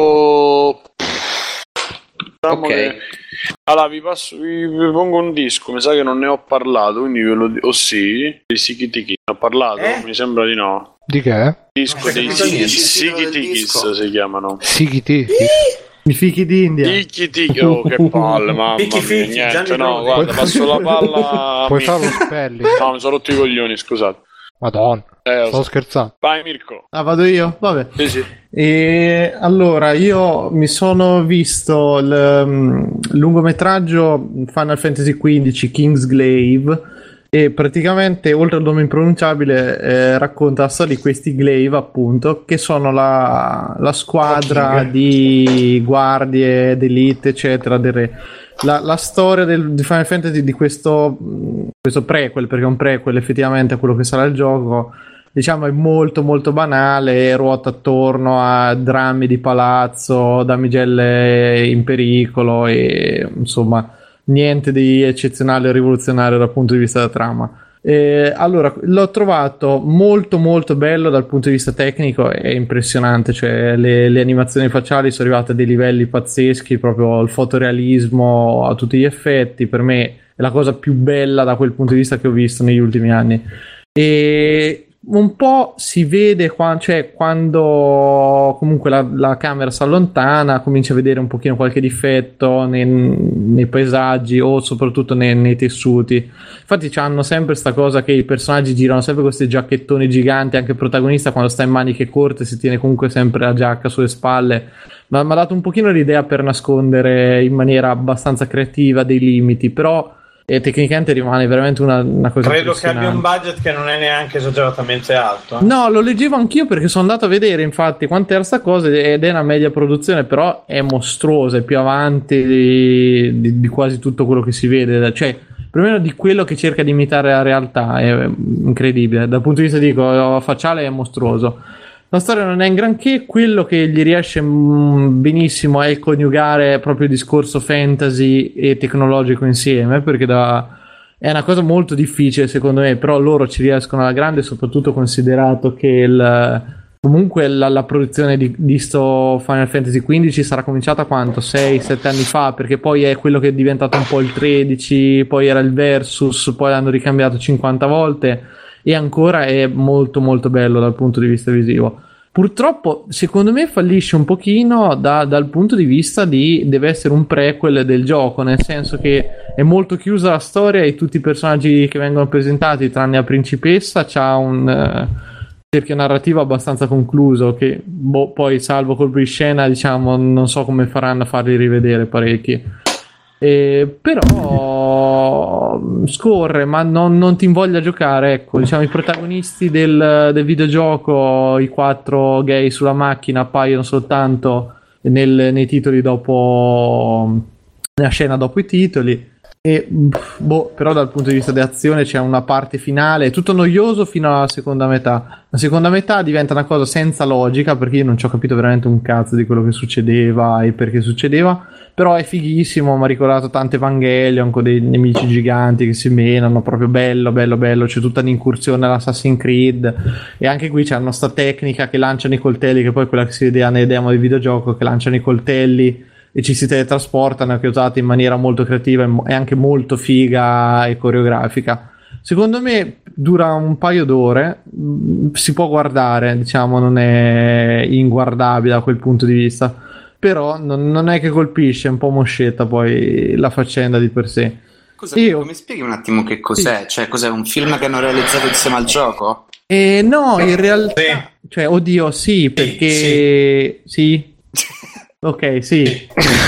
ok. Allora vi pongo un disco, mi sa che non ne ho parlato, quindi ve lo dico. Sì, di Sikitiki ho parlato, mi sembra di no. Di che? Disco dei Sikitikis si chiamano. Sikitiki? I fichi d'India. Oh, che palle, mamma mia, niente, no, guarda, passo la palla. Puoi farlo spelling? No, mi sono rotto i coglioni, scusate. Madonna, sto scherzando. Vai Mirko. Vado io? Vabbè. Sì. E allora, io mi sono visto il lungometraggio Final Fantasy XV Kingsglaive, e praticamente, oltre al nome impronunciabile, racconta la storia di questi glaive, appunto, che sono la squadra di guardie d'elite, eccetera, del re. La storia di Final Fantasy, di questo prequel, perché è un prequel effettivamente a quello che sarà il gioco, diciamo è molto molto banale, ruota attorno a drammi di palazzo, damigelle in pericolo e insomma niente di eccezionale o rivoluzionario dal punto di vista della trama. Allora, l'ho trovato molto molto bello dal punto di vista tecnico, è impressionante, cioè le animazioni facciali sono arrivate a dei livelli pazzeschi, proprio il fotorealismo a tutti gli effetti, per me è la cosa più bella da quel punto di vista che ho visto negli ultimi anni. E un po' si vede quando comunque la camera si allontana, comincia a vedere un pochino qualche difetto nei paesaggi o soprattutto nei tessuti. Infatti hanno sempre sta cosa che i personaggi girano sempre con questi giacchettoni giganti, anche il protagonista quando sta in maniche corte si tiene comunque sempre la giacca sulle spalle, ma mi ha dato un pochino l'idea per nascondere in maniera abbastanza creativa dei limiti, però tecnicamente rimane veramente una cosa. Credo che abbia un budget che non è neanche esageratamente alto. No, lo leggevo anch'io perché sono andato a vedere infatti quant'era sta cosa ed è una media produzione, però è mostruosa, è più avanti di quasi tutto quello che si vede, cioè perlomeno di quello che cerca di imitare la realtà, è incredibile dal punto di vista facciale, è mostruoso. La storia non è in granché, quello che gli riesce benissimo è il coniugare proprio il discorso fantasy e tecnologico insieme, perché è una cosa molto difficile secondo me, però loro ci riescono alla grande, soprattutto considerato che comunque la produzione di sto Final Fantasy XV sarà cominciata quanto? 6-7 anni fa, perché poi è quello che è diventato un po' il 13, poi era il Versus, poi l'hanno ricambiato 50 volte e ancora è molto molto bello dal punto di vista visivo. Purtroppo secondo me fallisce un pochino dal punto di vista deve essere un prequel del gioco, nel senso che è molto chiusa la storia e tutti i personaggi che vengono presentati tranne la principessa c'ha un cerchio narrativo abbastanza concluso che poi salvo colpi di scena diciamo non so come faranno a farli rivedere parecchi. Però scorre, ma non ti invoglia a giocare, ecco, diciamo i protagonisti del videogioco, i 4 gay sulla macchina appaiono soltanto nei titoli dopo, nella scena dopo i titoli e però dal punto di vista di azione c'è una parte finale, è tutto noioso fino alla seconda metà. La seconda metà diventa una cosa senza logica perché io non ci ho capito veramente un cazzo di quello che succedeva e perché succedeva, però è fighissimo, mi ha ricordato tante Evangelion con dei nemici giganti che si menano, proprio bello, c'è tutta un'incursione all'Assassin's Creed e anche qui c'hanno sta tecnica che lanciano i coltelli, che poi è quella che si vede nei demo del videogioco, che lanciano i coltelli e ci si teletrasportano, che è usata in maniera molto creativa e anche molto figa e coreografica. Secondo me dura un paio d'ore, si può guardare, diciamo non è inguardabile da quel punto di vista, però non è che colpisce, è un po' moscetta poi la faccenda di per sé. Mi spieghi un attimo che cos'è? Sì. Cioè cos'è, un film che hanno realizzato insieme al gioco? No, in realtà cioè oddio sì, perché sì. Ok, sì.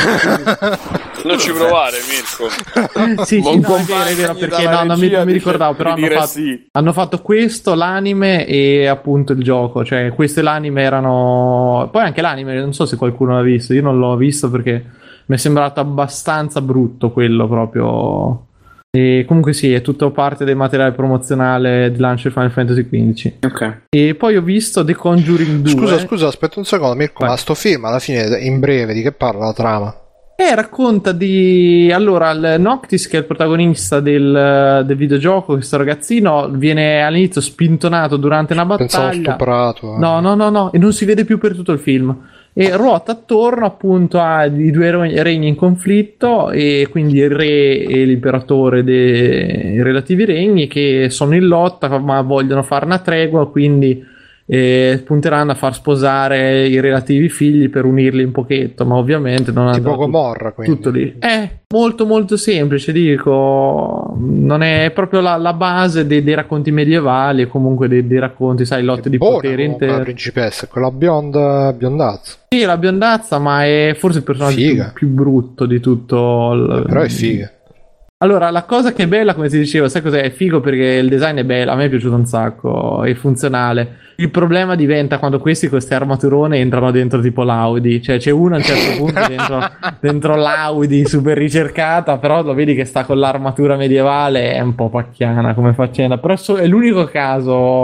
Non ci provare, Mirko. Sì, no, è vero, perché non mi ricordavo, però hanno fatto questo, l'anime e appunto il gioco, cioè queste l'anime erano, poi anche l'anime, non so se qualcuno l'ha visto, io non l'ho visto perché mi è sembrato abbastanza brutto quello proprio. E comunque sì, è tutto parte del materiale promozionale di lancio di Final Fantasy XV. Ok. E poi ho visto The Conjuring 2. Scusa, aspetta un secondo, Mirko, ma sto film alla fine, in breve, di che parla la trama? Racconta allora, il Noctis, che è il protagonista del videogioco, questo ragazzino viene all'inizio spintonato durante una battaglia. Pensavo stuprato. No, e non si vede più per tutto il film. E ruota attorno appunto ai due regni in conflitto, e quindi il re e l'imperatore dei relativi regni che sono in lotta ma vogliono fare una tregua, quindi punteranno a far sposare i relativi figli per unirli un pochetto, ma ovviamente non tipo Gomorra, quindi tutto lì è molto molto semplice, dico, non è proprio la base dei racconti medievali, comunque dei racconti, sai, lotte di potere interne. La principessa, quella biondazza. Sì, la biondazza, ma è forse il personaggio più brutto di tutto. Però è figa. Allora, la cosa che è bella, come ti dicevo, sai cos'è? È figo perché il design è bello, a me è piaciuto un sacco, è funzionale. Il problema diventa quando queste armaturone entrano dentro tipo l'Audi, cioè c'è uno a un certo punto dentro l'Audi super ricercata, però lo vedi che sta con l'armatura medievale, è un po' pacchiana come faccenda, però è l'unico caso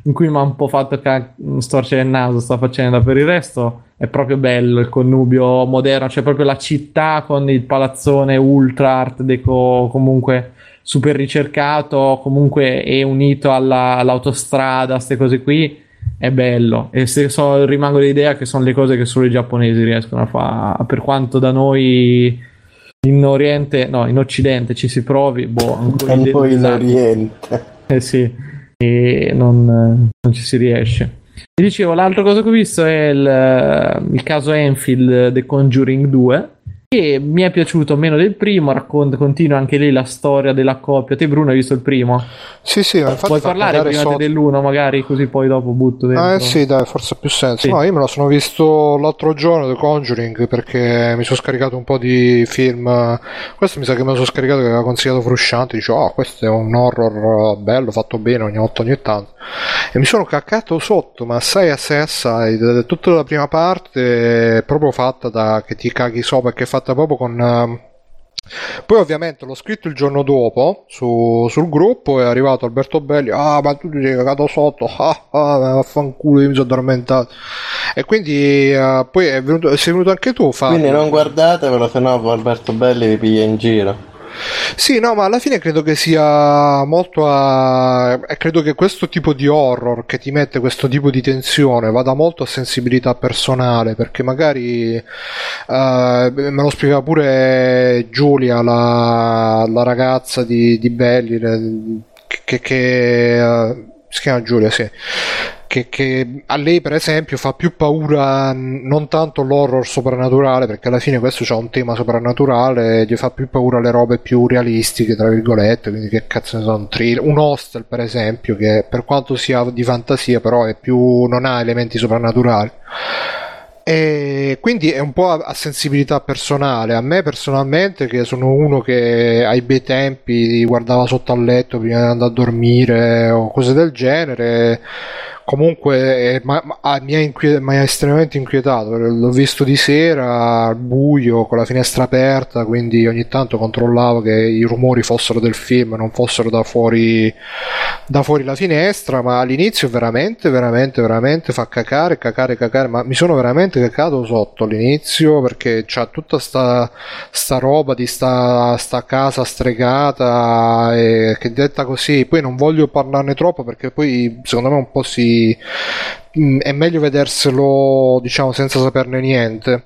in cui mi ha un po' fatto storcere il naso sta faccenda. Per il resto è proprio bello il connubio moderno, cioè proprio la città con il palazzone ultra art deco comunque super ricercato, comunque è unito all'autostrada, queste cose qui, è bello. E rimango l'idea che sono le cose che solo i giapponesi riescono a fare, per quanto da noi in Oriente, no, in Occidente ci si provi, un po' in Oriente. Sì, e non ci si riesce. Vi dicevo, l'altra cosa che ho visto è il caso Enfield The Conjuring 2, che mi è piaciuto meno del primo, continua anche lì la storia della coppia. Te Bruno hai visto il primo? Sì, infatti puoi parlare prima dell'uno magari, così poi dopo butto dentro. Sì, dai, forse ha più senso. Sì. No, io me lo sono visto l'altro giorno The Conjuring, perché mi sono scaricato un po' di film. Questo mi sa che me lo sono scaricato, che aveva consigliato Frusciante, dicevo questo è un horror bello, fatto bene ogni tanto, e mi sono caccato sotto, ma assai tutta la prima parte è proprio fatta da che ti caghi sopra, che è fatta proprio con poi ovviamente l'ho scritto il giorno dopo sul gruppo, è arrivato Alberto Belli, ma tu ti sei cagato sotto, vaffanculo, io mi sono addormentato, e quindi poi sei venuto anche tu, Fabio. Quindi non guardatevelo, se no Alberto Belli vi piglia in giro. Sì, no, ma alla fine credo che sia molto credo che questo tipo di horror che ti mette questo tipo di tensione vada molto a sensibilità personale, perché magari me lo spiega pure Giulia, la ragazza di Belli, che si chiama Giulia, sì, che a lei per esempio fa più paura non tanto l'horror soprannaturale, perché alla fine questo c'ha un tema soprannaturale, gli fa più paura le robe più realistiche tra virgolette, quindi che cazzo ne so, un Hostel per esempio, che per quanto sia di fantasia però non ha elementi soprannaturali, e quindi è un po' a sensibilità personale. A me personalmente, che sono uno che ai bei tempi guardava sotto al letto prima di andare a dormire o cose del genere, comunque mi ha estremamente inquietato. L'ho visto di sera al buio con la finestra aperta, quindi ogni tanto controllavo che i rumori fossero del film, non fossero da fuori la finestra. Ma all'inizio veramente fa cacare, ma mi sono veramente cacato sotto all'inizio, perché c'ha tutta sta roba di sta casa stregata, e che detta così, poi non voglio parlarne troppo perché poi secondo me un po' è meglio vederselo, diciamo, senza saperne niente.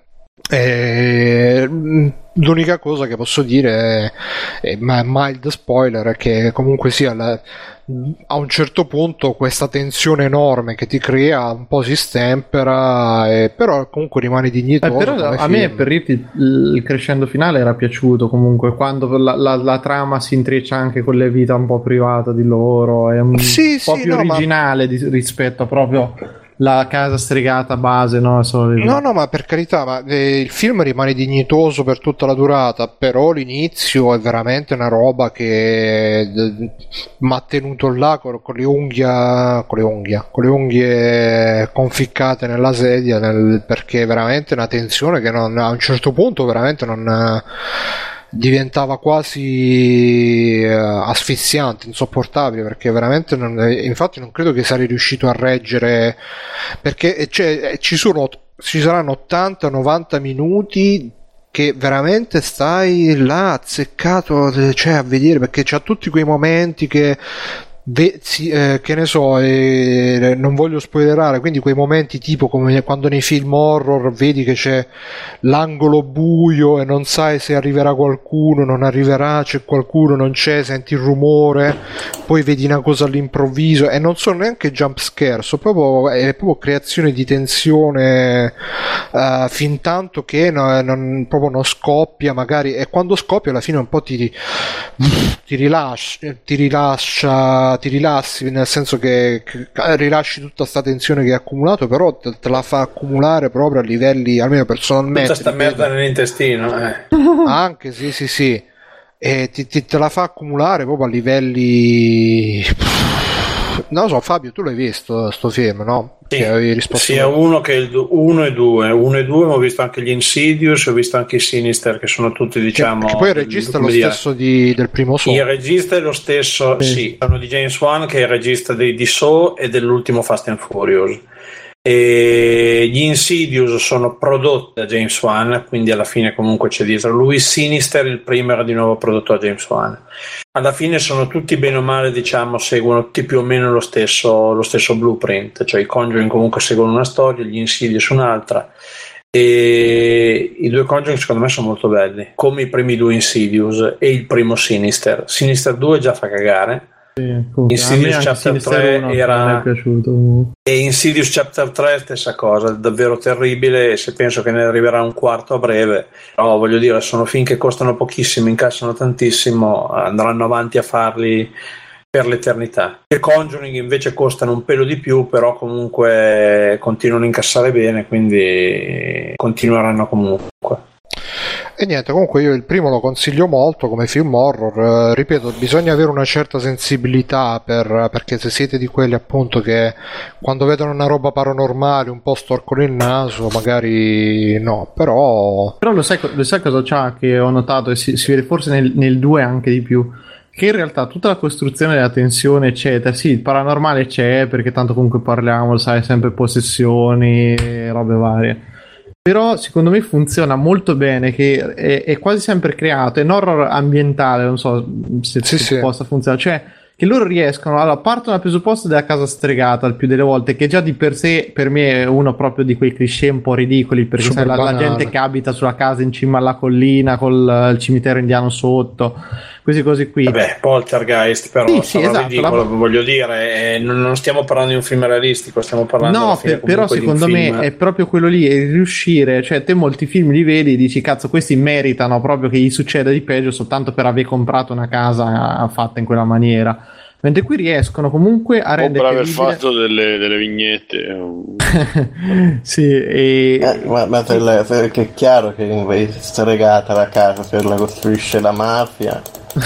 L'unica cosa che posso dire è mild spoiler, è che comunque sia a un certo punto questa tensione enorme che ti crea un po' si stempera, però comunque rimane dignitoso. Però a me, per dirti, il crescendo finale era piaciuto comunque, quando la trama si intreccia anche con le vite un po' private di loro, è un po' più originale rispetto a proprio la casa stregata base, no? No, ma per carità, ma il film rimane dignitoso per tutta la durata, però l'inizio è veramente una roba che mi ha tenuto là con le unghie conficcate nella sedia, perché è veramente una tensione che a un certo punto veramente non diventava quasi asfissiante, insopportabile, perché veramente infatti non credo che sarei riuscito a reggere, perché ci saranno 80-90 minuti che veramente stai là azzeccato, cioè a vedere, perché c'ha tutti quei momenti che ne so, non voglio spoilerare, quindi quei momenti tipo come quando nei film horror vedi che c'è l'angolo buio e non sai se arriverà qualcuno, non arriverà, c'è qualcuno, non c'è, senti il rumore, poi vedi una cosa all'improvviso, e non sono neanche jump scare, è proprio creazione di tensione fin tanto che proprio non scoppia magari, e quando scoppia alla fine un po' ti rilassi, nel senso che rilasci tutta sta tensione che hai accumulato, però te la fa accumulare proprio a livelli, almeno personalmente, tutta sta merda nell'intestino, anche sì, e te la fa accumulare proprio a livelli Non lo so, Fabio, tu l'hai visto sto film, no? Sì, che avevi risposto sia uno che il 1 e 2. 1 e 2, ma ho visto anche gli Insidious, ho visto anche i Sinister, che sono tutti, diciamo. Che poi il regista è lo stesso del primo Saw. Il regista è lo stesso, sì, sono di James Wan, che è il regista di Saw e dell'ultimo Fast and Furious. E gli Insidious sono prodotti da James Wan, quindi alla fine comunque c'è dietro lui. Sinister, il primo, era di nuovo prodotto da James Wan. Alla fine sono tutti bene o male, diciamo, seguono tutti più o meno lo stesso blueprint, cioè i Conjuring comunque seguono una storia, gli Insidious un'altra, e i due Conjuring secondo me sono molto belli, come i primi due Insidious e il primo Sinister. Sinister 2 già fa cagare. Insidious Chapter 3 era e Insidious Chapter 3 stessa cosa, davvero terribile, e se penso che ne arriverà un quarto a breve, però voglio dire, sono film che costano pochissimo, incassano tantissimo, andranno avanti a farli per l'eternità. Le Conjuring invece costano un pelo di più, però comunque continuano a incassare bene, quindi continueranno comunque. E niente, comunque io il primo lo consiglio molto come film horror. Ripeto, bisogna avere una certa sensibilità perché se siete di quelli appunto che quando vedono una roba paranormale un po' storcono il naso, magari no, però lo sai cosa c'ha che ho notato, e si vede forse nel 2 anche di più, che in realtà tutta la costruzione della tensione eccetera, sì, il paranormale c'è perché tanto comunque parliamo, sai, sempre possessioni, robe varie. Però secondo me funziona molto bene, che è quasi sempre creato, è un horror ambientale, non so se possa funzionare, cioè che loro riescono, allora partono dal presupposto della casa stregata il più delle volte, che già di per sé per me è uno proprio di quei cliché un po' ridicoli, perché sai, la gente che abita sulla casa in cima alla collina col il cimitero indiano sotto, queste cose qui. Vabbè, Poltergeist però sì, sono esatto, ridicolo, voglio dire, non stiamo parlando di un film realistico, stiamo parlando però secondo me è proprio quello lì, è riuscire, cioè te molti film li vedi e dici cazzo, questi meritano proprio che gli succeda di peggio soltanto per aver comprato una casa fatta in quella maniera, mentre qui riescono comunque a rendere per aver fatto delle vignette. Sì, ma che è chiaro che invece è stregata la casa, se la costruisce la mafia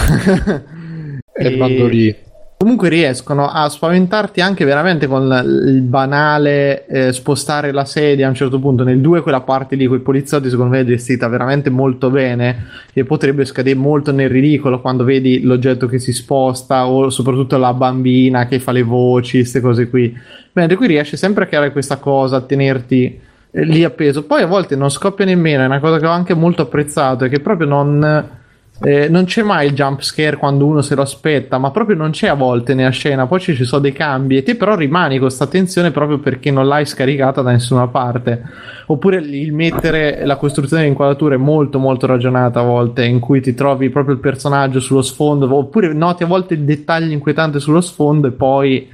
e bandolì. Comunque riescono a spaventarti anche veramente con il banale spostare la sedia a un certo punto. Nel 2 quella parte lì con i poliziotti secondo me è gestita veramente molto bene, e potrebbe scadere molto nel ridicolo quando vedi l'oggetto che si sposta, o soprattutto la bambina che fa le voci, queste cose qui, mentre qui riesce sempre a creare questa cosa, a tenerti lì appeso. Poi a volte non scoppia nemmeno, è una cosa che ho anche molto apprezzato, è che proprio non c'è mai il jump scare quando uno se lo aspetta, ma proprio non c'è a volte nella scena, poi ci sono dei cambi e te però rimani con questa tensione proprio perché non l'hai scaricata da nessuna parte. Oppure il mettere la costruzione di inquadrature molto molto ragionata a volte, in cui ti trovi proprio il personaggio sullo sfondo, oppure noti a volte il dettaglio inquietante sullo sfondo e poi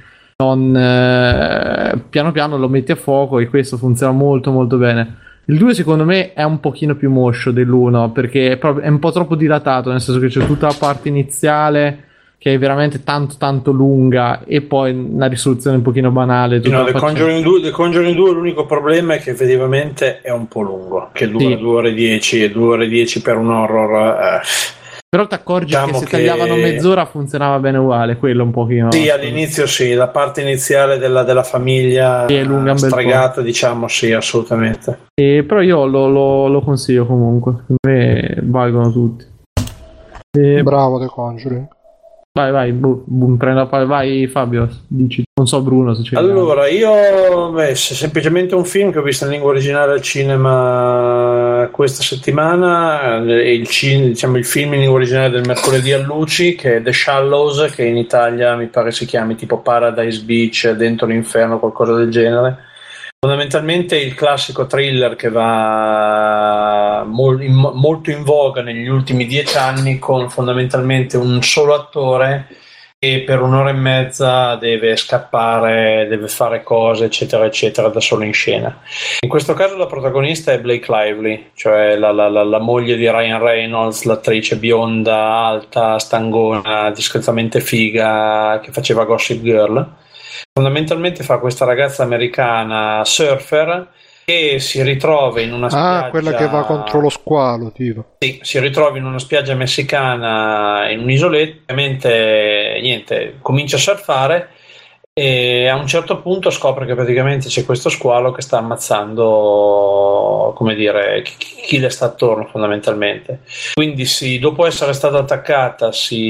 piano piano lo metti a fuoco, e questo funziona molto molto bene. Il 2 secondo me è un pochino più moscio dell'1 perché è un po' troppo dilatato, nel senso che c'è tutta la parte iniziale che è veramente tanto tanto lunga e poi una risoluzione un pochino banale. The Conjuring 2 l'unico problema è che effettivamente è un po' lungo, che dura 2 ore 10 e 2 ore 10 per un horror. Però ti accorgi che se tagliavano mezz'ora funzionava bene uguale, quello un pochino. Sì, all'inizio sì, la parte iniziale della famiglia è lunga, stregata, diciamo, sì, assolutamente. Però io lo consiglio comunque, per me valgono tutti. Bravo The Conjuring. Vai, vai Fabio, dici. Non so Bruno se c'è. Allora, io semplicemente un film che ho visto in lingua originale al cinema questa settimana, il film in lingua originale del mercoledì a Luci, che è The Shallows, che in Italia mi pare si chiami tipo Paradise Beach, Dentro l'inferno, qualcosa del genere. Fondamentalmente il classico thriller che va molto in voga negli ultimi 10 anni, con fondamentalmente un solo attore che per un'ora e mezza deve scappare, deve fare cose eccetera eccetera da solo in scena. In questo caso la protagonista è Blake Lively, cioè la moglie di Ryan Reynolds, l'attrice bionda, alta, stangona, discretamente figa che faceva Gossip Girl. Fondamentalmente fa questa ragazza americana surfer che si ritrova in una spiaggia. Quella che va contro lo squalo, tipo. Sì, si ritrova in una spiaggia messicana, in un'isoletta, ovviamente niente, comincia a surfare e a un certo punto scopre che praticamente c'è questo squalo che sta ammazzando, come dire, chi le sta attorno fondamentalmente. Quindi dopo essere stata attaccata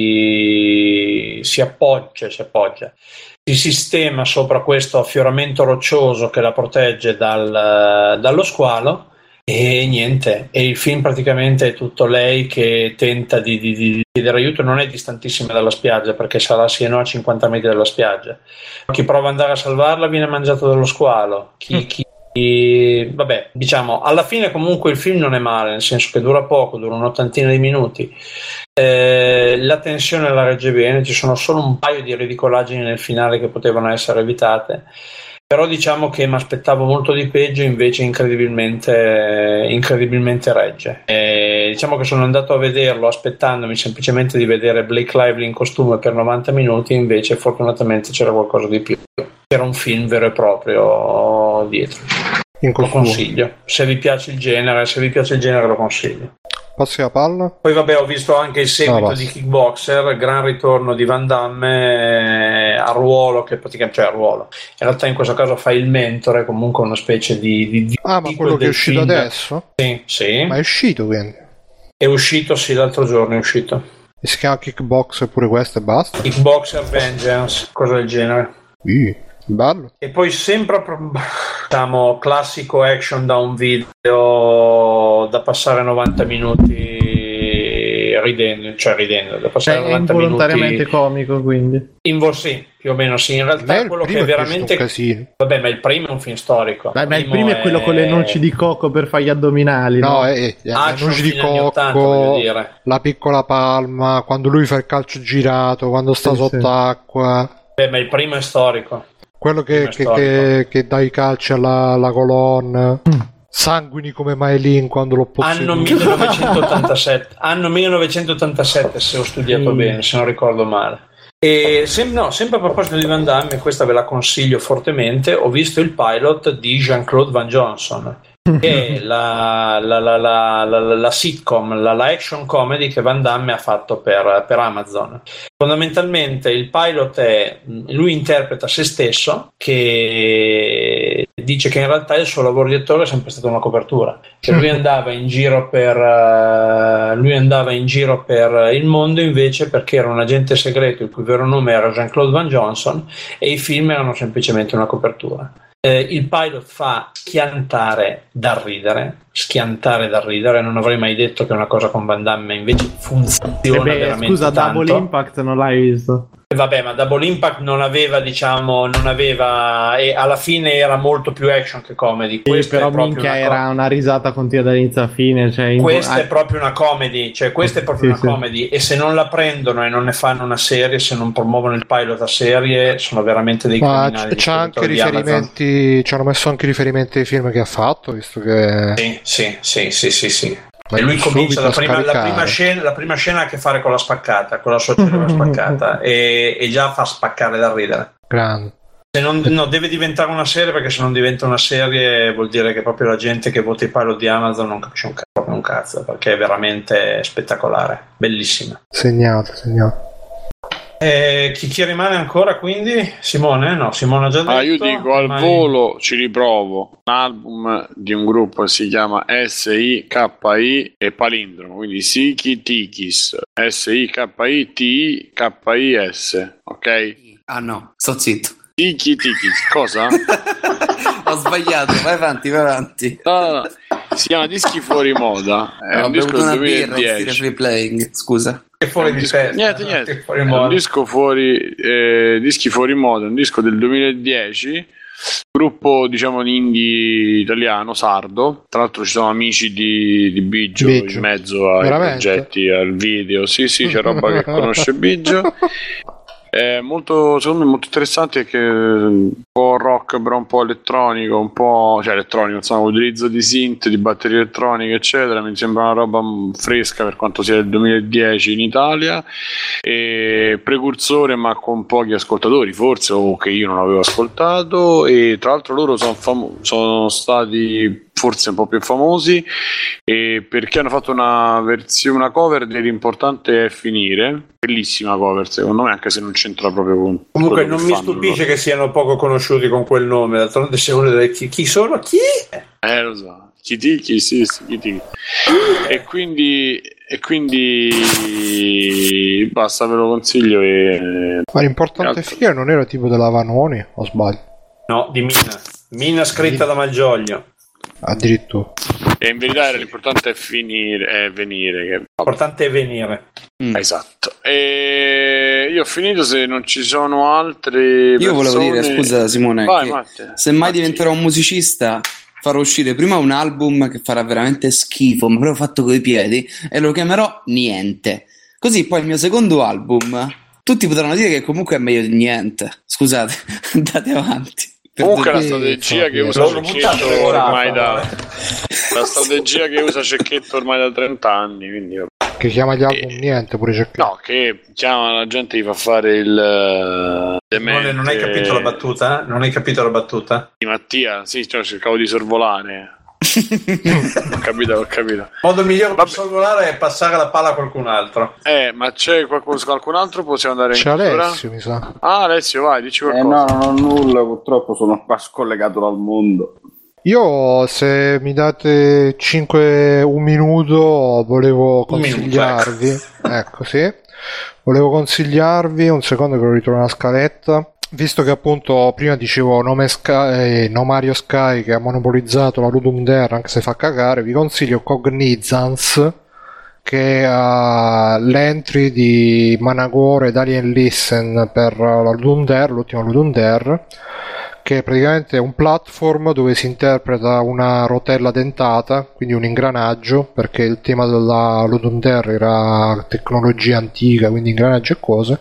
si appoggia, si sistema sopra questo affioramento roccioso che la protegge dallo squalo. E niente, e il film praticamente è tutto lei che tenta di chiedere aiuto. Non è distantissima dalla spiaggia, perché sarà a 50 metri dalla spiaggia. Chi prova ad andare a salvarla viene mangiato dallo squalo. Vabbè, diciamo, alla fine comunque il film non è male, nel senso che dura poco, dura un'ottantina di minuti. La tensione la regge bene, ci sono solo un paio di ridicolaggini nel finale che potevano essere evitate. Però diciamo che mi aspettavo molto di peggio, invece incredibilmente regge. Diciamo che sono andato a vederlo aspettandomi semplicemente di vedere Blake Lively in costume per 90 minuti, invece fortunatamente c'era qualcosa di più. C'era un film vero e proprio dietro. Lo consiglio. Se vi piace il genere lo consiglio. Passi la palla. Poi vabbè, ho visto anche il seguito di Kickboxer, gran ritorno di Van Damme a ruolo, che praticamente, cioè a ruolo, in realtà in questo caso fa il mentore, comunque una specie di ma quello che è uscito adesso? Sì. Ma è uscito, quindi? È uscito, sì, l'altro giorno è uscito. E si chiama Kickboxer pure questo e basta? Kickboxer Vengeance, cosa del genere. Bello. E poi sempre, diciamo, classico action da un video da passare 90 minuti ridendo, da passare 90 minuti involontariamente comico, quindi sì, più o meno sì. In realtà quello che è veramente vabbè, ma il primo è un film storico. Ma il primo è quello con le noci di cocco per fare gli addominali, no? Le noci di cocco, 80, la piccola palma, quando lui fa il calcio girato, quando sta sott'acqua. Ma il primo è storico. Quello che dà i calci alla colonna, sanguini come Maelin quando l'ho posseduto. Anno 1987, se ho studiato bene, se non ricordo male. E sempre a proposito di Van Damme, questa ve la consiglio fortemente. Ho visto il pilot di Jean-Claude Van Johnson, che è la sitcom, la action comedy che Van Damme ha fatto per Amazon. Fondamentalmente il pilot è, lui interpreta se stesso, che dice che in realtà il suo lavoro di attore è sempre stata una copertura, cioè lui andava in giro per il mondo invece perché era un agente segreto il cui vero nome era Jean-Claude Van Johnson e i film erano semplicemente una copertura. Il pilot fa schiantare da ridere, non avrei mai detto che una cosa con Van Damme invece funziona veramente scusa, tanto. Double Impact non l'hai visto? Vabbè, ma Double Impact non aveva e alla fine era molto più action che comedy. Sì, però minchia era una risata continua dall'inizio a fine, cioè questa è proprio una comedy, comedy, e se non la prendono e non ne fanno una serie, se non promuovono il pilot a serie, sono veramente dei criminali. C'ha anche riferimenti, ci hanno messo anche riferimenti ai film che ha fatto, visto che sì. E lui comincia la prima scena ha a che fare con la spaccata, con la sua cellula spaccata e già fa spaccare da ridere. Grande. Deve diventare una serie, perché se non diventa una serie vuol dire che proprio la gente che vota i pilot di Amazon non capisce un cazzo, perché è veramente spettacolare, bellissima. Segnato. Chi rimane ancora, quindi? Simone? No, Simone ha già detto. Io dico al volo, ci riprovo un album di un gruppo che si chiama SIKI e palindromo, quindi Siki Tikis, SIKI-TIKIS, ok? Ah no, sto zitto. Siki Tikis, cosa? Ho sbagliato, vai avanti. No. Si chiama Dischi Fuori Moda, è un disco del 2010. Free playing, scusa. Fuori di testa. Niente. È un disco Dischi Fuori Moda, un disco del 2010, gruppo diciamo di indie italiano, sardo. Tra l'altro ci sono amici di Biggio in mezzo ai progetti, al video. Sì, c'è roba che conosce Biggio. È molto, secondo me, molto interessante, che un po' rock, però un po' elettronico, elettronico, insomma, utilizzo di synth, di batterie elettroniche, eccetera. Mi sembra una roba fresca per quanto sia del 2010 in Italia, e precursore ma con pochi ascoltatori, forse, o che io non avevo ascoltato. E tra l'altro loro sono stati forse un po' più famosi perché hanno fatto una cover dell'Importante è finire, bellissima cover secondo me, anche se non c'è c'entra proprio con. Comunque non mi stupisce che siano poco conosciuti con quel nome. D'altronde se uno deve chi sono? Chi? Lo so. Chitiki, sì, Chitiki. E quindi basta, ve lo consiglio. Ma l'importante figlio non era tipo della Vanoni, o sbaglio? No, di Mina scritta da Malgioglio. Addirittura. E in verità l'importante è venire. L'importante è venire. Esatto. E io ho finito, se non ci sono altre persone... Io volevo dire, scusa Simone, vai, che se mai diventerò un musicista farò uscire prima un album che farà veramente schifo, ma proprio fatto coi piedi, e lo chiamerò Niente. Così poi il mio secondo album tutti potranno dire che comunque è meglio di niente. Scusate, andate avanti. Comunque la strategia che usa Cecchetto ormai la strategia che usa Cecchetto ormai da 30 anni, quindi che chiama gli album Niente pure Cecchetto. No, che chiama la gente, gli fa fare il non hai capito la battuta? Non hai capito la battuta? Di Mattia, sì, cioè cercavo di sorvolare. Ho capito. Il modo migliore per sorvolare è passare la palla a qualcun altro. Ma c'è qualcun altro? Possiamo andare c'è Alessio, mi sa. Alessio, vai, dici qualcosa. No, non ho nulla, purtroppo sono qua scollegato dal mondo. Io, se mi date un minuto, volevo consigliarvi. Ecco, sì. Volevo consigliarvi un secondo che lo ritrovo nella scaletta. Visto che appunto prima dicevo No Mario Sky che ha monopolizzato la Ludum Dare, anche se fa cagare, vi consiglio Cognizance, che ha l'entry di Managore ed Alien Listen per la Ludum Dare, l'ultima Ludum Dare, che è praticamente un platform dove si interpreta una rotella dentata, quindi un ingranaggio, perché il tema della Ludum Dare era tecnologia antica, quindi ingranaggi e cose.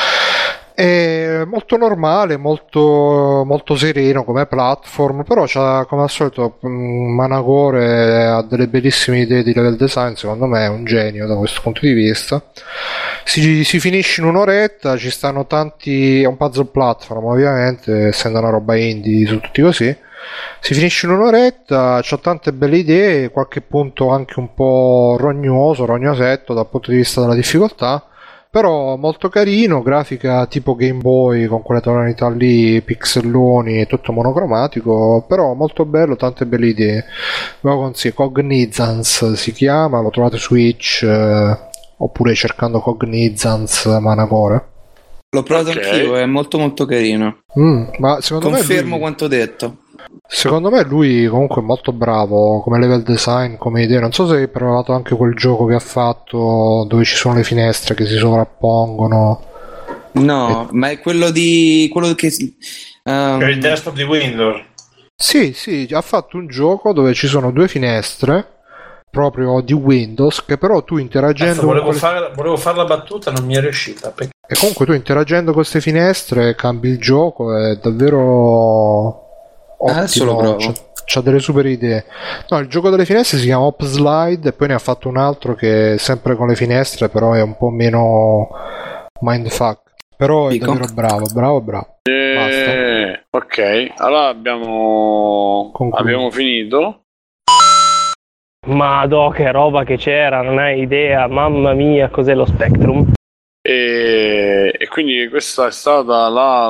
È molto normale, molto sereno come platform, però c'ha, come al solito, Managore ha delle bellissime idee di level design. Secondo me è un genio da questo punto di vista. Si finisce in un'oretta, ci stanno tanti, è un puzzle platform ovviamente, essendo una roba indie, sono tutti così. Si finisce in un'oretta, c'ha tante belle idee, qualche punto anche un po' rognosetto dal punto di vista della difficoltà, però molto carino, grafica tipo Game Boy con quelle tonalità lì, pixelloni e tutto monocromatico, però molto bello, tante belle idee. Cognizance si chiama, lo trovate su Itch, oppure cercando Cognizance Managore. L'ho provato anch'io, è molto molto carino. Ma secondo confermo me quanto detto. Secondo me lui comunque è molto bravo come level design, come idea. Non so se hai provato anche quel gioco che ha fatto dove ci sono le finestre che si sovrappongono. No, ma è quello che per il desktop di Windows. Sì, ha fatto un gioco dove ci sono due finestre proprio di Windows, che però tu interagendo volevo fare la battuta, non mi è riuscita. E comunque tu interagendo con queste finestre cambi il gioco, è davvero ottimo, c'ha delle super idee. No, il gioco delle finestre si chiama Upslide e poi ne ha fatto un altro che è sempre con le finestre, però è un po' meno mindfuck, però è davvero bravo. Basta. Ok, allora abbiamo finito. Madò, che roba che c'era, non hai idea, mamma mia, cos'è lo Spectrum. E quindi questa è stata la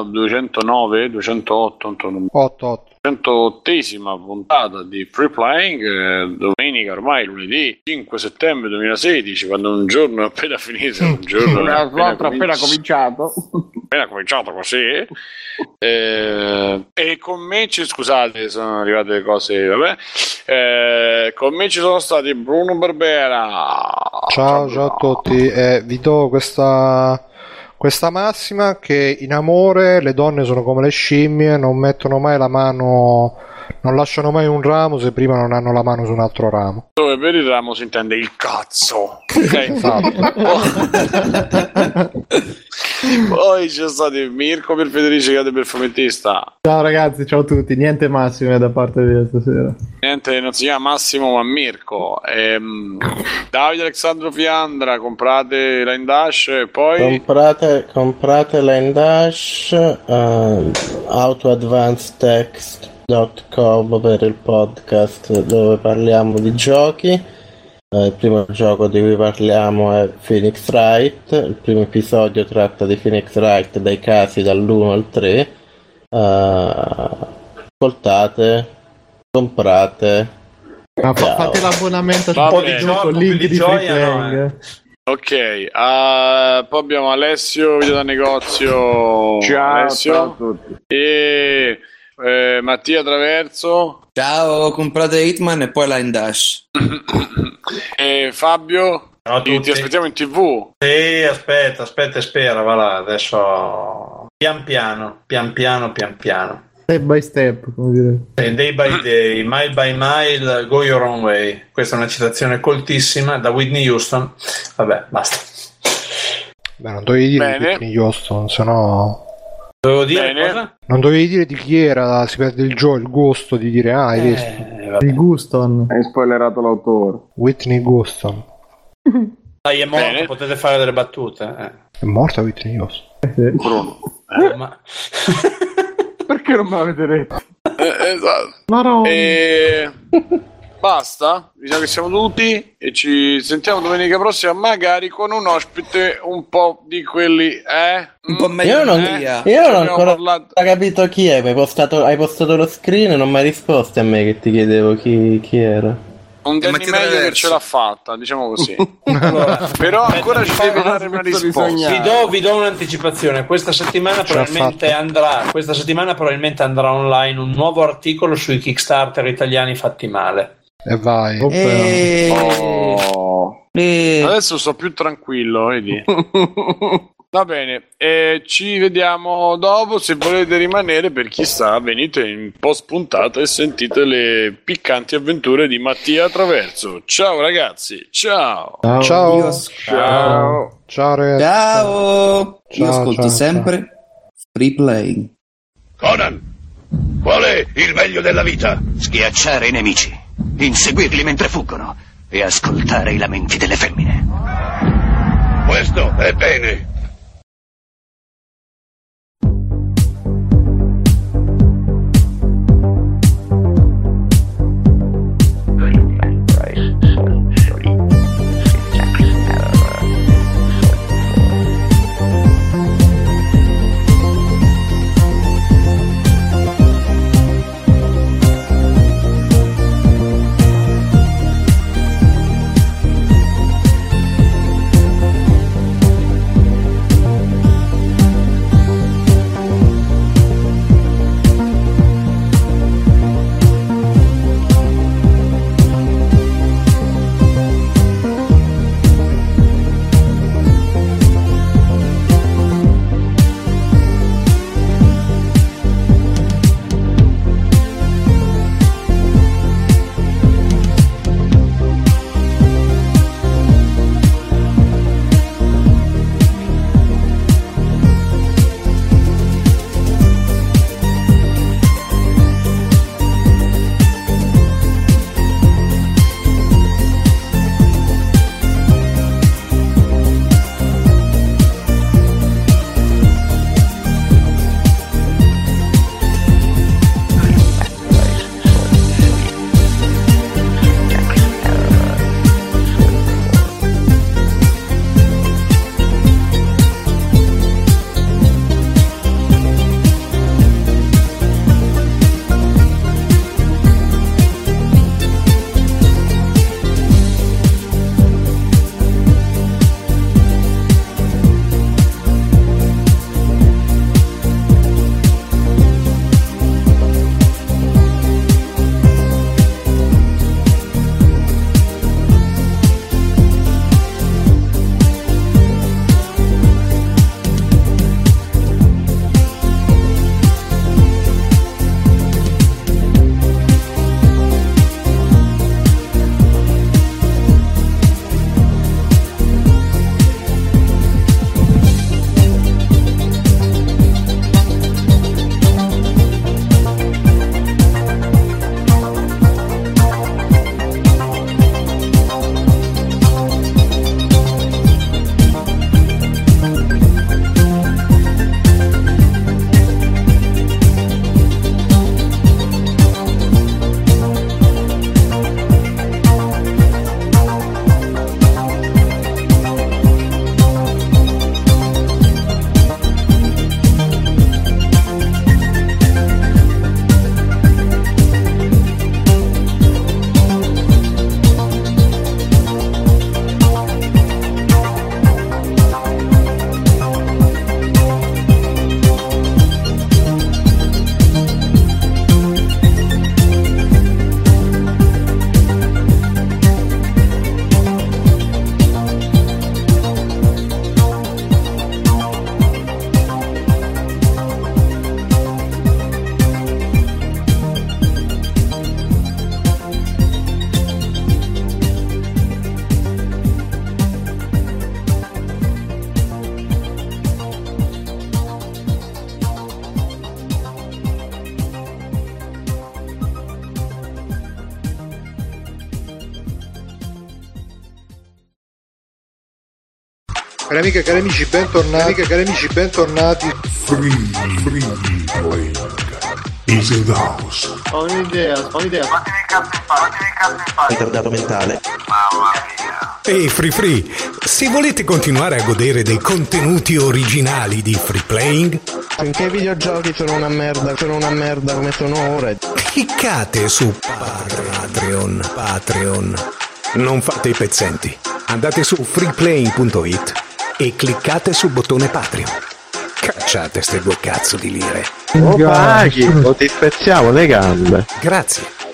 108esima puntata di Free Playing, domenica, ormai lunedì 5 settembre 2016, quando un giorno è appena finito, un giorno appena cominciato così. E con me scusate, sono arrivate le cose, vabbè. Con me ci sono stati Bruno Barbera. Ciao a tutti, vi do questa massima che in amore le donne sono come le scimmie, non mettono mai la mano, non lasciano mai un ramo se prima non hanno la mano su un altro ramo. Dove per il ramo si intende il cazzo. Okay. Esatto. Poi c'è stato Mirko per Federici Cade per fumettista. Ciao ragazzi, ciao a tutti, niente massime da parte di stasera. Niente, non si chiama Massimo ma Mirko. Davide Alessandro Fiandra, comprate Line Dash e poi comprate Line Dash, autoadvancedtext.com per il podcast dove parliamo di giochi, Il primo gioco di cui parliamo è Phoenix Wright. Il primo episodio tratta di Phoenix Wright dai casi dall'1 al 3. Ascoltate, comprate. Fate l'abbonamento su un po' di gioco, link di Freeplaying. Ok, poi abbiamo Alessio, video da negozio. Ciao, Alessio. ciao a tutti. E Mattia Traverso. Ciao, comprate Hitman e poi Line Dash. E Fabio. Ciao a tutti. Ti aspettiamo in TV. Sì, aspetta e spera, va là, adesso pian piano. Step by step, come dire. Day by day, mile by mile, go your own way. Questa è una citazione coltissima da Whitney Houston. Vabbè, basta. Beh, non dovevi dire di Whitney Houston, sennò... Dovevo dire cosa? Non dovevi dire di chi era, si perde il gusto di dire hai visto? Il Guston. Hai spoilerato l'autore. Whitney Houston. Dai, è morto, potete fare delle battute. È morta Whitney Houston? Bruno. Ma... Perché non me l'avete detto? Esatto. Basta, diciamo che siamo tutti e ci sentiamo domenica prossima, magari con un ospite un po' di quelli, un po' meglio. Io non ho ancora capito chi è. Hai postato lo screen e non mi hai risposto a me che ti chiedevo chi era. Un Danny meglio che ce l'ha fatta, diciamo così. Però ancora ci deve dare una risposta. Vi do un'anticipazione. Questa settimana probabilmente andrà online un nuovo articolo sui Kickstarter italiani fatti male. E vai. Adesso sto più tranquillo, vedi? Va bene, ci vediamo dopo. Se volete rimanere, per chi sa, venite in post puntata e sentite le piccanti avventure di Mattia Traverso. Ciao ragazzi, ciao. Ciao ragazzi. Ciao. Io ascolto sempre Freeplaying. Conan, qual è il meglio della vita? Schiacciare i nemici, inseguirli mentre fuggono e ascoltare i lamenti delle femmine. Questo è bene. Cari amiche e cari amici, bentornati. Free Playing is in the house. Ho un'idea. Ritardato mentale. Ehi Free, se volete continuare a godere dei contenuti originali di Free Playing, finché i videogiochi sono una merda come sono ora, cliccate su Patreon. Non fate i pezzenti. Andate su freeplaying.it e cliccate sul bottone Patreon. Cacciate ste 2 cazzo di lire. O paghi o ti spezziamo le gambe. Grazie.